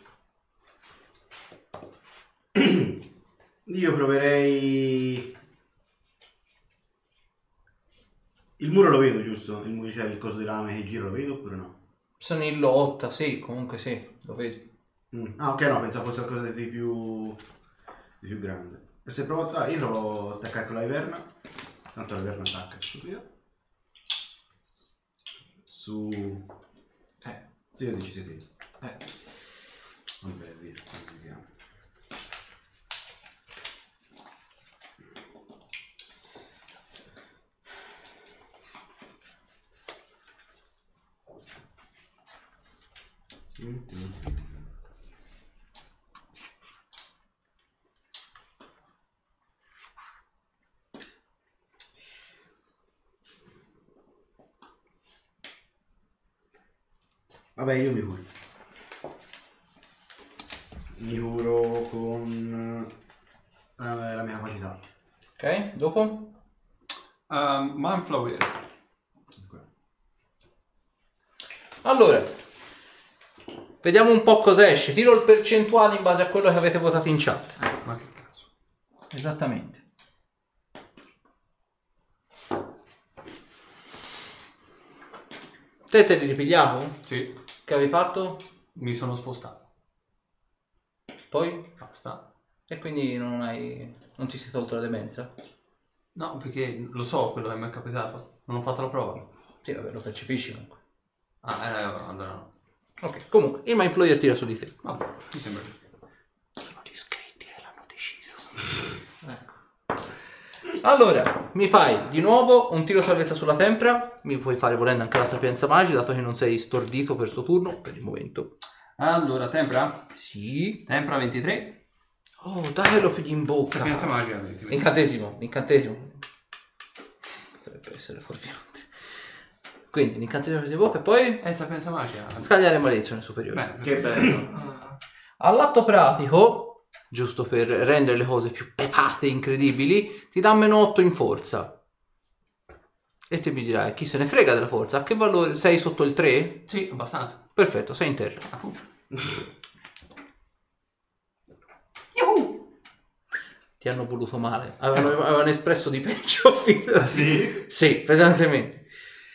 Io proverei... Il muro lo vedo, giusto? Il muro, cioè il coso di rame che gira lo vedo oppure no? Sono in lotta, sì, comunque sì, lo vedi. Ah, ok, no, pensavo fosse qualcosa di più grande. E se provo io provo a attaccare con la Iverna. Tanto la Iverna attacca, stupido. Su... Sì, io dici siete. Vabbè, via, vediamo. Vabbè, io mi curo. Mi curo con la mia capacità. Ok, dopo? Manflower. Allora, vediamo un po' cosa esce. Tiro il percentuale in base a quello che avete votato in chat. Ma che cazzo. Esattamente. Te li ripigliavo? Sì, Che avevi fatto? mi sono spostato. Poi? Basta. E quindi non ti sei tolto la demenza? No, perché lo so quello che mi è capitato. Non ho fatto la prova. Sì, vabbè, lo percepisci comunque. Allora no. Ok, comunque, il Mind Flayer tira su di te. Vabbè, mi sembra. Sono gli iscritti che l'hanno deciso. Ecco. Allora, mi fai di nuovo un tiro salvezza sulla tempra. Mi puoi fare volendo anche la sapienza magica, dato che non sei stordito per sto turno, per il momento. Allora, tempra? Sì. Tempra 23. Oh, dai, lo pigli in bocca. Sapienza magica 23. Incantesimo. Potrebbe essere fuorviante. Quindi, l'incantesimo di bocca e poi Sapienza magica. scagliare maledizione superiore. Bene. Che bello. All'atto pratico, giusto per rendere le cose più pepate e incredibili, ti dà -8 in forza. E te mi dirai, chi se ne frega della forza? A che valore? Sei sotto il 3? Sì, abbastanza. Perfetto, sei in terra. Appunto. Ti hanno voluto male. Avevano espresso di peggio. Sì? Sì, pesantemente.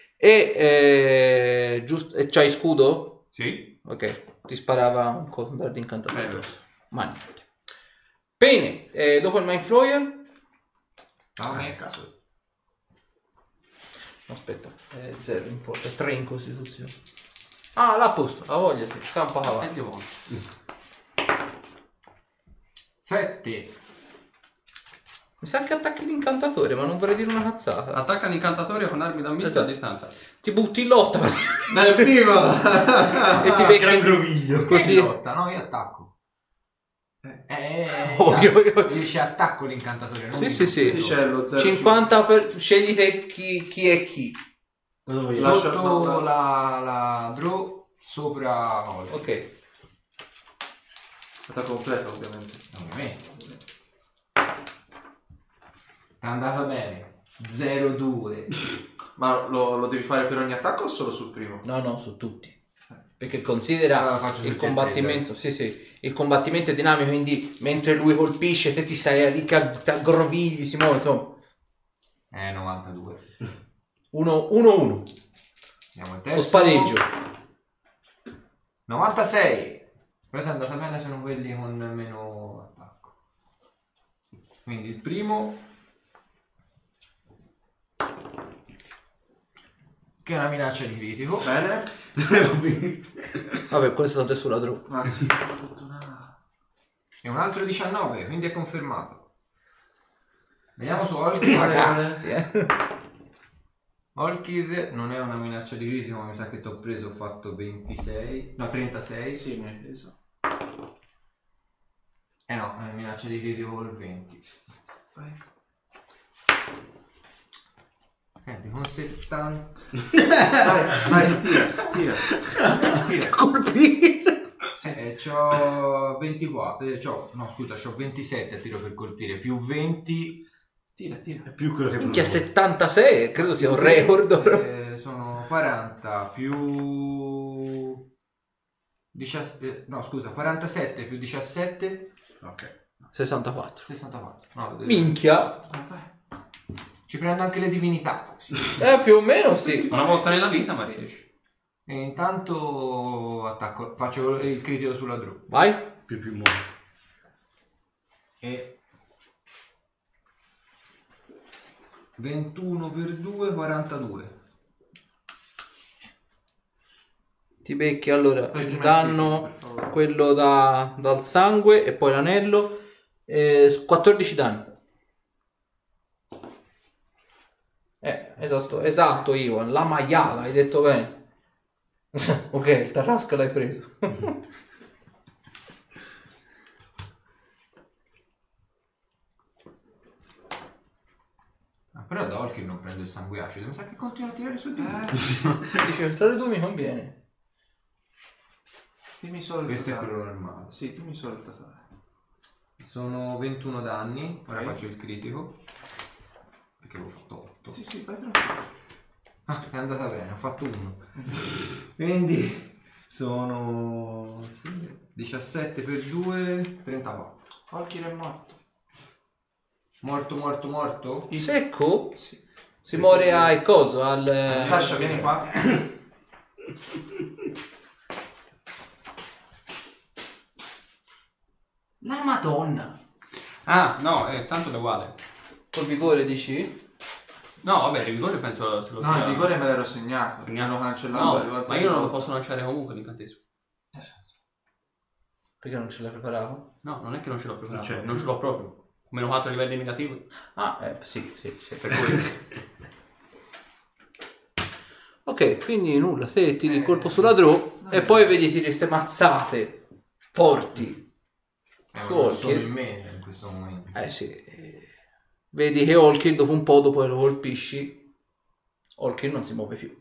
E c'hai scudo? Sì. Ok, ti sparava un dardo di incantato Bello. addosso. Ma niente. Bene, dopo il Mind Flayer. A me. caso. Aspetta, 0 in forza, 3 in costituzione. Ah, l'ha posto, ha voglia, scampa avanti. Dio buono. 7. Mi sa che attacchi l'incantatore, ma non vorrei dire una cazzata. Attacca l'incantatore con armi da misto a distanza. Ti butti in lotta Dai, viva! e ti becchi Gran groviglio. così. Lotta, no, io attacco. Dice attacco l'incantatore. Non Sì, sì. Dice lo 0. 50 per... Scegliete chi è chi. Dove io? Lascia- Sotto la draw, sopra Nol. Ok. Sta completa ovviamente. Ovviamente. È andata bene. 0-2. Ma lo devi fare per ogni attacco o solo sul primo? No, su tutti. Perché considera Allora faccio il tutti e combattimento, sì, il combattimento è dinamico, quindi mentre lui colpisce te ti stai lì che aggrovigli, si muove, insomma. 92. 1-1. Andiamo al terzo. Lo spareggio. 96. Però è andata bene, sono quelli con meno attacco. Quindi il primo, che è una minaccia di critico. Bene. L'ho visto. Vabbè, questo è sulla draw. Ah sì, fortunato. E un altro 19, quindi è confermato. Vediamo su Cagasti, Olkir. Olkir non è una minaccia di critico, ma mi sa che ti ho preso, ho fatto 26. No, 36. Sì, mi hai preso. No, è minaccia di critico col 20. Vai. Senti, con 70. Vai, tira. Colpire. C'ho 24. No, scusa, c'ho 27 a tiro per colpire, più 20. Tira. È più quello che Minchia, 76, credo sia un record. Sono 40 più 17, no scusa, 47 più 17, Ok. 64. 64. No, Minchia. ci prendo anche le divinità così. Più o meno sì. Una volta nella vita ma riesci. E intanto attacco, faccio il critico sulla draw. Vai. Più muore. E 21 per 2, 42. Ti becchi allora Fai il prima danno, il fisico, per favore. quello dal sangue e poi l'anello. 14 danni. Esatto Ivan, la maiala, hai detto bene. Ok, il tarasca l'hai preso. Però da Olkir non prendo il sangue acido, mi sa che continua a tirare su di me. Dice, tra le due mi conviene. Dimmi solo il Questo è totale. quello normale. Sì, dimmi solo il totale. Sono 21 danni, ora Ok. faccio il critico. Perché avevo fatto 8. Sì, vai tranquillo. Ah, è andata bene, ho fatto 1. Quindi sono 17 per 2, 34. Olkir è morto. Morto? Secco? Sì. Si muore al coso, al... Sasha, vieni qua. La madonna. Ah, no, tanto è uguale. Col vigore dici? No, vabbè, il vigore penso se lo No, sia. il vigore me l'ero segnato. Mi hanno cancellato. No, ma io non lo posso lanciare comunque l'incantesimo. Perché non ce l'hai preparato? No, non è che non ce l'ho preparato, Non c'è. non ce l'ho proprio. Meno 4 livelli negativi. Ah, sì. Per cui... Ok, quindi nulla, te tiri il colpo sulla draw e poi vedi tiri ste mazzate forti. Ma Su non sono Olkir. in me in questo momento. Sì. Vedi che Olkir dopo un po', dopo che lo colpisci, Olkir non si muove più.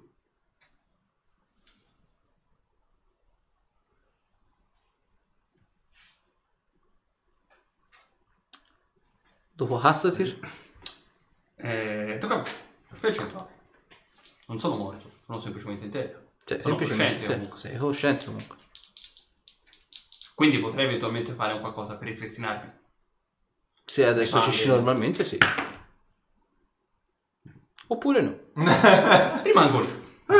Dopo Hassasir? Tocca a me. Percentuale. Non sono morto, sono semplicemente in terra. Cioè, Sono semplicemente cosciente comunque. sei cosciente comunque. Quindi potrei eventualmente fare un qualcosa per ripristinarmi. Se adesso ci sci normalmente, sì. Oppure no. Rimango lì.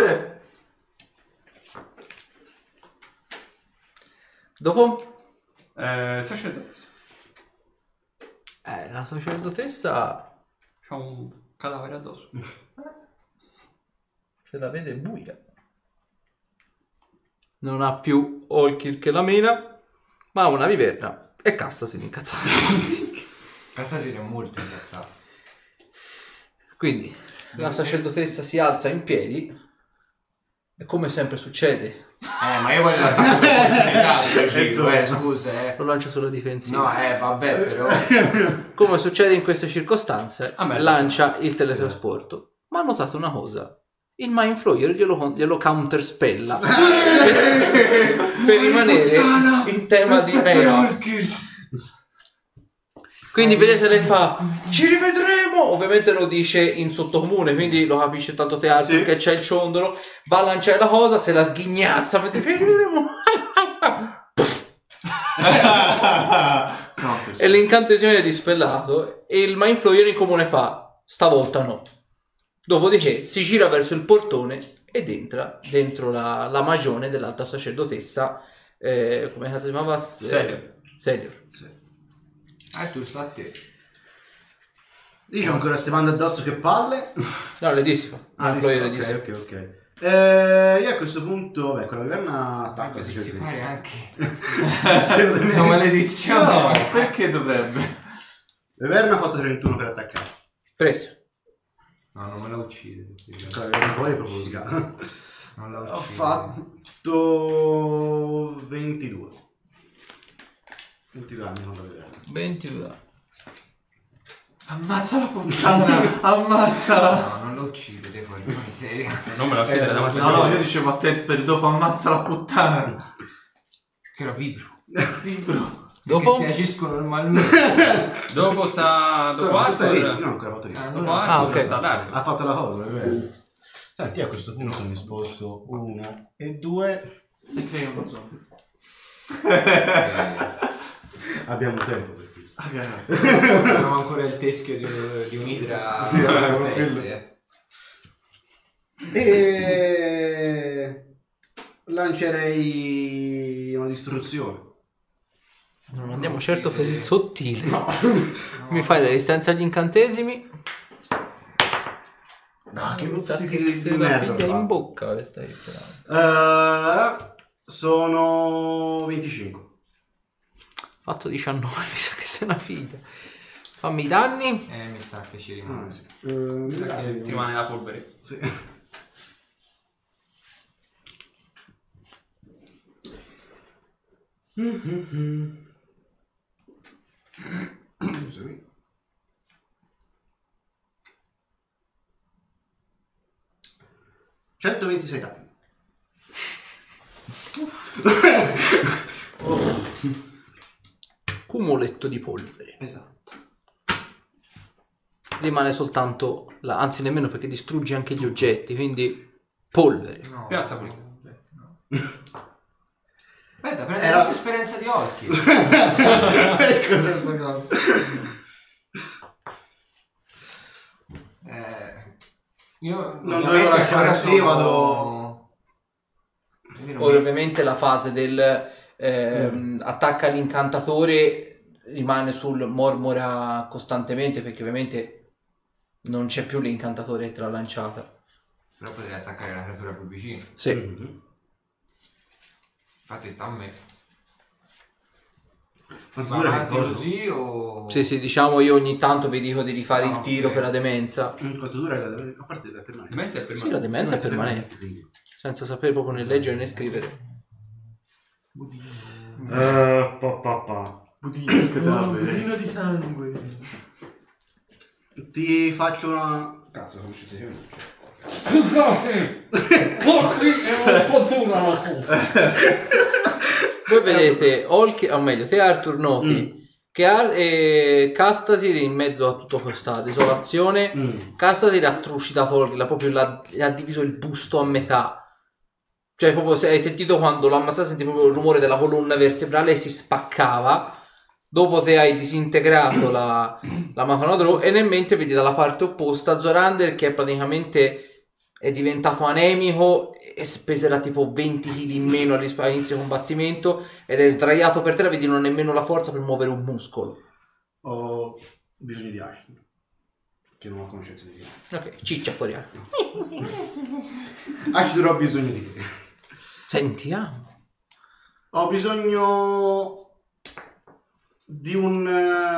Dopo? Sacerdotessa. La sacerdotessa C'ha un cadavere addosso. se la vede buia. Non ha più Olkir che la mena, ma ha una viverna e Cassasi l'incazzata. Questa si è molto incazzata. Quindi la sacerdotessa si alza in piedi e come sempre succede Ma io voglio l'attacco per scusa, lo lancia sulla difensiva. No, vabbè, però. Come succede in queste circostanze, A me lancia il teletrasporto. Ma ha notato una cosa: il Mind Flayer glielo counterspella per rimanere in tema di mega. Quindi vedete lei fa ci rivedremo, ovviamente lo dice in sottocomune, quindi lo capisce tanto teatro perché c'è il ciondolo, va a lanciare la cosa, se la sghignazza mentre ci rivedremo e l'incantesimo è dispellato e il Mind Flayer in comune fa stavolta no. Dopodiché si gira verso il portone ed entra dentro la magione dell'alta sacerdotessa, come cazzo si chiamava? Selior. Tu sta a te. Io ho ancora queste mani addosso, che palle. No, le dissipa. Ok. Io a questo punto, vabbè, con la viverna attacco Così si pare anche. Una Una maledizione. No, perché dovrebbe? La viverna ha fatto 31 per attaccare. Preso. No, non me la uccide. Con la viverna poi è proprio sgana. Non la uccide. Ho fatto 22. 22 anni con la viverna. 22. Ammazza la puttana! Ammazzala! No, non lo uccide, devo fare una miseria. Non me la uccidere davanti No, io dicevo a te per dopo ammazza la puttana! Che era vibro. Vibro! Dopo? Perché si agiscono normalmente. Dopo sta... Dopo Arthur... Io non ho ancora fatto niente. Dopo Arthur ok. sta Dark. Ha fatto la cosa, è vero. Senti, a questo punto mi sposto 1 e 2. E sei uno zombie. Abbiamo tempo per questo. Abbiamo ancora il teschio di un'idra. Sì, alla quello. peste. E lancerei una distruzione. Non andiamo certo per il sottile. Mi fai la resistenza agli incantesimi. No, che Mi sa tutti che tiri se di la merda piglia fa. in bocca le stai tirando. Sono 25. Fatto 19, mi sa che sei una figlia. Fammi i danni. Mi sa che ci rimane. Sì. Ti rimane la polvere. Sì. Scusami. $126 danni. Cumuletto di polvere. Esatto. Rimane soltanto la, anzi nemmeno perché distrugge anche gli oggetti, quindi polvere. No. Piazza qui. Aspetta, prendi Era- la esperienza di occhi. Cos'è sta cosa? Io Non dovevo lasciare ancora sì, vado. Ora ovviamente la fase del attacca l'incantatore rimane mormora costantemente perché ovviamente non c'è più l'incantatore che te l'ha lanciata. Però potrei attaccare la creatura più vicina. Sì. Infatti sta a me. Ma Si tu va ora che avanti cosa? così o... Sì, diciamo io ogni tanto vi dico di rifare il Ah, tiro ok. per la demenza. Quanto dura a parte la permanente? Demenza è per Sì, la demenza è permanente, quindi. senza sapere proprio né leggere né scrivere. Budino, cadavere. Budino di sangue. Ti faccio una... Cazzo, come ci sei? Voi vedete, o meglio, te Arthur noti che Castasir in mezzo a tutta questa desolazione, Castasir ha trucidato Olga, proprio l'ha diviso il busto a metà. Cioè proprio se hai sentito quando l'ha ammazzato, senti proprio il rumore della colonna vertebrale e si spaccava. Dopo te hai disintegrato la Matanodro e nel mente vedi dalla parte opposta Zorander che praticamente è diventato anemico e peserà tipo 20 kg in meno all'inizio combattimento ed è sdraiato per terra, vedi non ha nemmeno la forza per muovere un muscolo. Ho bisogno di Ashton, che non ho conoscenza di te. Ok, ciccia fuori. Ashton, ho bisogno di te. Sentiamo. Ho bisogno di un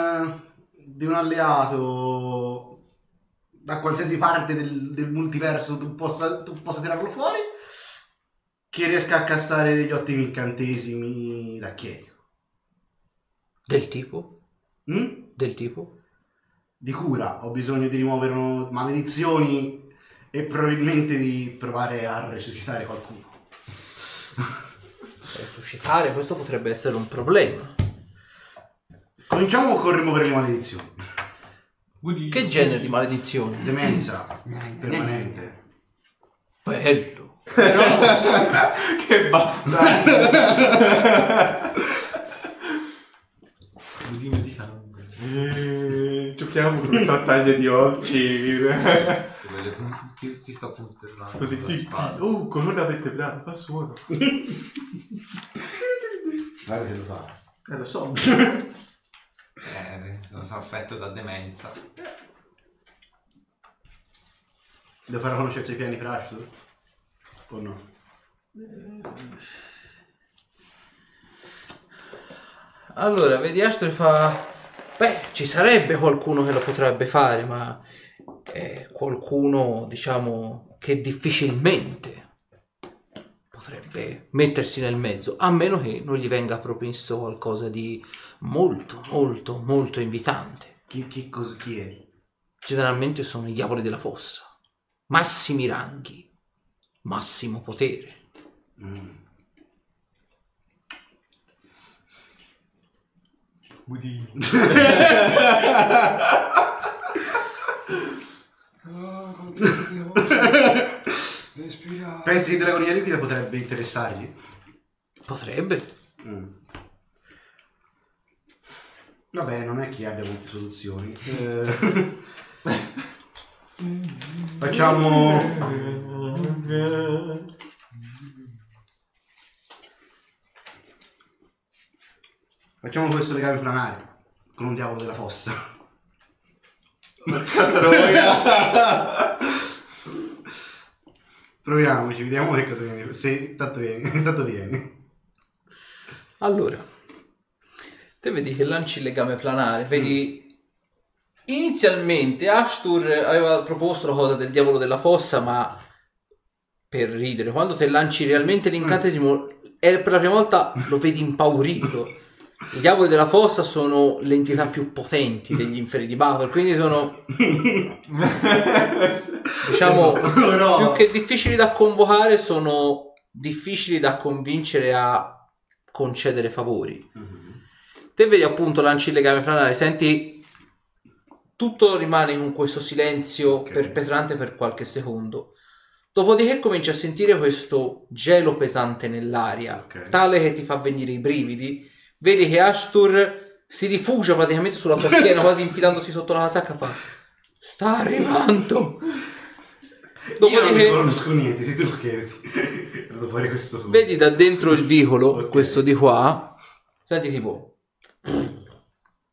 alleato da qualsiasi parte del multiverso tu possa tirarlo fuori, che riesca a castare degli ottimi incantesimi da chierico. Del tipo? Mm? Del tipo? Di cura, ho bisogno di rimuovere maledizioni e probabilmente di provare a resuscitare qualcuno. Resuscitare, questo potrebbe essere un problema. Cominciamo con rimuovere le maledizioni. Che genere di maledizione? Demenza permanente. Bello. Che bastardo. Budino di sangue. Giochiamo con battaglia di orci. Ti sto puntellando. Così sulla ti... spada. colonna vertebrale, fa suono. Guarda che lo fa. Lo so. Sono affetto da demenza. Devo fare la conoscenza dei piani per Ashton? O no? Allora, vedi Ashton fa... Beh, ci sarebbe qualcuno che lo potrebbe fare, ma è qualcuno, diciamo, che difficilmente potrebbe mettersi nel mezzo, a meno che non gli venga promesso qualcosa di molto, molto, molto invitante. Chi è? Generalmente sono i diavoli della fossa. Massimi ranghi, massimo potere. Budino. Pensi che dell'agonia liquida potrebbe interessargli? Potrebbe. Vabbè, non è che abbia molte soluzioni. Facciamo questo legame planare con un diavolo della fossa. Proviamoci, vediamo che cosa viene. Se tanto vieni. Allora, te vedi che lanci il legame planare, vedi... Inizialmente Ashtur aveva proposto la cosa del diavolo della fossa, ma per ridere, quando te lanci realmente l'incantesimo, per la prima volta lo vedi impaurito. I diavoli della fossa sono le entità più potenti degli inferi di Battle, quindi sono diciamo più che difficili da convocare, sono difficili da convincere a concedere favori. Te vedi appunto, lanci il legame planare, senti tutto rimane con questo silenzio perpetrante per qualche secondo. Dopodiché cominci a sentire questo gelo pesante nell'aria, tale che ti fa venire i brividi. Vedi che Ashtur si rifugia praticamente sulla tua schiena, quasi infilandosi sotto la casacca, fa: sta arrivando. Io non conosco niente, sei tu che hai fatto fare questo. Vedi da dentro il vicolo, questo di qua, senti tipo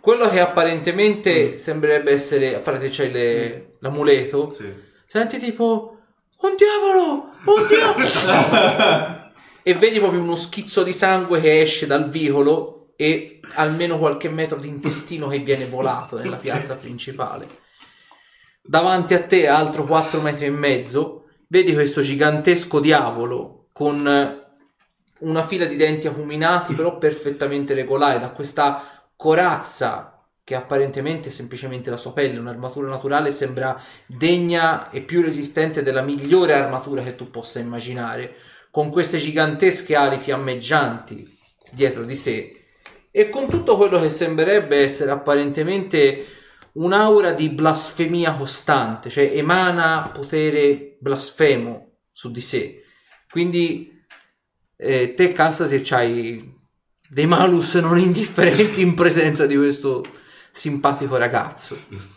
quello che apparentemente sembrerebbe essere, a parte c'hai l'amuleto, Sì. senti tipo un diavolo, un diavolo e vedi proprio uno schizzo di sangue che esce dal vicolo e almeno qualche metro di intestino che viene volato nella piazza principale. Davanti a te, altro 4 metri e mezzo, vedi questo gigantesco diavolo con una fila di denti acuminati però perfettamente regolare, da questa corazza che apparentemente è semplicemente la sua pelle, un'armatura naturale, sembra degna e più resistente della migliore armatura che tu possa immaginare, con queste gigantesche ali fiammeggianti dietro di sé e con tutto quello che sembrerebbe essere apparentemente un'aura di blasfemia costante, cioè emana potere blasfemo su di sé. Quindi te, Castasir, c'hai dei malus non indifferenti in presenza di questo simpatico ragazzo.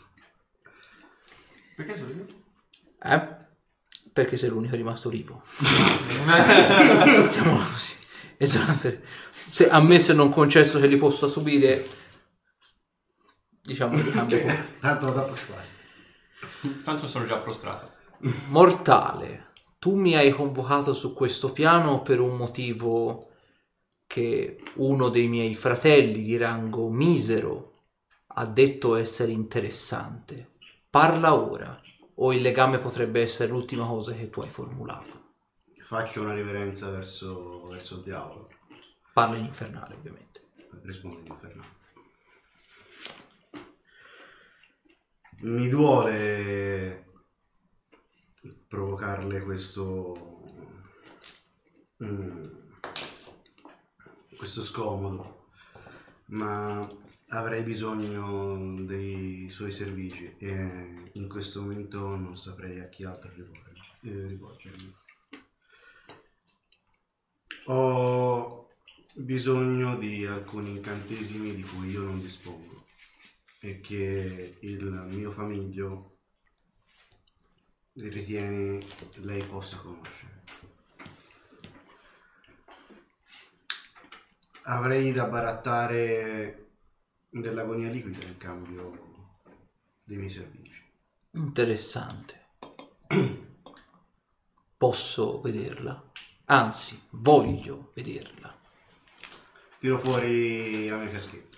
Perché sono io? Perché sei l'unico rimasto vivo. Diciamolo così. Esatto. Se, ammesso e non concesso che li possa subire, diciamo che cambia poco. Tanto da postare. Tanto sono già prostrato. Mortale, tu mi hai convocato su questo piano per un motivo che uno dei miei fratelli di rango misero ha detto essere interessante. Parla ora, o il legame potrebbe essere l'ultima cosa che tu hai formulato. Faccio una riverenza verso il diavolo. Parla in infernale, ovviamente. Rispondo in infernale. Mi duole provocarle questo scomodo, ma avrei bisogno dei suoi servigi e in questo momento non saprei a chi altro rivolgermi. Ho bisogno di alcuni incantesimi di cui io non dispongo e che il mio famiglio ritiene lei possa conoscere. Avrei da barattare dell'agonia liquida in cambio dei miei servizi. Interessante. Posso vederla? Anzi, voglio vederla. Tiro fuori la mia caschetta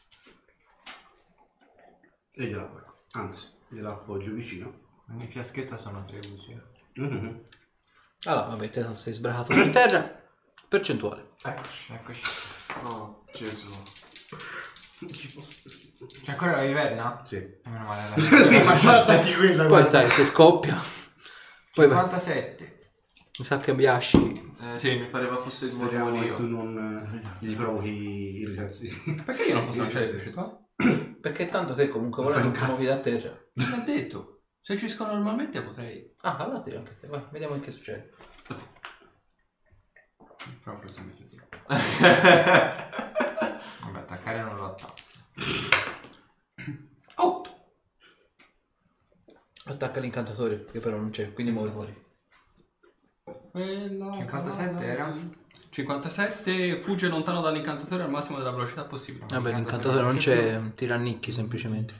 e gliela appoggio. Anzi, gliela appoggio vicino. La mia fiaschetta sono 3 usi. Mm-hmm. Allora, vabbè, te non sei sbracato per terra. Percentuale. Eccoci, eccoci. Oh, Gesù. C'è ancora la viverna? Sì. Meno male. Guardati quella. Poi sai, se scoppia. Poi 57. mi sa che Biasci. Sì, mi pareva fosse il Speriamo che mormorio. tu non gli provochi irritazioni. Perché io non posso lanciare il rituale? Perché tanto te comunque Fai volendo un non muovi cazzo. da terra. Non ho detto. Se agisco normalmente potrei. Ah, allora tira anche te. Vai, vediamo che succede. Però forse è meglio dire. Vabbè, attaccare non lo attacco. 8. Attacca l'incantatore, che però non c'è, quindi muori, muori. 57 era? 57, fugge lontano dall'incantatore al massimo della velocità possibile. Vabbè, l'incantatore non c'è, ti rannicchi semplicemente.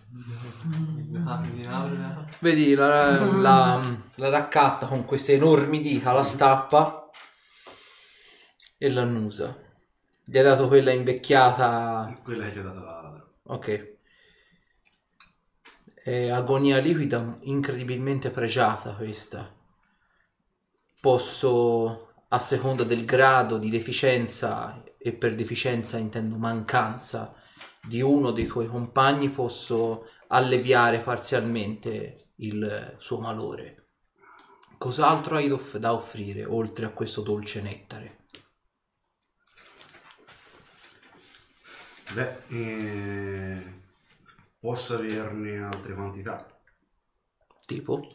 Vedi la raccatta con queste enormi dita, la stappa e l'annusa. Gli ha dato quella invecchiata. Quella che ti ha dato la ladra. Ok. È agonia liquida incredibilmente pregiata questa. Posso, a seconda del grado di deficienza, e per deficienza intendo mancanza, di uno dei tuoi compagni, posso alleviare parzialmente il suo malore. Cos'altro hai da offrire oltre a questo dolce nettare? Beh, posso averne altre quantità. Tipo?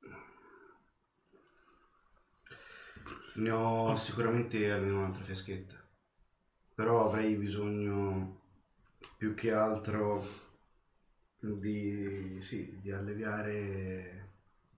Ne ho sicuramente almeno un'altra fiaschetta. Però avrei bisogno più che altro di alleviare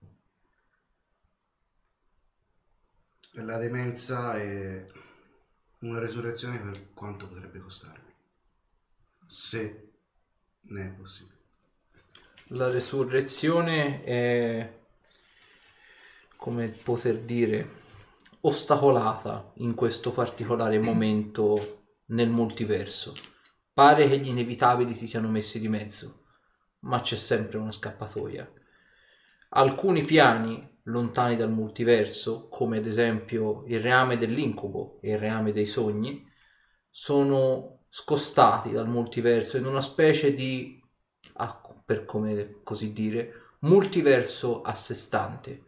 la demenza e una resurrezione per quanto potrebbe costarmi. Se Ne è possibile. La resurrezione è, come poter dire, ostacolata in questo particolare momento nel multiverso. Pare che gli inevitabili si siano messi di mezzo, ma c'è sempre una scappatoia. Alcuni piani lontani dal multiverso, come ad esempio il reame dell'incubo e il reame dei sogni, sono scostati dal multiverso in una specie di, per come così dire, multiverso a sé stante.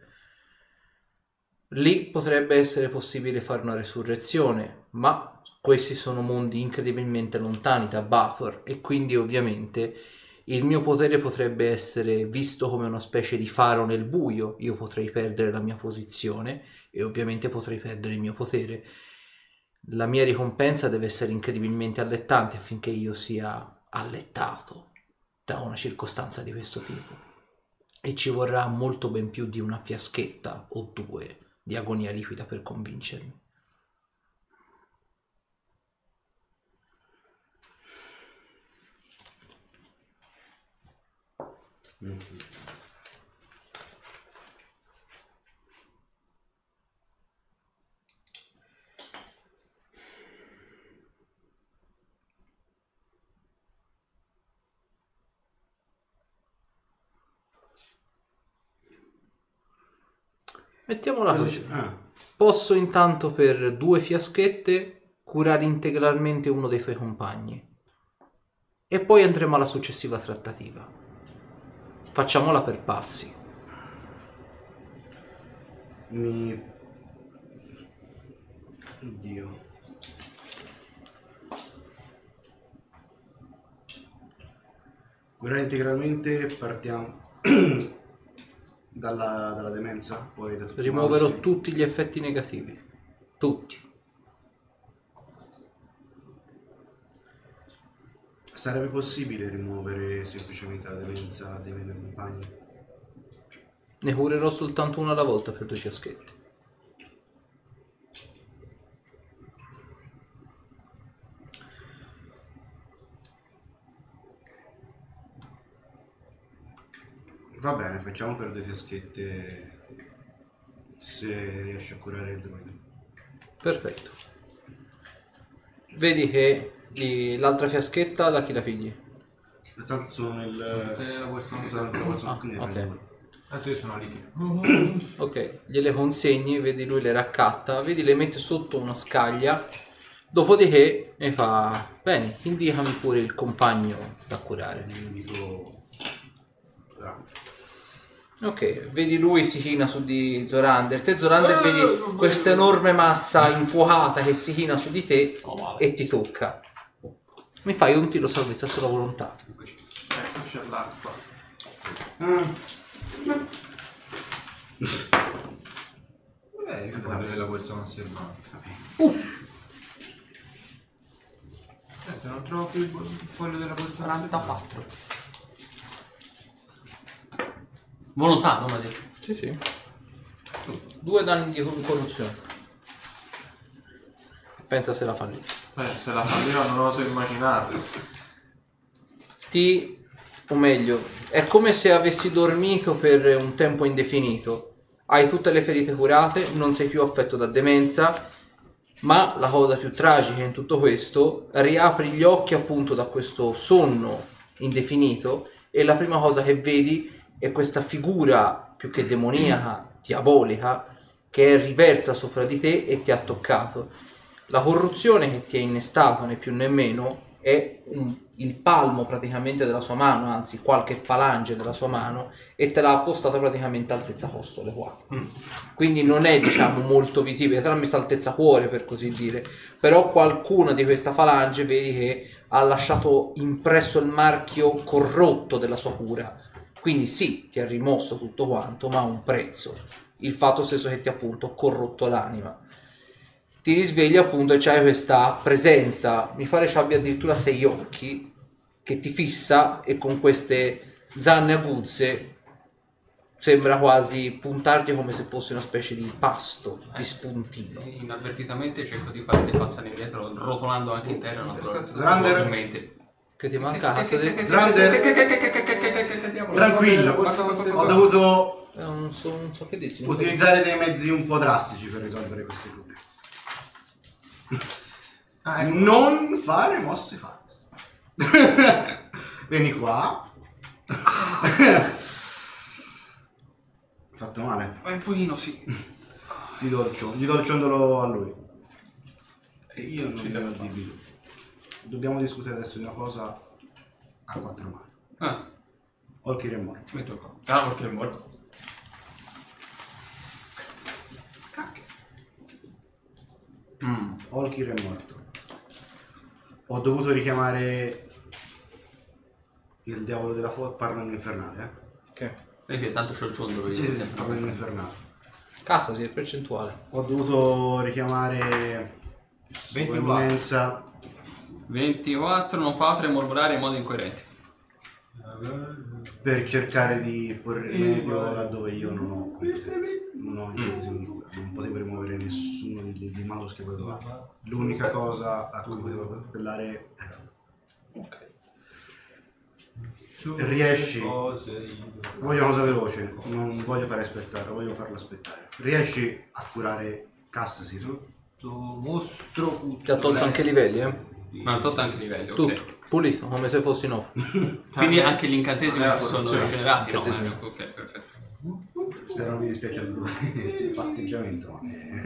Lì potrebbe essere possibile fare una resurrezione, ma questi sono mondi incredibilmente lontani da Bathor e quindi ovviamente il mio potere potrebbe essere visto come una specie di faro nel buio. Io potrei perdere la mia posizione e ovviamente potrei perdere il mio potere. La mia ricompensa deve essere incredibilmente allettante affinché io sia allettato da una circostanza di questo tipo. E ci vorrà molto ben più di una fiaschetta o due di agonia liquida per convincermi. Mettiamola così. Posso intanto per 2 fiaschette curare integralmente uno dei tuoi compagni e poi andremo alla successiva trattativa. Facciamola per passi. Oddio. Curare integralmente partiamo dalla demenza, poi da tutti Rimuoverò i mostri. tutti gli effetti negativi. Tutti. Sarebbe possibile rimuovere semplicemente la demenza dei miei compagni? Ne curerò soltanto una alla volta per 2 fiaschette. Va bene, facciamo per 2 fiaschette se riesci a curare il druido. Perfetto. Vedi che l'altra fiaschetta da chi la pigli? Tanto sono nel... Nella borsa quindi ok. prendo- Tanto io sono liquido. Ok, gliele consegni, vedi lui le raccatta, vedi le mette sotto una scaglia, dopodiché ne fa, bene, indicami pure il compagno da curare. Ne indico... Bravo. Ok, vedi lui si china su di Zorander, te Zorander vedi questa enorme massa infuocata che si china su di te e ti tocca. Mi fai un tiro salvezza sulla volontà. Ecco, c'è l'acqua. Io vado nella borsa conservante. Se non trovo più il foglio della borsa 44. Volontà, non ha detto. Sì, sì. 2 danni di corruzione. Pensa se la fa lì. Se la fallirò non oso immaginarlo. O meglio, è come se avessi dormito per un tempo indefinito. Hai tutte le ferite curate, non sei più affetto da demenza, ma la cosa più tragica in tutto questo, riapri gli occhi appunto da questo sonno indefinito e la prima cosa che vedi è questa figura più che demoniaca, diabolica, che è riversa sopra di te e ti ha toccato. La corruzione che ti ha innestato, né più né meno, è il palmo praticamente della sua mano, anzi qualche falange della sua mano, e te l'ha appostata praticamente a altezza costole qua. Quindi non è, diciamo, molto visibile, te l'ha messa a altezza cuore per così dire, però qualcuna di questa falange vedi che ha lasciato impresso il marchio corrotto della sua cura. Quindi sì, ti ha rimosso tutto quanto, ma ha un prezzo, il fatto stesso che ti ha appunto corrotto l'anima. Ti risvegli appunto e c'hai questa presenza, mi pare ci abbia addirittura 6 occhi, che ti fissa e con queste zanne aguzze sembra quasi puntarti come se fosse una specie di pasto, di spuntino. Inavvertitamente cerco di fare dei passi indietro, rotolando anche in terra Zorander. naturalmente. Che ti manca? Tranquillo, ho dovuto Non so che dirti. utilizzare dei mezzi un po' drastici per risolvere questi problemi. Non fare mosse false. Vieni qua. Fatto male. Un pochino, sì. Gli do il ciondolo a lui. E io non devo di bisogno. Dobbiamo discutere adesso di una cosa a 4 mani. Ah, Olkir è morto. metto qua. Ah, perché è morto. Olkir è morto. Ho dovuto richiamare il diavolo della parla in infernale, Ok. Sì, tanto c'ho il ciondolo io. sempre. Parla in infernale. Caso, sì, è percentuale. Ho dovuto richiamare Sua 24. Eminenza 24, non fa altro che mormorare in modo incoerente. per cercare di porre rimedio laddove io non ho competenza. Non ho incantesimi di cura. Non potevo rimuovere nessuno dei malus che avevo trovato. L'unica cosa a cui potevo appellare era Ok. riesci. Voglio una cosa veloce, non voglio fare aspettare, voglio farlo aspettare. Riesci a curare Cassasir? Mostro Ti ha tolto anche i livelli, Ma hanno tolto anche i livelli, ok. Tutto. Pulito, come se fossi nuovo. Quindi anche gli incantesimi si sono rigenerati, no? Incantesimi. Ok, perfetto. Spero non mi dispiace il patteggiamento,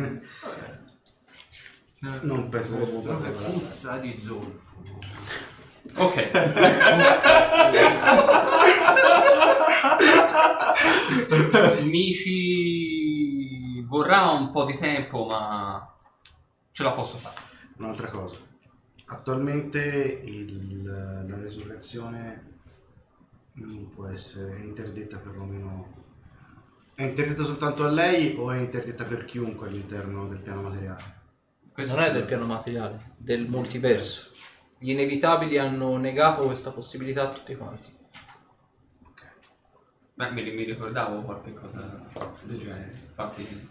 ma non penso che devo che fare. puzza di zolfo. Ok. Mi ci vorrà un po' di tempo, ma ce la posso fare. Un'altra cosa. Attualmente la resurrezione non può essere interdetta perlomeno. È interdetta soltanto a lei o è interdetta per chiunque all'interno del piano materiale? Questo Non è del piano materiale, del multiverso. Gli inevitabili hanno negato questa possibilità a tutti quanti. Beh, mi ricordavo qualche cosa del genere. Infatti,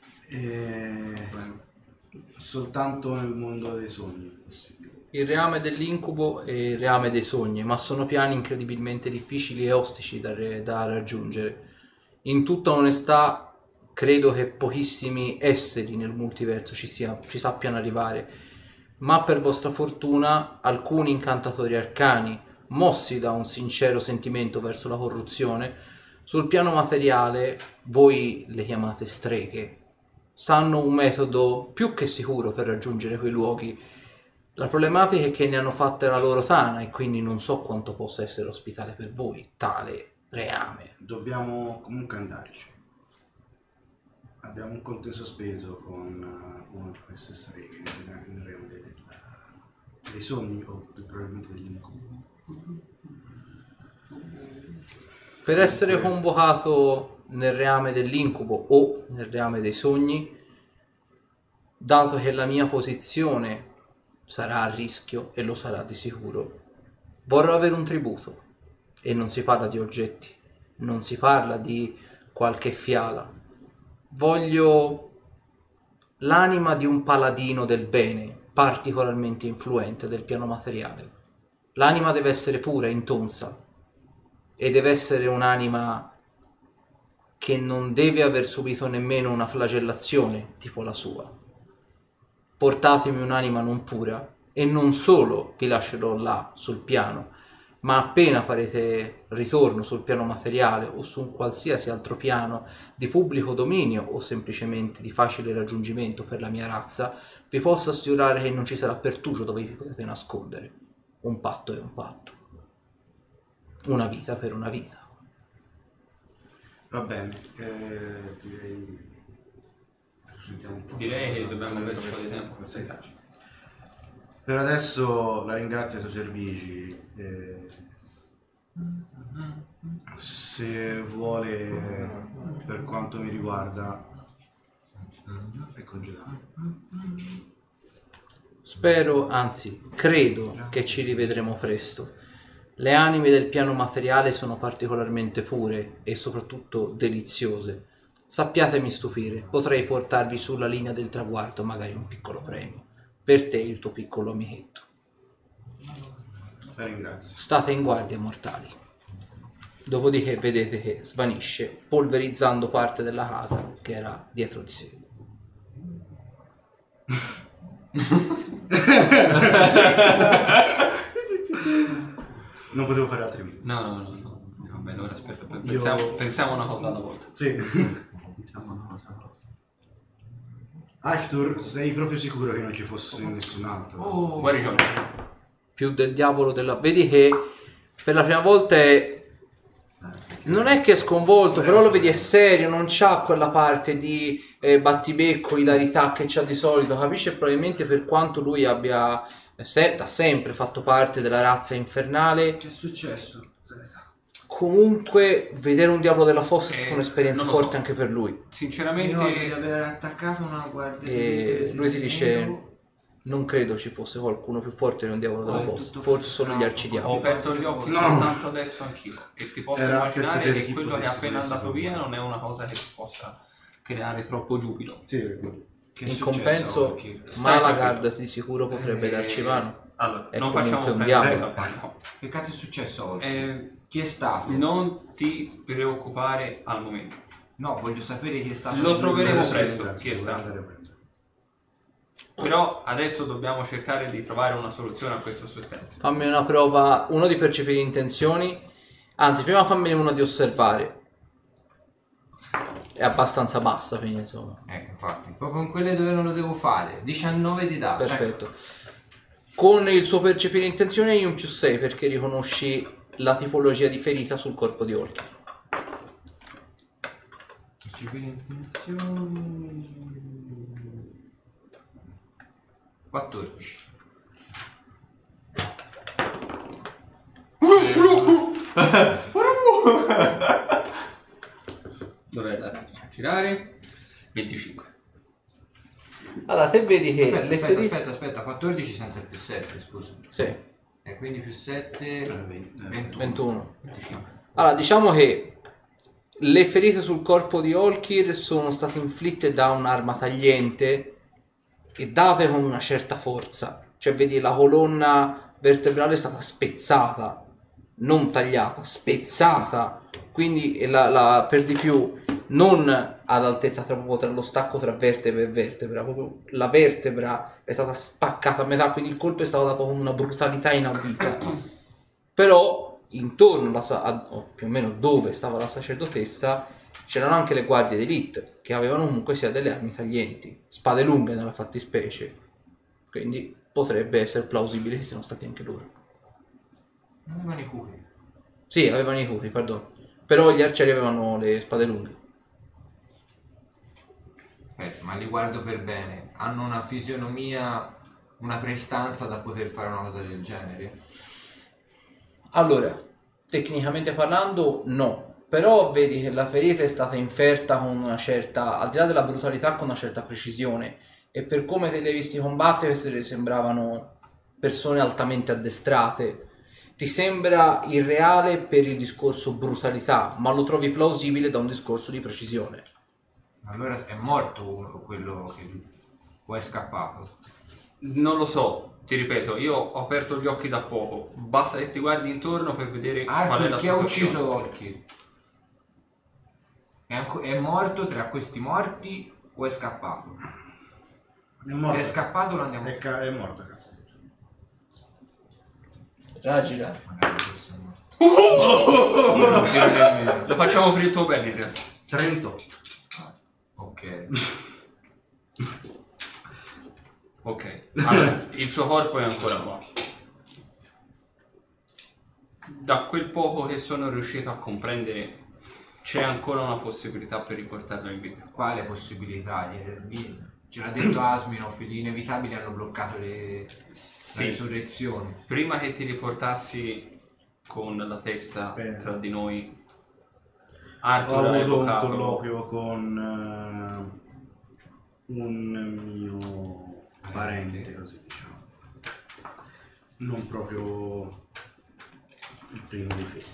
Soltanto nel mondo dei sogni è possibile. Il reame dell'incubo e il reame dei sogni, ma sono piani incredibilmente difficili e ostici da raggiungere. In tutta onestà, credo che pochissimi esseri nel multiverso ci sappiano arrivare, ma per vostra fortuna alcuni incantatori arcani, mossi da un sincero sentimento verso la corruzione, sul piano materiale, voi le chiamate streghe, sanno un metodo più che sicuro per raggiungere quei luoghi. La problematica è che ne hanno fatte la loro tana e quindi non so quanto possa essere ospitale per voi tale reame. Dobbiamo comunque andarci. Abbiamo un conto in sospeso con una di queste streghe nel regno dei sogni o probabilmente degli incubi. Per essere convocato nel reame dell'incubo o nel reame dei sogni, dato che la mia posizione sarà a rischio e lo sarà di sicuro, vorrò avere un tributo. E non si parla di oggetti, non si parla di qualche fiala. Voglio l'anima di un paladino del bene, particolarmente influente del piano materiale. L'anima deve essere pura, intonsa, e deve essere un'anima che non deve aver subito nemmeno una flagellazione tipo la sua. Portatemi un'anima non pura e non solo vi lascerò là sul piano, ma appena farete ritorno sul piano materiale o su un qualsiasi altro piano di pubblico dominio o semplicemente di facile raggiungimento per la mia razza, vi posso assicurare che non ci sarà pertugio dove vi potete nascondere. Un patto è un patto. Una vita per una vita. Va bene, sentiamo un po'. direi che dobbiamo avere un po' di tempo per pensarci. Per adesso la ringrazio ai suoi servigi. Se vuole, per quanto mi riguarda, è congedato. Spero, anzi, credo che ci rivedremo presto. Le anime del piano materiale sono particolarmente pure e soprattutto deliziose. Sappiatemi stupire, potrei portarvi sulla linea del traguardo magari un piccolo premio. Per te e il tuo piccolo amichetto. La ringrazio. State in guardia, mortali. Dopodiché vedete che svanisce, polverizzando parte della casa che era dietro di sé. Non potevo fare altrimenti. No. Vabbè, allora aspetta, pensiamo una cosa alla volta. Sì. Pensiamo una cosa alla volta. Ashtur, sei proprio sicuro che non ci fosse nessun altro? Guarigione. Più del diavolo della... Vedi che per la prima volta non è che è sconvolto, però lo vedi è serio, non c'ha quella parte di battibecco, ilarità che c'ha di solito. Capisce probabilmente per quanto lui abbia da sempre fatto parte della razza infernale. Che è successo? Comunque vedere un diavolo della fossa è stata un'esperienza non lo forte so. anche per lui. Sinceramente, Ricordo di aver attaccato una guardia E lui ti dice: non credo ci fosse qualcuno più forte di un diavolo della fossa, forse solo gli ho arcidiavoli. aperto gli occhi No. soltanto adesso anch'io e ti posso Era per immaginare sapere che chi quello che è potesse appena essere andato via lui. non è una cosa che possa creare troppo giubilo. Sì, In compenso Stai Malagard di sicuro potrebbe darci mano. Allora, È non comunque facciamo un prendere diavolo. da panico. Che cazzo è successo oggi? Chi è stato? Non ti preoccupare al momento. No, voglio sapere chi è stato. Lo troveremo Sì, presto. grazie, Chi è volevo stato? andare a prendere. Però adesso dobbiamo cercare di trovare una soluzione a questo sostento. Fammi una prova, uno di percepire intenzioni, anzi prima fammene uno di osservare. È abbastanza bassa, quindi insomma. Infatti, proprio in quelle dove non lo devo fare. 19 di dato. Perfetto. Con il suo percepire intenzioni hai un +6 perché riconosci la tipologia di ferita sul corpo di Olki. Intenzioni. 14. Dov'è da girare? 25. Allora, te vedi che Aspetta, le ferite... aspetta, 14 senza il +7, scusa. Sì, E quindi +7, 21. 21. 25. Allora, diciamo che le ferite sul corpo di Olkir sono state inflitte da un'arma tagliente e date con una certa forza. Cioè, vedi, la colonna vertebrale è stata spezzata, non tagliata, spezzata. Quindi, per di più, non ad altezza proprio tra lo stacco tra vertebra e vertebra, proprio la vertebra è stata spaccata a metà, quindi il colpo è stato dato con una brutalità inaudita. Però intorno o più o meno dove stava la sacerdotessa c'erano anche le guardie d'élite che avevano comunque sia delle armi taglienti, spade lunghe nella fattispecie, quindi potrebbe essere plausibile che siano stati anche loro. Non avevano i cubi. Sì, avevano i cubi, perdono, però gli arcieri avevano le spade lunghe. Aspetta, ma li guardo per bene. Hanno una fisionomia, una prestanza da poter fare una cosa del genere? Allora, tecnicamente parlando no, però vedi che la ferita è stata inferta con una certa, al di là della brutalità, con una certa precisione, e per come te li hai visti combattere sembravano persone altamente addestrate. Ti sembra irreale per il discorso brutalità, ma lo trovi plausibile da un discorso di precisione. Allora è morto uno, quello che... o è scappato? Non lo so, ti ripeto, io ho aperto gli occhi da poco. Basta che ti guardi intorno per vedere qual è Arthur, la chi ha situazione. ucciso Olki? È morto tra questi morti o è scappato? È morto. Se è scappato lo andiamo... È morto, cazzo. Ragira. Magari adesso è morto. Io non tiro nemmeno. Lo facciamo per il tuo bene in realtà. 38. Ok. Ok, allora, il suo corpo è ancora nuovo. Da quel poco che sono riuscito a comprendere, c'è ancora una possibilità per riportarlo in vita. Quale possibilità? Ce l'ha detto Asminov, gli inevitabili hanno bloccato la risurrezione. Prima che ti riportassi con la testa Bene. tra di noi, Ho Arthur ha avuto un evocato... colloquio con un mio parente, così diciamo. Non proprio il primo dei fessi.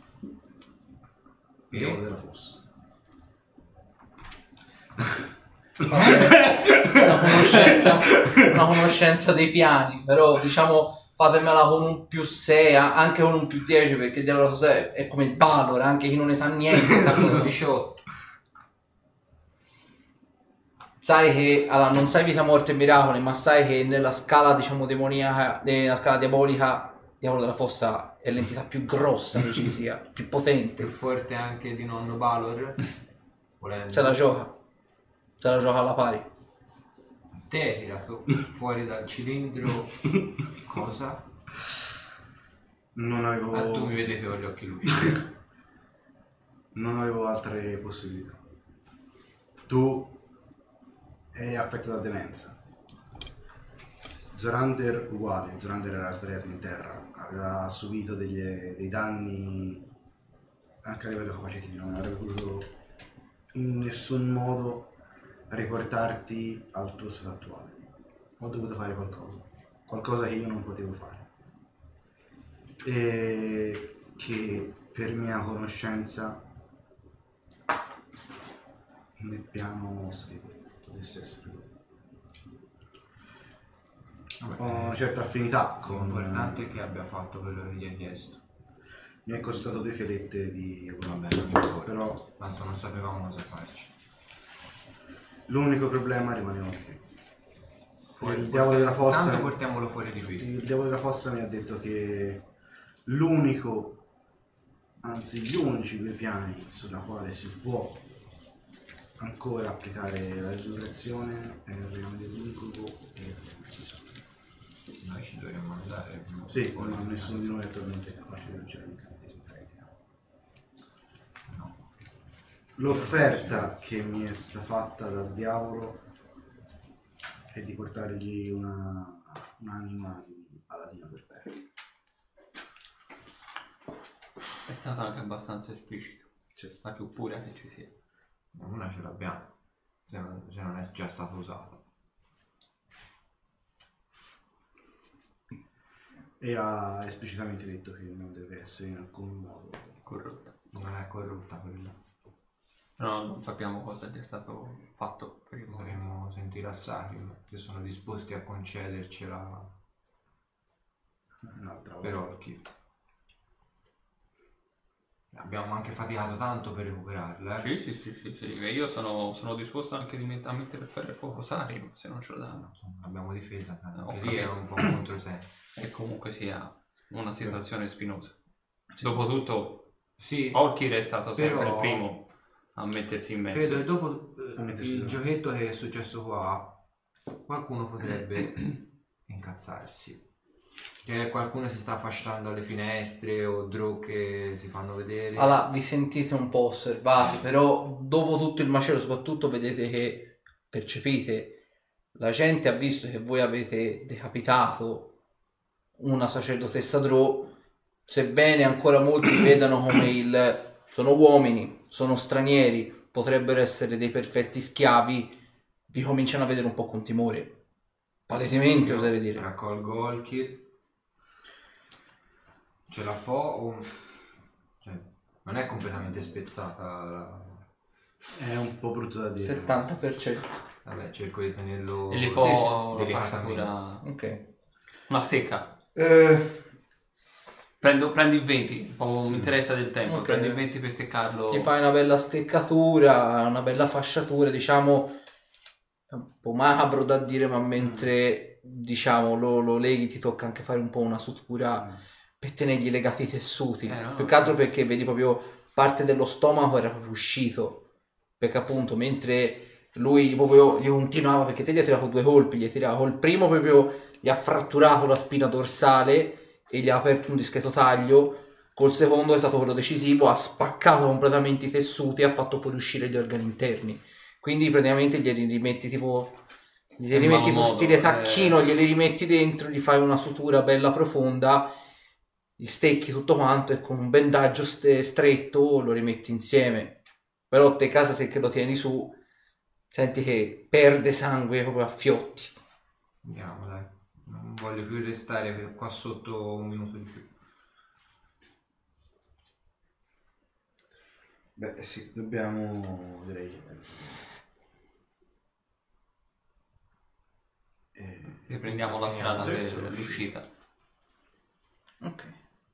Il diavolo della fossa. Una conoscenza dei piani, però diciamo fatemela con un +6, anche con un +10, perché Diavolo è come il Valor, anche chi non ne sa niente sa cosa 18. sai che allora, non sai vita, morte e miracoli, ma sai che nella scala diciamo demoniaca, nella scala diabolica, Diavolo della Fossa è l'entità più grossa che ci sia, più potente. Più forte anche di nonno Balor. Volendo. Se la gioca alla pari. Te hai tirato fuori dal cilindro. Cosa? Non avevo... Tu mi vedete con gli occhi lucidi. Non avevo altre possibilità. Tu eri affetto da demenza. Zorander uguale. Zorander era sdraiato in terra, aveva subito dei danni anche a livello capacitivo, non avrebbe potuto in nessun modo riportarti al tuo stato attuale. Ho dovuto fare qualcosa che io non potevo fare e che per mia conoscenza nel piano sapevo potesse essere lui. Ho una certa affinità con... L'importante è che abbia fatto quello che gli hai chiesto. Mi è costato 2 fialette di... Vabbè, non importa. Però tanto non sapevamo cosa farci. l'unico problema rimaneva te. Fuori, Il diavolo della fossa... Tanto portiamolo fuori di qui. Il diavolo della fossa mi ha detto che l'unico, anzi gli unici 2 piani sulla quale si può ancora applicare la risurrezione è il regno dell'incubo e il regno. Noi ci dovremmo andare. Sì, ma nessuno di noi è attualmente capace di lanciare un incantesimo eretica. No. L'offerta che mi è stata fatta dal diavolo è di portargli un'anima di paladino del bene. È stato anche abbastanza esplicito. Sì. La più pura che ci sia. Una ce l'abbiamo, se non è già stata usata. E ha esplicitamente detto che non deve essere in alcun modo Corrotta. Non è corrotta quella. No, non sappiamo cosa sia stato fatto per il momento. Dovremmo sentire a Sarim che sono disposti a concedercela un'altra per volta. orchi. Abbiamo anche faticato tanto per recuperarla, eh? Sì. E io sono disposto anche a mettere per fare il fuoco Sarim, se non ce lo danno. Insomma, abbiamo difesa, anche Ho lì è capito. un po' un controsenso. E comunque sia una situazione spinosa. Dopotutto, Sì, Olkir è stato sempre Però- il primo a mettersi in mezzo. credo che dopo A mettersi il davanti. giochetto che è successo qua, qualcuno potrebbe incazzarsi. Che qualcuno si sta affacciando alle finestre o Drow che si fanno vedere. Allora, vi sentite un po' osservati, però dopo tutto il macello soprattutto vedete che percepite, la gente ha visto che voi avete decapitato una sacerdotessa Drow, sebbene ancora molti vi vedano come sono uomini, sono stranieri, potrebbero essere dei perfetti schiavi, vi cominciano a vedere un po' con timore, palesemente oserei dire. Raccolgo Olkir. Ce la fo o... Cioè, non è completamente spezzata la... È un po' brutto da dire. 70%. Vabbè, cerco di tenerlo... E gli Sì, fa una delicatamente. fasciatura, Ok. una stecca. Eh, Prendi il 20, mi interessa del tempo, Ok. prendi il 20 per steccarlo. Gli fai una bella steccatura, una bella fasciatura, diciamo, è un po' macabro da dire, ma mentre, diciamo, lo leghi ti tocca anche fare un po' una sutura per tenergli legati i tessuti. No. Più che altro perché vedi proprio parte dello stomaco era proprio uscito, perché appunto mentre lui proprio gli continuava, perché te gli ha tirato 2 colpi, gli ha tirato col primo proprio, gli ha fratturato la spina dorsale e gli ha aperto un discreto taglio, col secondo è stato quello decisivo, ha spaccato completamente i tessuti e ha fatto fuoriuscire gli organi interni, quindi praticamente glieli rimetti tipo, glieli In rimetti malo con stile modo, tacchino, glieli rimetti dentro, gli fai una sutura bella profonda, gli stecchi tutto quanto e con un bendaggio stretto lo rimetti insieme. Però te casa se che lo tieni su senti che perde sangue proprio a fiotti. Andiamo, dai. Non voglio più restare qua sotto un minuto di più. beh sì, dobbiamo direi Riprendiamo la strada Sì, per sì. l'uscita. Ok.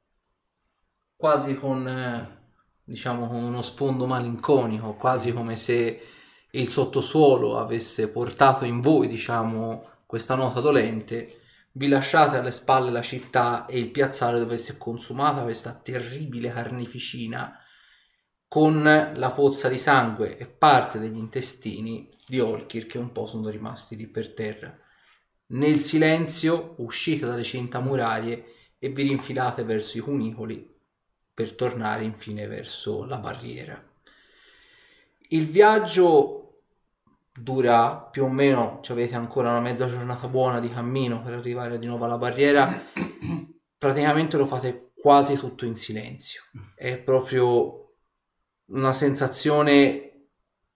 Quasi con, diciamo, con uno sfondo malinconico, quasi come se il sottosuolo avesse portato in voi, diciamo, questa nota dolente, vi lasciate alle spalle la città e il piazzale dove si è consumata questa terribile carneficina con la pozza di sangue e parte degli intestini di Olkir che un po' sono rimasti lì per terra. Nel silenzio uscite dalle cinta murarie e vi rinfilate verso i cunicoli per tornare infine verso la barriera. Il viaggio dura più o meno, avete ancora una mezza giornata buona di cammino per arrivare di nuovo alla barriera. Praticamente lo fate quasi tutto in silenzio. È proprio una sensazione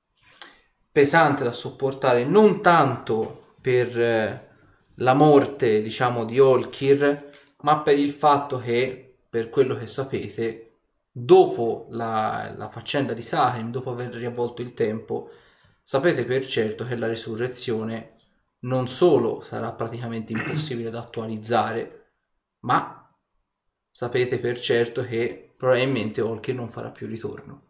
pesante da sopportare, non tanto per la morte, diciamo, di Olkir, ma per il fatto che, per quello che sapete, dopo la faccenda di Saheim, dopo aver riavvolto il tempo, sapete per certo che la resurrezione non solo sarà praticamente impossibile da attualizzare, ma sapete per certo che probabilmente Olkir non farà più ritorno.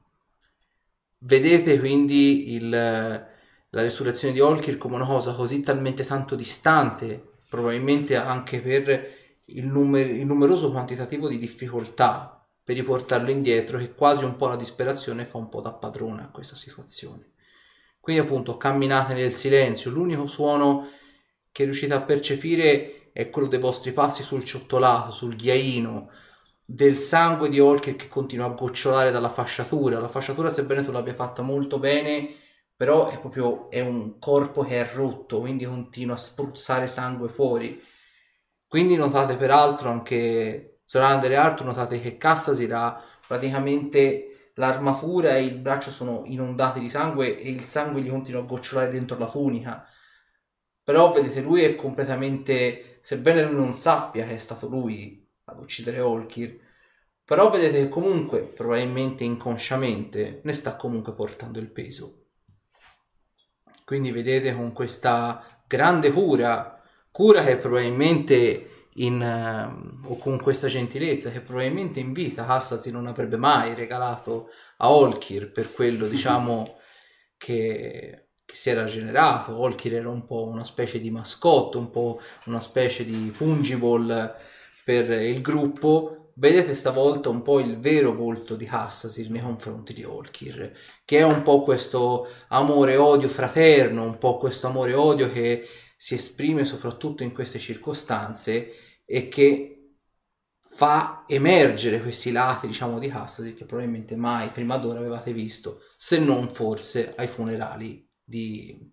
Vedete quindi la resurrezione di Olkir come una cosa così talmente tanto distante, probabilmente anche per il numeroso quantitativo di difficoltà per riportarlo indietro, che quasi un po' la disperazione fa un po' da padrona a questa situazione. Quindi appunto camminate nel silenzio, l'unico suono che riuscite a percepire è quello dei vostri passi sul ciottolato, sul ghiaino, del sangue di Olkir che continua a gocciolare dalla fasciatura. La fasciatura, sebbene tu l'abbia fatta molto bene, però è un corpo che è rotto, quindi continua a spruzzare sangue fuori. Quindi notate peraltro anche Zorander e Arthur, notate che Cassasir ha praticamente l'armatura e il braccio sono inondati di sangue e il sangue gli continua a gocciolare dentro la tunica. Però vedete, lui è completamente, sebbene lui non sappia che è stato lui ad uccidere Olkir, però vedete che comunque, probabilmente inconsciamente, ne sta comunque portando il peso. Quindi vedete con questa grande cura che probabilmente o con questa gentilezza che probabilmente in vita Cassasir non avrebbe mai regalato a Olkir, per quello diciamo che si era generato. Olkir era un po' una specie di mascotte, un po' una specie di pungible per il gruppo. Vedete stavolta un po' il vero volto di Cassasir nei confronti di Olkir, che è un po' questo amore-odio fraterno, un po' questo amore-odio che si esprime soprattutto in queste circostanze e che fa emergere questi lati, diciamo, di Cassasir che probabilmente mai prima d'ora avevate visto, se non forse ai funerali di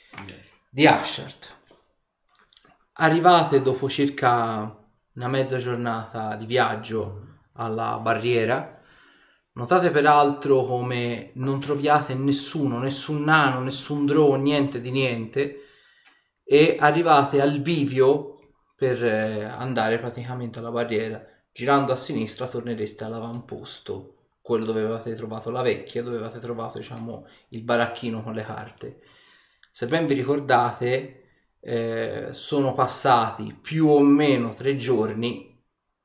Ashart. Arrivate dopo circa una mezza giornata di viaggio alla barriera. Notate peraltro come non troviate nessuno, nessun nano, nessun drow, niente di niente, e arrivate al bivio per andare praticamente alla barriera. Girando a sinistra tornereste all'avamposto, quello dove avevate trovato la vecchia, dove avevate trovato, diciamo, il baracchino con le carte. Se ben vi ricordate, sono passati più o meno 3 giorni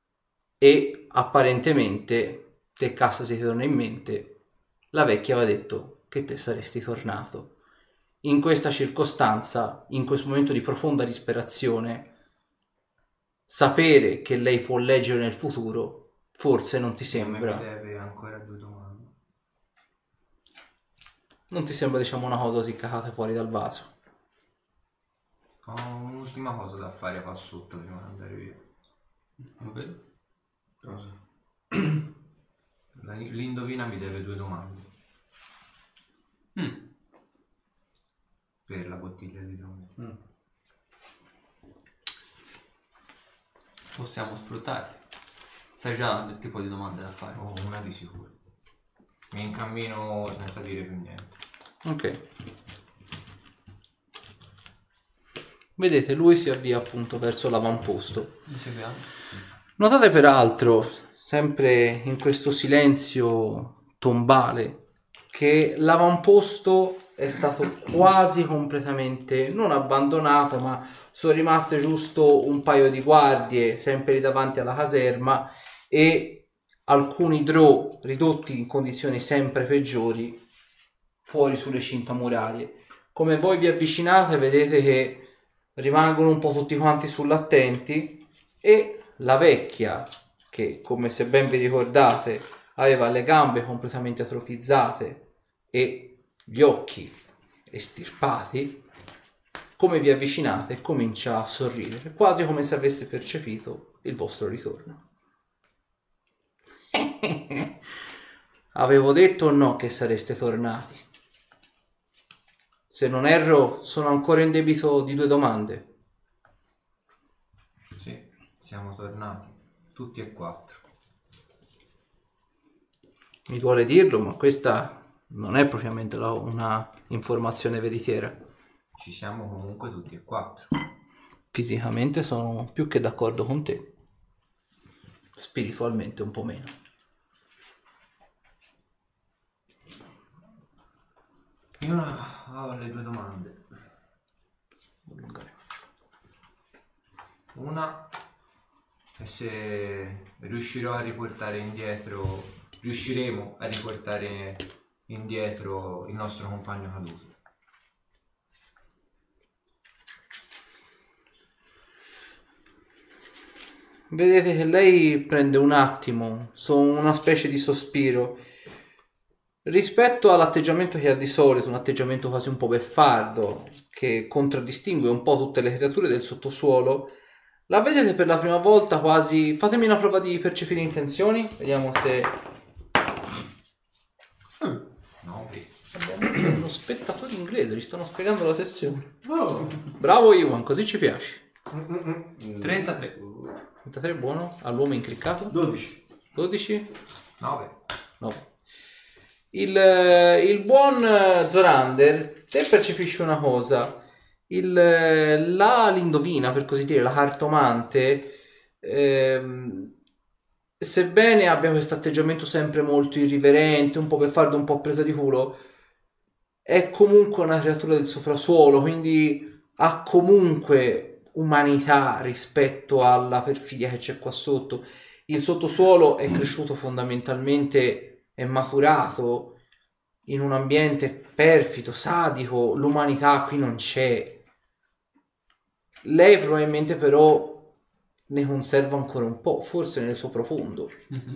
e apparentemente, te Cassasir ti torna in mente, la vecchia aveva detto che te saresti tornato. In questa circostanza, in questo momento di profonda disperazione, sapere che lei può leggere nel futuro forse non ti sembra, Mi deve ancora 2 domande. non ti sembra, diciamo, una cosa così cacata fuori dal vaso. Ho un'ultima cosa da fare qua sotto prima di andare via. Ovvero? Cosa? L'indovina mi deve 2 domande. Per la bottiglia di Domenico. Possiamo sfruttare. Sai già del tipo di domande da fare. Ho una di sicuro. Mi incammino senza dire più niente. Ok. Vedete, lui si avvia appunto verso l'avamposto. Mi seguiamo? Notate peraltro, sempre in questo silenzio tombale, che l'avamposto è stato quasi completamente, non abbandonato, ma sono rimaste giusto un paio di guardie sempre lì davanti alla caserma e alcuni drow ridotti in condizioni sempre peggiori fuori sulle cinta murarie. Come voi vi avvicinate vedete che rimangono un po' tutti quanti sull'attenti e la vecchia, che come se ben vi ricordate aveva le gambe completamente atrofizzate e gli occhi estirpati, come vi avvicinate comincia a sorridere, quasi come se avesse percepito il vostro ritorno. Avevo detto o no che sareste tornati? Se non erro, sono ancora in debito di 2 domande. Sì, siamo tornati, tutti e 4. Mi duole dirlo, ma questa non è propriamente una informazione veritiera. Ci siamo comunque tutti e 4. Fisicamente sono più che d'accordo con te. Spiritualmente un po' meno. Io ho le 2 domande. Una è se riusciremo a riportare indietro il nostro compagno caduto. Vedete che lei prende un attimo, una specie di sospiro. Rispetto all'atteggiamento che ha di solito, un atteggiamento quasi un po' beffardo, che contraddistingue un po' tutte le creature del sottosuolo, la vedete per la prima volta quasi... Fatemi una prova di percepire intenzioni, vediamo se... 9. Abbiamo uno spettatore inglese, gli stanno spiegando la sessione. Oh. Bravo Iwan, così ci piace. 33. 33 buono, all'uomo incliccato. 12. 12? 9. No. Il buon Zorander, te percepisci una cosa. L'indovina, per così dire, la cartomante, sebbene abbia questo atteggiamento sempre molto irriverente, un po' beffardo, un po' presa di culo, è comunque una creatura del soprasuolo, quindi ha comunque umanità rispetto alla perfidia che c'è qua sotto. Il sottosuolo è cresciuto fondamentalmente, è maturato in un ambiente perfido, sadico, l'umanità qui non c'è. Lei probabilmente però ne conserva ancora un po', forse nel suo profondo. Mhm.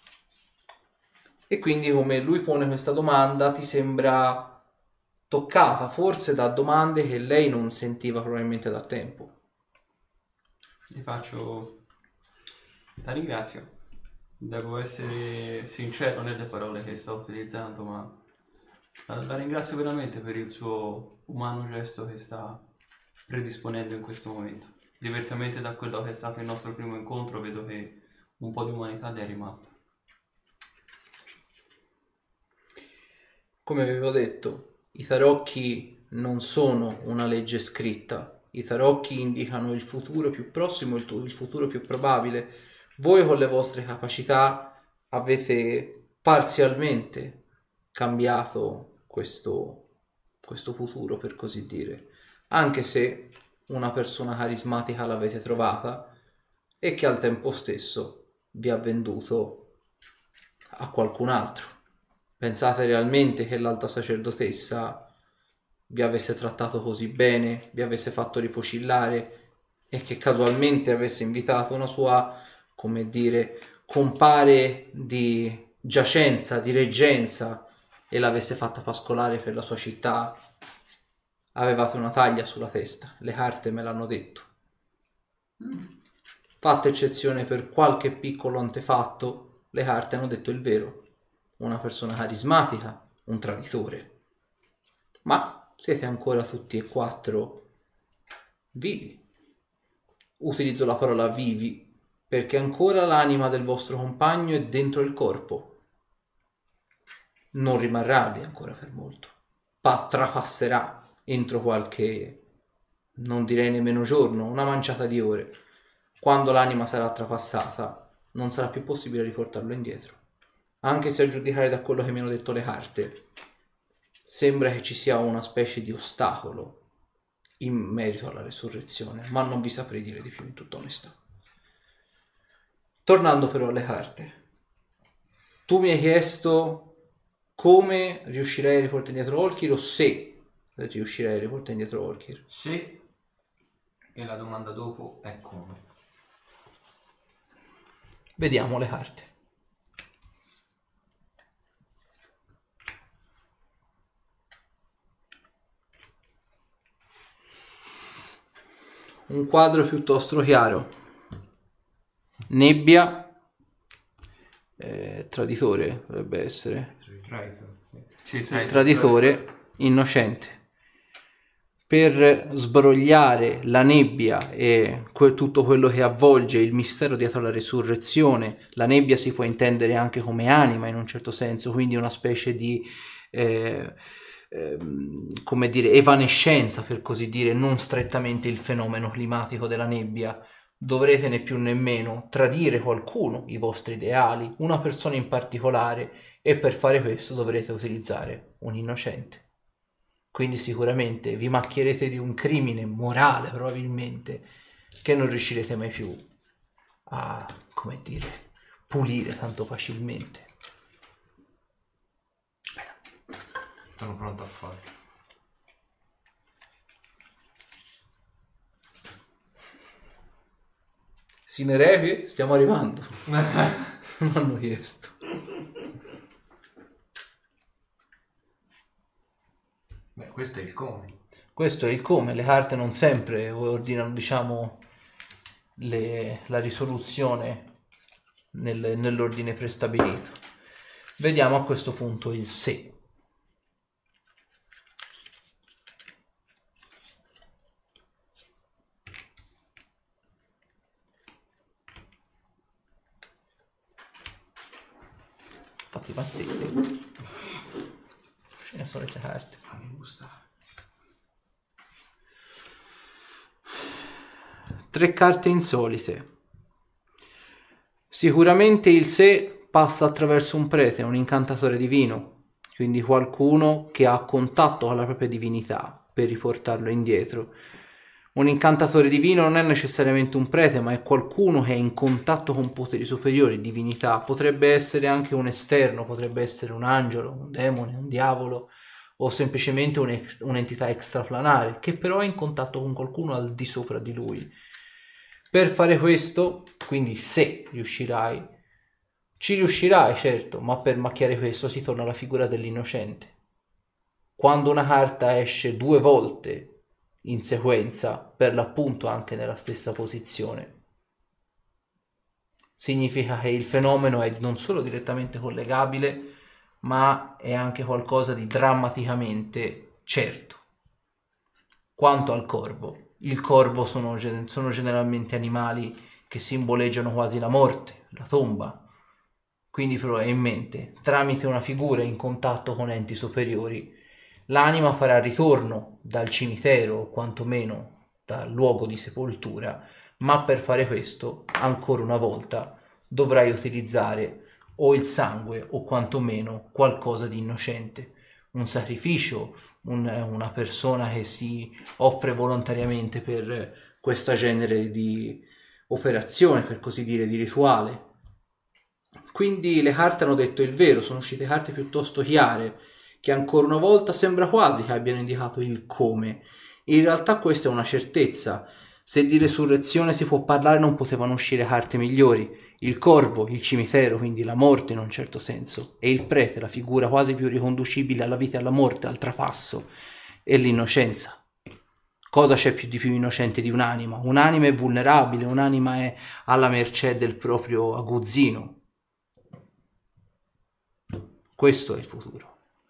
E quindi come lui pone questa domanda ti sembra toccata, forse da domande che lei non sentiva probabilmente da tempo. Ti faccio... La ringrazio. Devo essere sincero nelle parole che sto utilizzando, ma la ringrazio veramente per il suo umano gesto che sta predisponendo in questo momento. Diversamente da quello che è stato il nostro primo incontro, vedo che un po' di umanità le è rimasta. Come avevo detto, i tarocchi non sono una legge scritta. I tarocchi indicano il futuro più prossimo, il futuro più probabile. Voi con le vostre capacità avete parzialmente cambiato questo futuro, per così dire, anche se una persona carismatica l'avete trovata e che al tempo stesso vi ha venduto a qualcun altro. Pensate realmente che l'alta sacerdotessa vi avesse trattato così bene, vi avesse fatto rifocillare e che casualmente avesse invitato una sua, come dire, compare di giacenza, di reggenza e l'avesse fatta pascolare per la sua città? Avevate una taglia sulla testa, le carte me l'hanno detto. Fatta eccezione per qualche piccolo antefatto, le carte hanno detto il vero. Una persona carismatica, un traditore. Ma siete ancora tutti e 4 vivi. Utilizzo la parola vivi perché ancora l'anima del vostro compagno è dentro il corpo. Non rimarrà lì ancora per molto. Trapasserà entro qualche, non direi nemmeno giorno, una manciata di ore. Quando l'anima sarà trapassata, non sarà più possibile riportarlo indietro. Anche se a giudicare da quello che mi hanno detto le carte, sembra che ci sia una specie di ostacolo in merito alla resurrezione, ma non vi saprei dire di più in tutta onestà. Tornando però alle carte, tu mi hai chiesto come riuscirei a riportare indietro Olkir o se riuscirei a riportare indietro Olkir. Se, e la domanda dopo è come. Vediamo le carte. Un quadro piuttosto chiaro. Nebbia, traditore dovrebbe essere. Traditore, innocente. Per sbrogliare la nebbia e tutto quello che avvolge il mistero dietro la resurrezione, la nebbia si può intendere anche come anima in un certo senso, quindi una specie di come dire, evanescenza, per così dire, non strettamente il fenomeno climatico della nebbia. Dovrete né più né meno tradire qualcuno, i vostri ideali, una persona in particolare, e per fare questo dovrete utilizzare un innocente. Quindi sicuramente vi macchierete di un crimine morale, probabilmente, che non riuscirete mai più a, come dire, pulire tanto facilmente. Sono pronto a farlo. Sinerevi, stiamo arrivando. Mi hanno chiesto. Beh, questo è il come. Questo è il come. Le carte non sempre ordinano, diciamo, la risoluzione nell'ordine prestabilito. Vediamo a questo punto il se. Fatti pazzetti. Ce ne sono le carte. Fammi gustare. 3 carte insolite. Sicuramente il se passa attraverso un prete, un incantatore divino, quindi qualcuno che ha contatto con la propria divinità per riportarlo indietro. Un incantatore divino non è necessariamente un prete, ma è qualcuno che è in contatto con poteri superiori, divinità. Potrebbe essere anche un esterno, potrebbe essere un angelo, un demone, un diavolo, o semplicemente un'entità extraplanare, che però è in contatto con qualcuno al di sopra di lui. Per fare questo, quindi se riuscirai, ci riuscirai certo, ma per macchiare questo si torna alla figura dell'innocente. Quando una carta esce 2 volte in sequenza, per l'appunto anche nella stessa posizione, significa che il fenomeno è non solo direttamente collegabile, ma è anche qualcosa di drammaticamente certo. Quanto al corvo, il corvo sono generalmente animali che simboleggiano quasi la morte, la tomba, quindi probabilmente tramite una figura in contatto con enti superiori l'anima farà ritorno dal cimitero o quantomeno dal luogo di sepoltura, ma per fare questo, ancora una volta, dovrai utilizzare o il sangue o quantomeno qualcosa di innocente, un sacrificio, una persona che si offre volontariamente per questo genere di operazione, per così dire, di rituale. Quindi le carte hanno detto il vero, sono uscite carte piuttosto chiare, che ancora una volta sembra quasi che abbiano indicato il come. In realtà questa è una certezza. Se di resurrezione si può parlare, non potevano uscire carte migliori. Il corvo, il cimitero, quindi la morte in un certo senso, e il prete, la figura quasi più riconducibile alla vita e alla morte, al trapasso, e l'innocenza. Cosa c'è più di più innocente di un'anima? Un'anima è vulnerabile, un'anima è alla mercé del proprio aguzzino. Questo è il futuro.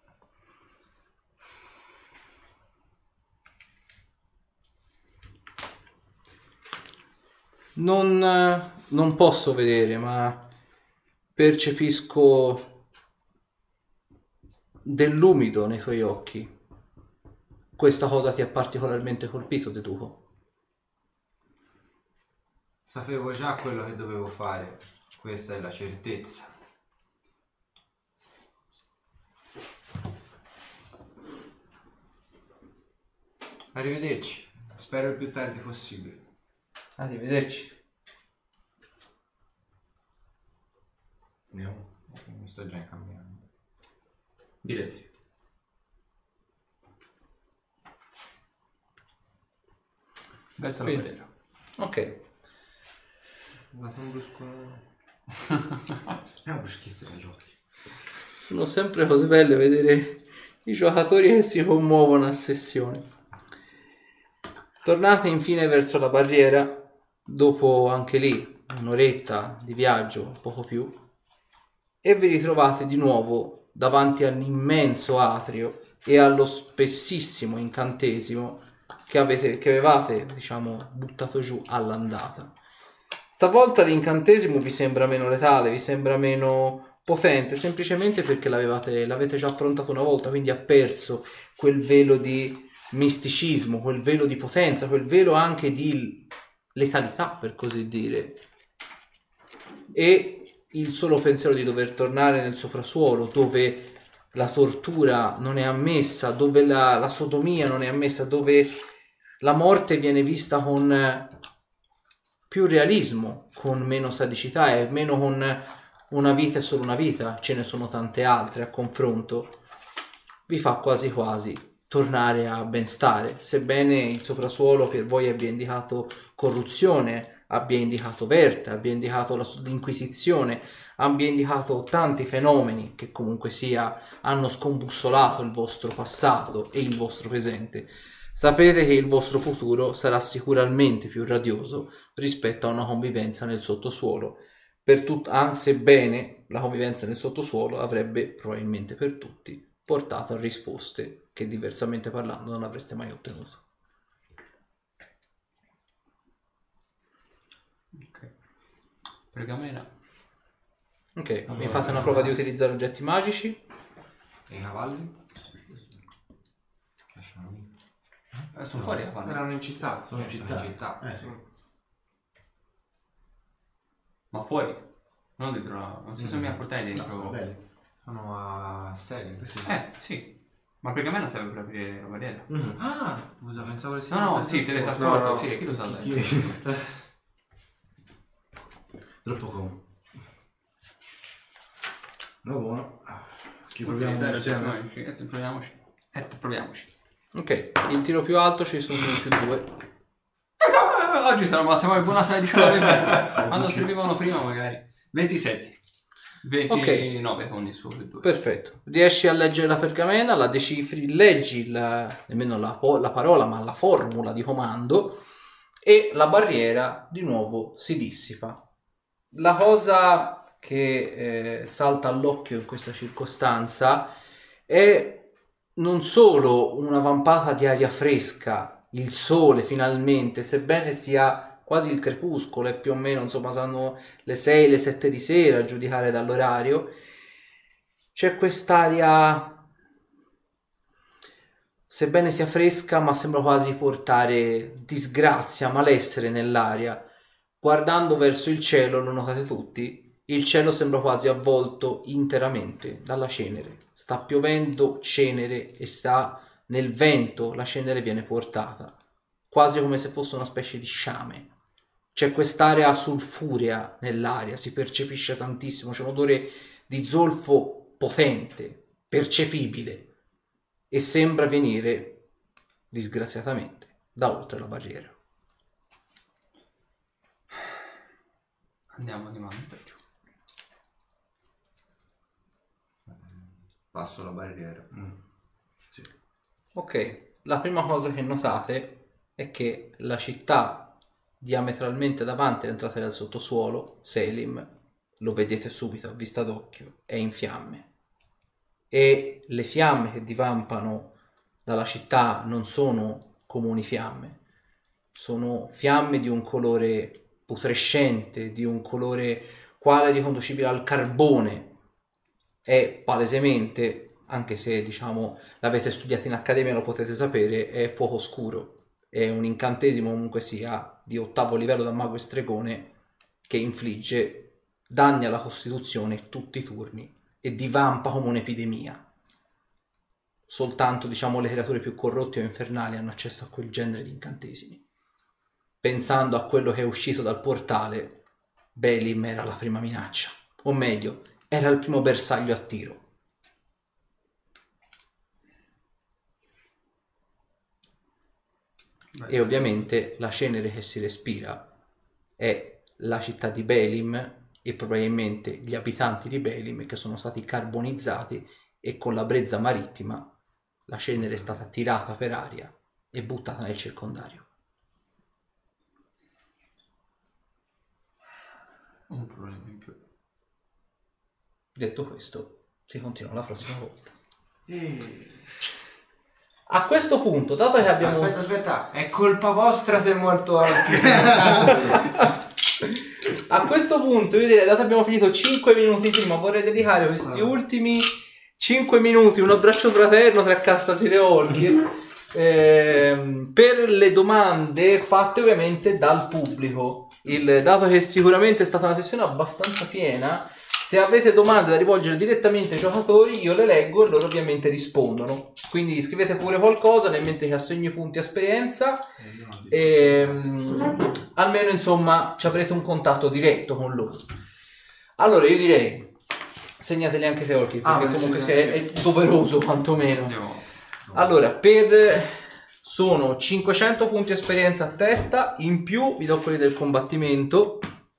Non posso vedere, ma percepisco dell'umido nei tuoi occhi. Questa cosa ti ha particolarmente colpito, deduco. Sapevo già quello che dovevo fare, questa è la certezza. Arrivederci. Spero il più tardi possibile. Arrivederci. Andiamo. Mi sto già incamminando. Diretti. Verso la Quindi- barriera. Ok. Ma un brusco. È un bruschetto negli occhi. Sono sempre cose belle vedere i giocatori che si commuovono a sessione. Tornate infine verso la barriera, dopo anche lì un'oretta di viaggio, poco più, e vi ritrovate di nuovo davanti all'immenso atrio e allo spessissimo incantesimo che avevate, diciamo, buttato giù all'andata. Stavolta l'incantesimo vi sembra meno letale, vi sembra meno potente, semplicemente perché l'avete già affrontato una volta, quindi ha perso quel velo di misticismo, quel velo di potenza, quel velo anche di letalità, per così dire. E il solo pensiero di dover tornare nel soprasuolo, dove la tortura non è ammessa, dove la sodomia non è ammessa, dove la morte viene vista con più realismo, con meno sadicità e meno con una vita è solo una vita, ce ne sono tante altre a confronto, vi fa quasi quasi tornare a ben stare, sebbene il soprasuolo per voi abbia indicato corruzione, abbia indicato Verta, abbia indicato l'inquisizione, abbia indicato tanti fenomeni che comunque sia hanno scombussolato il vostro passato e il vostro presente. Sapete che il vostro futuro sarà sicuramente più radioso rispetto a una convivenza nel sottosuolo, sebbene la convivenza nel sottosuolo avrebbe probabilmente per tutti portato a risposte che diversamente parlando non avreste mai ottenuto. Ok. Pergamena. Ok, mi fate una prova di utilizzare oggetti magici. E i cavalli? Lasciamo lì. Sono fuori a farlo. Erano in città. Sono in città. in città. Sì. Ma fuori? Non dentro la... Non si sono mica portati dentro. Belli. Sono a Selin. Sì. Ma pergamena serve per aprire la barriera. Ah, scusa, pensavo che No, sì, teletrasporto, No. sì, chi lo sa? Troppo comodo. Va buono. Ci Proviamo proviamo insieme. Proviamoci. Ok, il tiro più alto ci sono più 2. Oggi sarà massimo buonata alle 19 quando servivano prima magari. 27. 29 con il suo 2. Perfetto, riesci a leggere la pergamena, la decifri, leggi nemmeno la parola ma la formula di comando e la barriera di nuovo si dissipa. La cosa che salta all'occhio in questa circostanza è non solo una vampata di aria fresca, il sole finalmente, sebbene sia quasi il crepuscolo e più o meno insomma saranno le 6, le 7 di sera a giudicare dall'orario, c'è quest'aria sebbene sia fresca ma sembra quasi portare disgrazia, malessere nell'aria. Guardando verso il cielo, lo notate tutti, il cielo sembra quasi avvolto interamente dalla cenere, sta piovendo cenere e sta nel vento, la cenere viene portata quasi come se fosse una specie di sciame. C'è quest'area sulfurea nell'aria, si percepisce tantissimo, c'è un odore di zolfo potente, percepibile, e sembra venire, disgraziatamente, da oltre la barriera. Andiamo di mano per giù. Passo la barriera. Sì. Ok, la prima cosa che notate è che la città diametralmente davanti all'entrata del sottosuolo, Selim, lo vedete subito a vista d'occhio, è in fiamme. E le fiamme che divampano dalla città non sono comuni fiamme, sono fiamme di un colore putrescente, di un colore quale riconducibile al carbone. È palesemente, anche se diciamo l'avete studiato in accademia lo potete sapere, è fuoco scuro. È un incantesimo comunque sia di 8° livello da mago e stregone che infligge danni alla costituzione tutti i turni e divampa come un'epidemia. soltanto, diciamo, le creature più corrotte o infernali hanno accesso a quel genere di incantesimi. Pensando a quello che è uscito dal portale, Belim era la prima minaccia, o meglio, era il primo bersaglio a tiro. E ovviamente la cenere che si respira è la città di Belim e probabilmente gli abitanti di Belim che sono stati carbonizzati, e con la brezza marittima la cenere è stata tirata per aria e buttata nel circondario. Un problema in più. Detto questo, si continua la prossima volta. A questo punto, dato che abbiamo... Aspetta, è colpa vostra se è morto Alkir. A questo punto io direi, dato che abbiamo finito 5 minuti prima, vorrei dedicare questi ultimi 5 minuti, un abbraccio fraterno tra Castasir e Olgir, per le domande fatte ovviamente dal pubblico. Dato che sicuramente è stata una sessione abbastanza piena, se avete domande da rivolgere direttamente ai giocatori, io le leggo e loro ovviamente rispondono. Quindi scrivete pure qualcosa nel mentre che assegno i punti esperienza, almeno insomma ci avrete un contatto diretto con loro. Allora io direi, segnateli anche te Olkir, perché comunque è doveroso quantomeno. Allora, sono 500 punti esperienza a testa, in più vi do quelli del combattimento.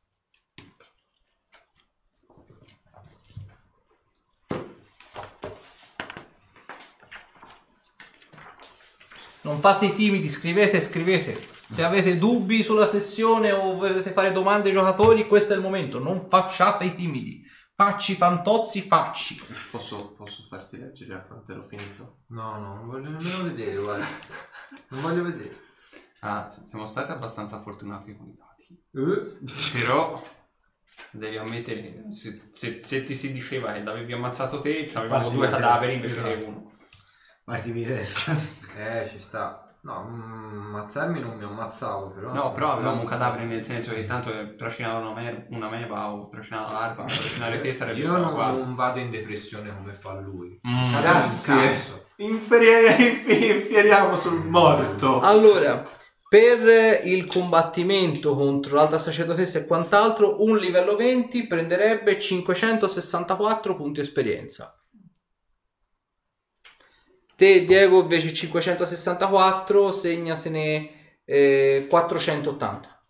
Non fate i timidi, scrivete. Se avete dubbi sulla sessione o volete fare domande ai giocatori, questo è il momento. Non facciate i timidi. Facci, fantozzi, facci. Posso farti leggere a quanto ero finito? No, non voglio nemmeno vedere, guarda. Non voglio vedere. Siamo stati abbastanza fortunati con i dati. Però devi ammettere, se ti si diceva che l'avevi ammazzato te, avevamo 2 cadaveri invece che uno. Parti mi resta. Ci sta. No, ammazzarmi non mi ammazzavo, però. No, però avevamo un cadavere, nel senso che tanto trascinava una meva o trascinava l'arpa, trascinare te sarebbe Io stato uguale. non vado in depressione come fa lui. Grazie. Infieriamo sul morto. Allora, per il combattimento contro l'alta sacerdotessa e quant'altro, un livello 20 prenderebbe 564 punti esperienza. Te Diego invece 564, segnatene 480.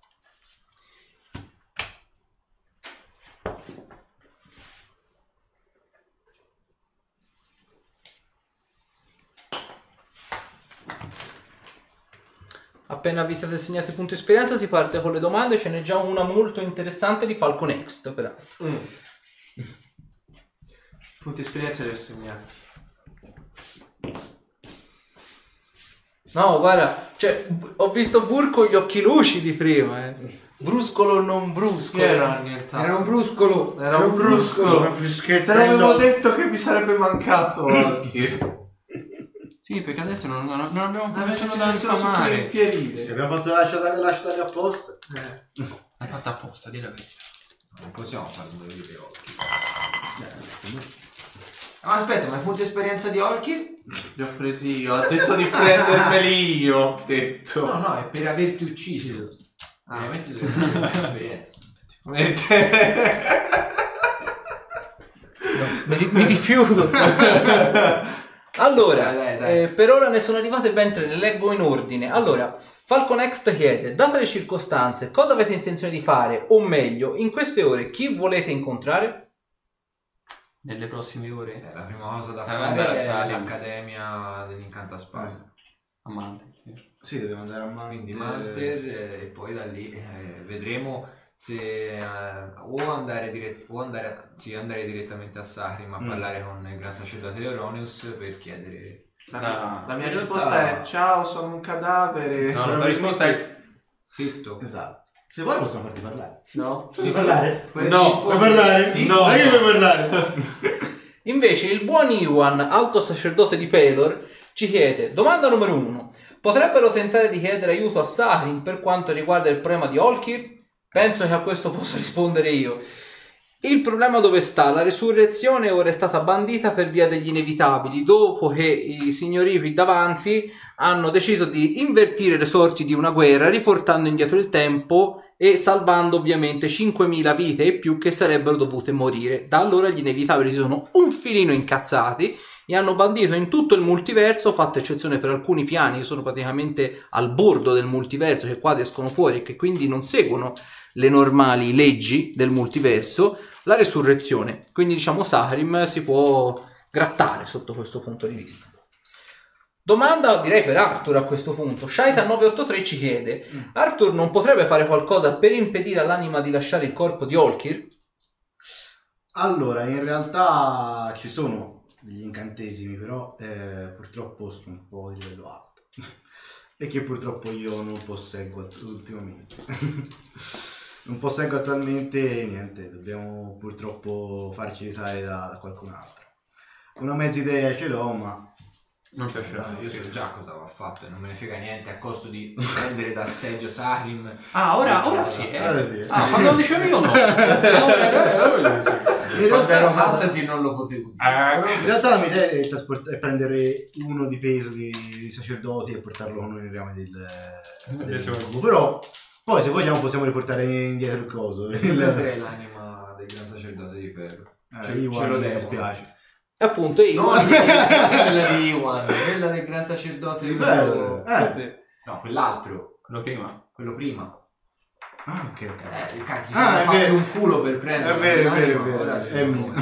Appena vi siete segnati i punti esperienza si parte con le domande, ce n'è già una molto interessante di Falcon Next peraltro. Punti esperienza li ho segnati. No, guarda, cioè, ho visto Bur con gli occhi lucidi prima, Bruscolo o non bruscolo? Era un bruscolo. Era un bruscolo. Te l'avevo detto che mi sarebbe mancato Alkir. Sì, perché adesso non abbiamo nessuno da nessuno su cui infamare. infierire. Abbiamo fatto lasciare apposta. L'hai fatta apposta, di la verità. Non possiamo fare un vedere Olkir. Aspetta, ma i punti esperienza di Olkir? Li ho presi io. Ho detto di prendermeli io. Ho detto. No, è per averti ucciso. Ovviamente devi fare esperienza. Mi rifiuto. Allora, dai. per ora ne sono arrivate ben 3, ne leggo in ordine. Allora, Falcon Next chiede, date le circostanze, cosa avete intenzione di fare? O meglio, in queste ore, chi volete incontrare? Nelle prossime ore. La prima cosa da andare fare a è Salim. l'Accademia dell'Incantaspasa. Amante. Sì, dobbiamo andare a Manter. Quindi Manter e poi da lì vedremo se andare direttamente a Sahrim a parlare con il Gran Sacerdote Euronius per chiedere. La mia in risposta realtà- è ciao, sono un cadavere. No, la risposta è Zitto. Esatto. Se vuoi possiamo farti parlare. No? Vuoi parlare? No. Vuoi parlare? Sì. No. Dai che vuoi parlare? Invece il buon Iwan, alto sacerdote di Pelor, ci chiede, domanda numero 1, potrebbero tentare di chiedere aiuto a Sahrim per quanto riguarda il problema di Olkir? Penso che a questo possa rispondere io. Il problema dove sta? La resurrezione ora è stata bandita per via degli inevitabili, dopo che i signori qui davanti hanno deciso di invertire le sorti di una guerra, riportando indietro il tempo e salvando ovviamente 5.000 vite e più che sarebbero dovute morire. Da allora gli inevitabili si sono un filino incazzati e hanno bandito in tutto il multiverso, fatta eccezione per alcuni piani che sono praticamente al bordo del multiverso, che quasi escono fuori e che quindi non seguono le normali leggi del multiverso, la resurrezione. Quindi diciamo Saharim si può grattare sotto questo punto di vista. Domanda direi per Arthur a questo punto. Shaita 983 ci chiede: Arthur non potrebbe fare qualcosa per impedire all'anima di lasciare il corpo di Olkir? Allora, in realtà ci sono degli incantesimi, però purtroppo sono un po' di livello alto e che purtroppo io non posseggo ultimamente. Non posseggo attualmente niente, dobbiamo purtroppo farci aiutare da qualcun altro. Una mezza idea ce l'ho, ma Non piacerà. Io so già cosa va fatto e non me ne frega niente a costo di prendere d'assedio Saharim. Ah, ora sì. Ora sì. Ah, quando lo dicevo io no. In Quando ero realtà, Fantasy non lo potevo dire. in realtà la mia idea è prendere uno di peso di sacerdoti e portarlo con noi nei rami del corvo. Però poi se vogliamo possiamo riportare indietro il coso. Io prenderei l'anima del gran sacerdote di Perro. Iwan, ce lo mi devo. dispiace. Appunto io Non quella di Iwan, quella del gran sacerdote di Perro. Sì. No, quell'altro, Quello prima. quello prima. Ah, ok. Cacchio, Ah, è fatti vero. un culo per prendere. È vero, l'anima, è ora si vero. È mio.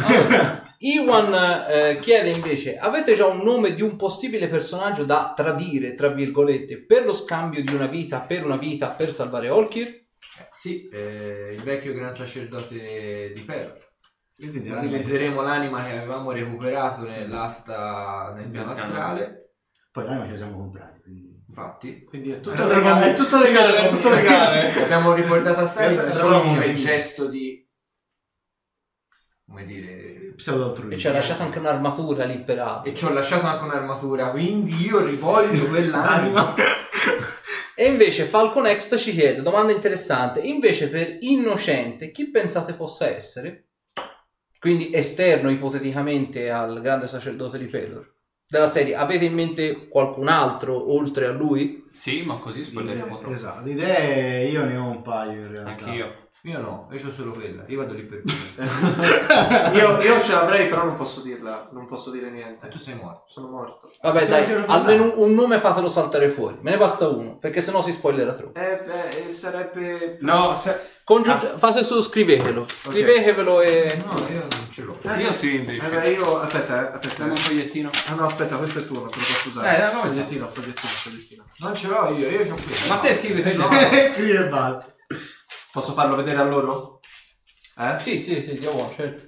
Iwan chiede invece: avete già un nome di un possibile personaggio da tradire, tra virgolette, per lo scambio di una vita per salvare Olkir? Sì, il vecchio gran sacerdote di Perro. Vedete, Utilizzeremo l'anima che avevamo recuperato nell'asta nel piano astrale. poi l'anima ce la siamo comprati, quindi... Infatti, Quindi è tutto È legale. tutto legale, è tutto legale. l'abbiamo riportata a Sai È solo mia, come quindi. gesto di, come dire, Pseudo altruismo. E ci ha lasciato anche un'armatura lì peraltro. e ci ho lasciato anche un'armatura, quindi io rivoglio quell'anima. E invece Falcon X ci chiede, domanda interessante, invece per innocente chi pensate possa essere? Quindi esterno ipoteticamente al grande sacerdote di Pelor. Della serie, avete in mente qualcun altro oltre a lui? Sì, ma così spoileriamo troppo. Esatto, le idee io ne ho un paio in realtà. Anch'io. Io no, io c'ho solo quella, io vado lì per quella. Io ce l'avrei, però non posso dirla. Non posso dire niente. Tu sei morto. Sono morto. Vabbè Bisogna dai, ricordare. almeno un nome fatelo saltare fuori, me ne basta uno, perché sennò si spoilerà troppo. Sarebbe... No, Fate solo scrivetelo, scrivetevelo e... No, io non ce l'ho. io sì invece. beh, io... Aspetta. Dammi un fogliettino. Ah no, aspetta, questo è tuo, non te lo posso usare. no, fogliettino. Non ce l'ho io c'ho quella. Ma te scrivi quello. Scrivi e basta. Posso farlo vedere a loro? Sì, andiamo, certo.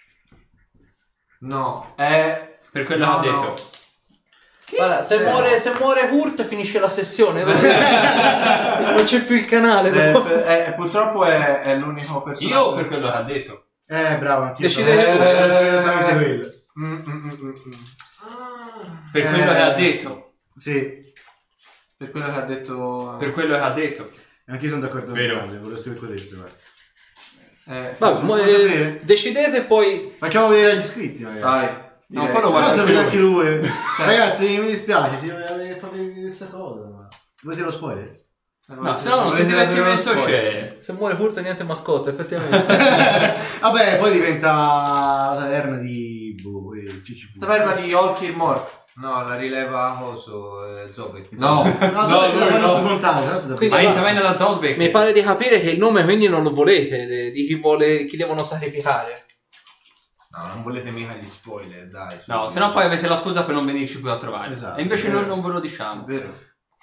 No. Per quello No, che ha no. detto. Guarda, se muore Hurt finisce la sessione, non c'è più il canale. Purtroppo è l'unico personaggio. Io per quello che ha detto. Bravo, anch'io. Decidete voi. Esattamente quello. Per quello che ha detto. Sì, Per quello che ha detto... Per quello che ha detto. anch'io sono d'accordo con Vero. te, volevo scrivere questo, guarda. Vabbè, Facciamo sapere? decidete poi. Facciamo vedere agli iscritti, magari. Dai. No, direi. poi lo guarda Tanto anche vede lui. anche lui. Ragazzi, mi dispiace, si deve fare questa cosa. Ma... Volete lo spoiler? No, se no che divertimento c'è. Se muore Hurt niente mascotte, effettivamente. Vabbè, poi diventa la taverna di Cicci. Taverna di Olkir morto. No, la rileva coso Zobek. No, No, lui fanno no. smontare, tanto Quindi- Ma in taverna da Zolbeck. Mi pare di capire che il nome quindi non lo volete, di chi devono sacrificare. No, non volete mica gli spoiler, dai. No, se no poi avete la scusa per non venirci più a trovare. Esatto. E invece noi non ve lo diciamo. Vero.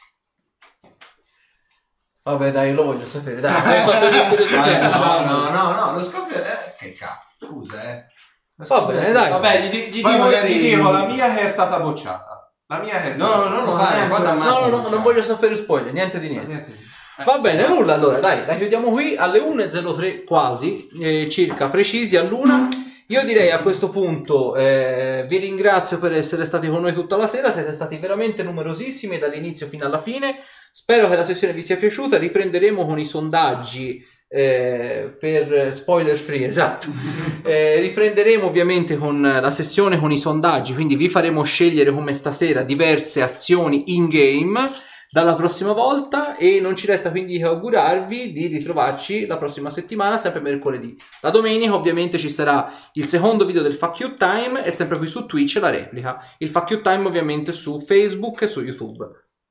Vabbè dai, lo voglio sapere, dai. Hai fatto il curiosità. No, lo scopri. Che cazzo, scusa, Va bene, dai. Vabbè, Poi magari- gli dico la mia che è stata bocciata. La mia che è stata... No, non lo fare, poi No, non voglio sapere spoiler, niente di niente. Niente. Va bene, nulla allora, dai, la chiudiamo qui alle 1:03 quasi, circa precisi all'una. Io direi a questo punto vi ringrazio per essere stati con noi tutta la sera, siete stati veramente numerosissimi dall'inizio fino alla fine. Spero che la sessione vi sia piaciuta, riprenderemo con i sondaggi per spoiler free, esatto. Riprenderemo ovviamente con la sessione con i sondaggi, quindi vi faremo scegliere come stasera diverse azioni in game dalla prossima volta, e non ci resta quindi che augurarvi di ritrovarci la prossima settimana, sempre mercoledì. La domenica ovviamente ci sarà il secondo video del Fuck You Time, e sempre qui su Twitch la replica. Il Fuck You Time ovviamente su Facebook e su YouTube.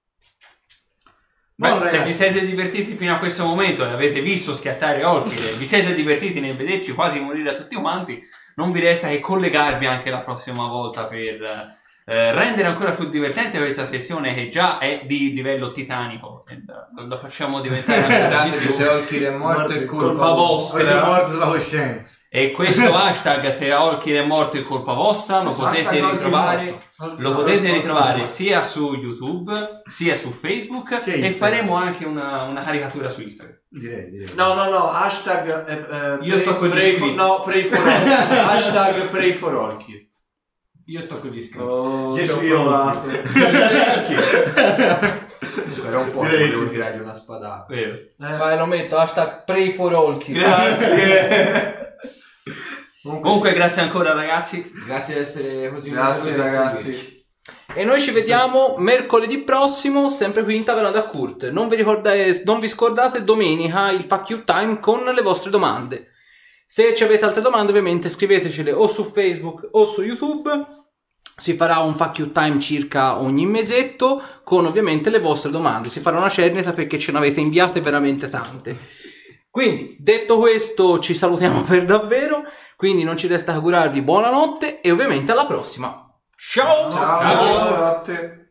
Beh, se vi siete divertiti fino a questo momento e avete visto schiattare Orchid, vi siete divertiti nel vederci quasi morire a tutti quanti, non vi resta che collegarvi anche la prossima volta per rendere ancora più divertente questa sessione, che già è di livello titanico. Lo facciamo diventare ancora di più. Se Orchid è morto è colpa vostra, è morto sulla coscienza. E questo hashtag, se Orchid è morto è colpa vostra, lo potete ritrovare sia su YouTube sia su Facebook, e faremo anche una caricatura su Instagram. Direi. No, hashtag Io sto con pray for Orchid. Hashtag pray for Orchid. Io sto con gli iscritti. Io Era un po' che volevo tirargli una spadata. Vai, lo metto, hashtag pray for Orchid. Grazie. Comunque grazie ancora ragazzi. Grazie di essere così Grazie numerosi a ragazzi. seguirci. E noi ci vediamo mercoledì prossimo, sempre qui in Taverna da Kurt. Non vi scordate domenica il Fuck You Time con le vostre domande. Se ci avete altre domande ovviamente scrivetecele o su Facebook o su YouTube. Si farà un Fuck You Time circa ogni mesetto con ovviamente le vostre domande. Si farà una cernita perché ce ne avete inviate veramente tante. Quindi, detto questo, ci salutiamo per davvero. Quindi non ci resta che augurarvi buonanotte e ovviamente alla prossima. Ciao! Ciao. Buonanotte.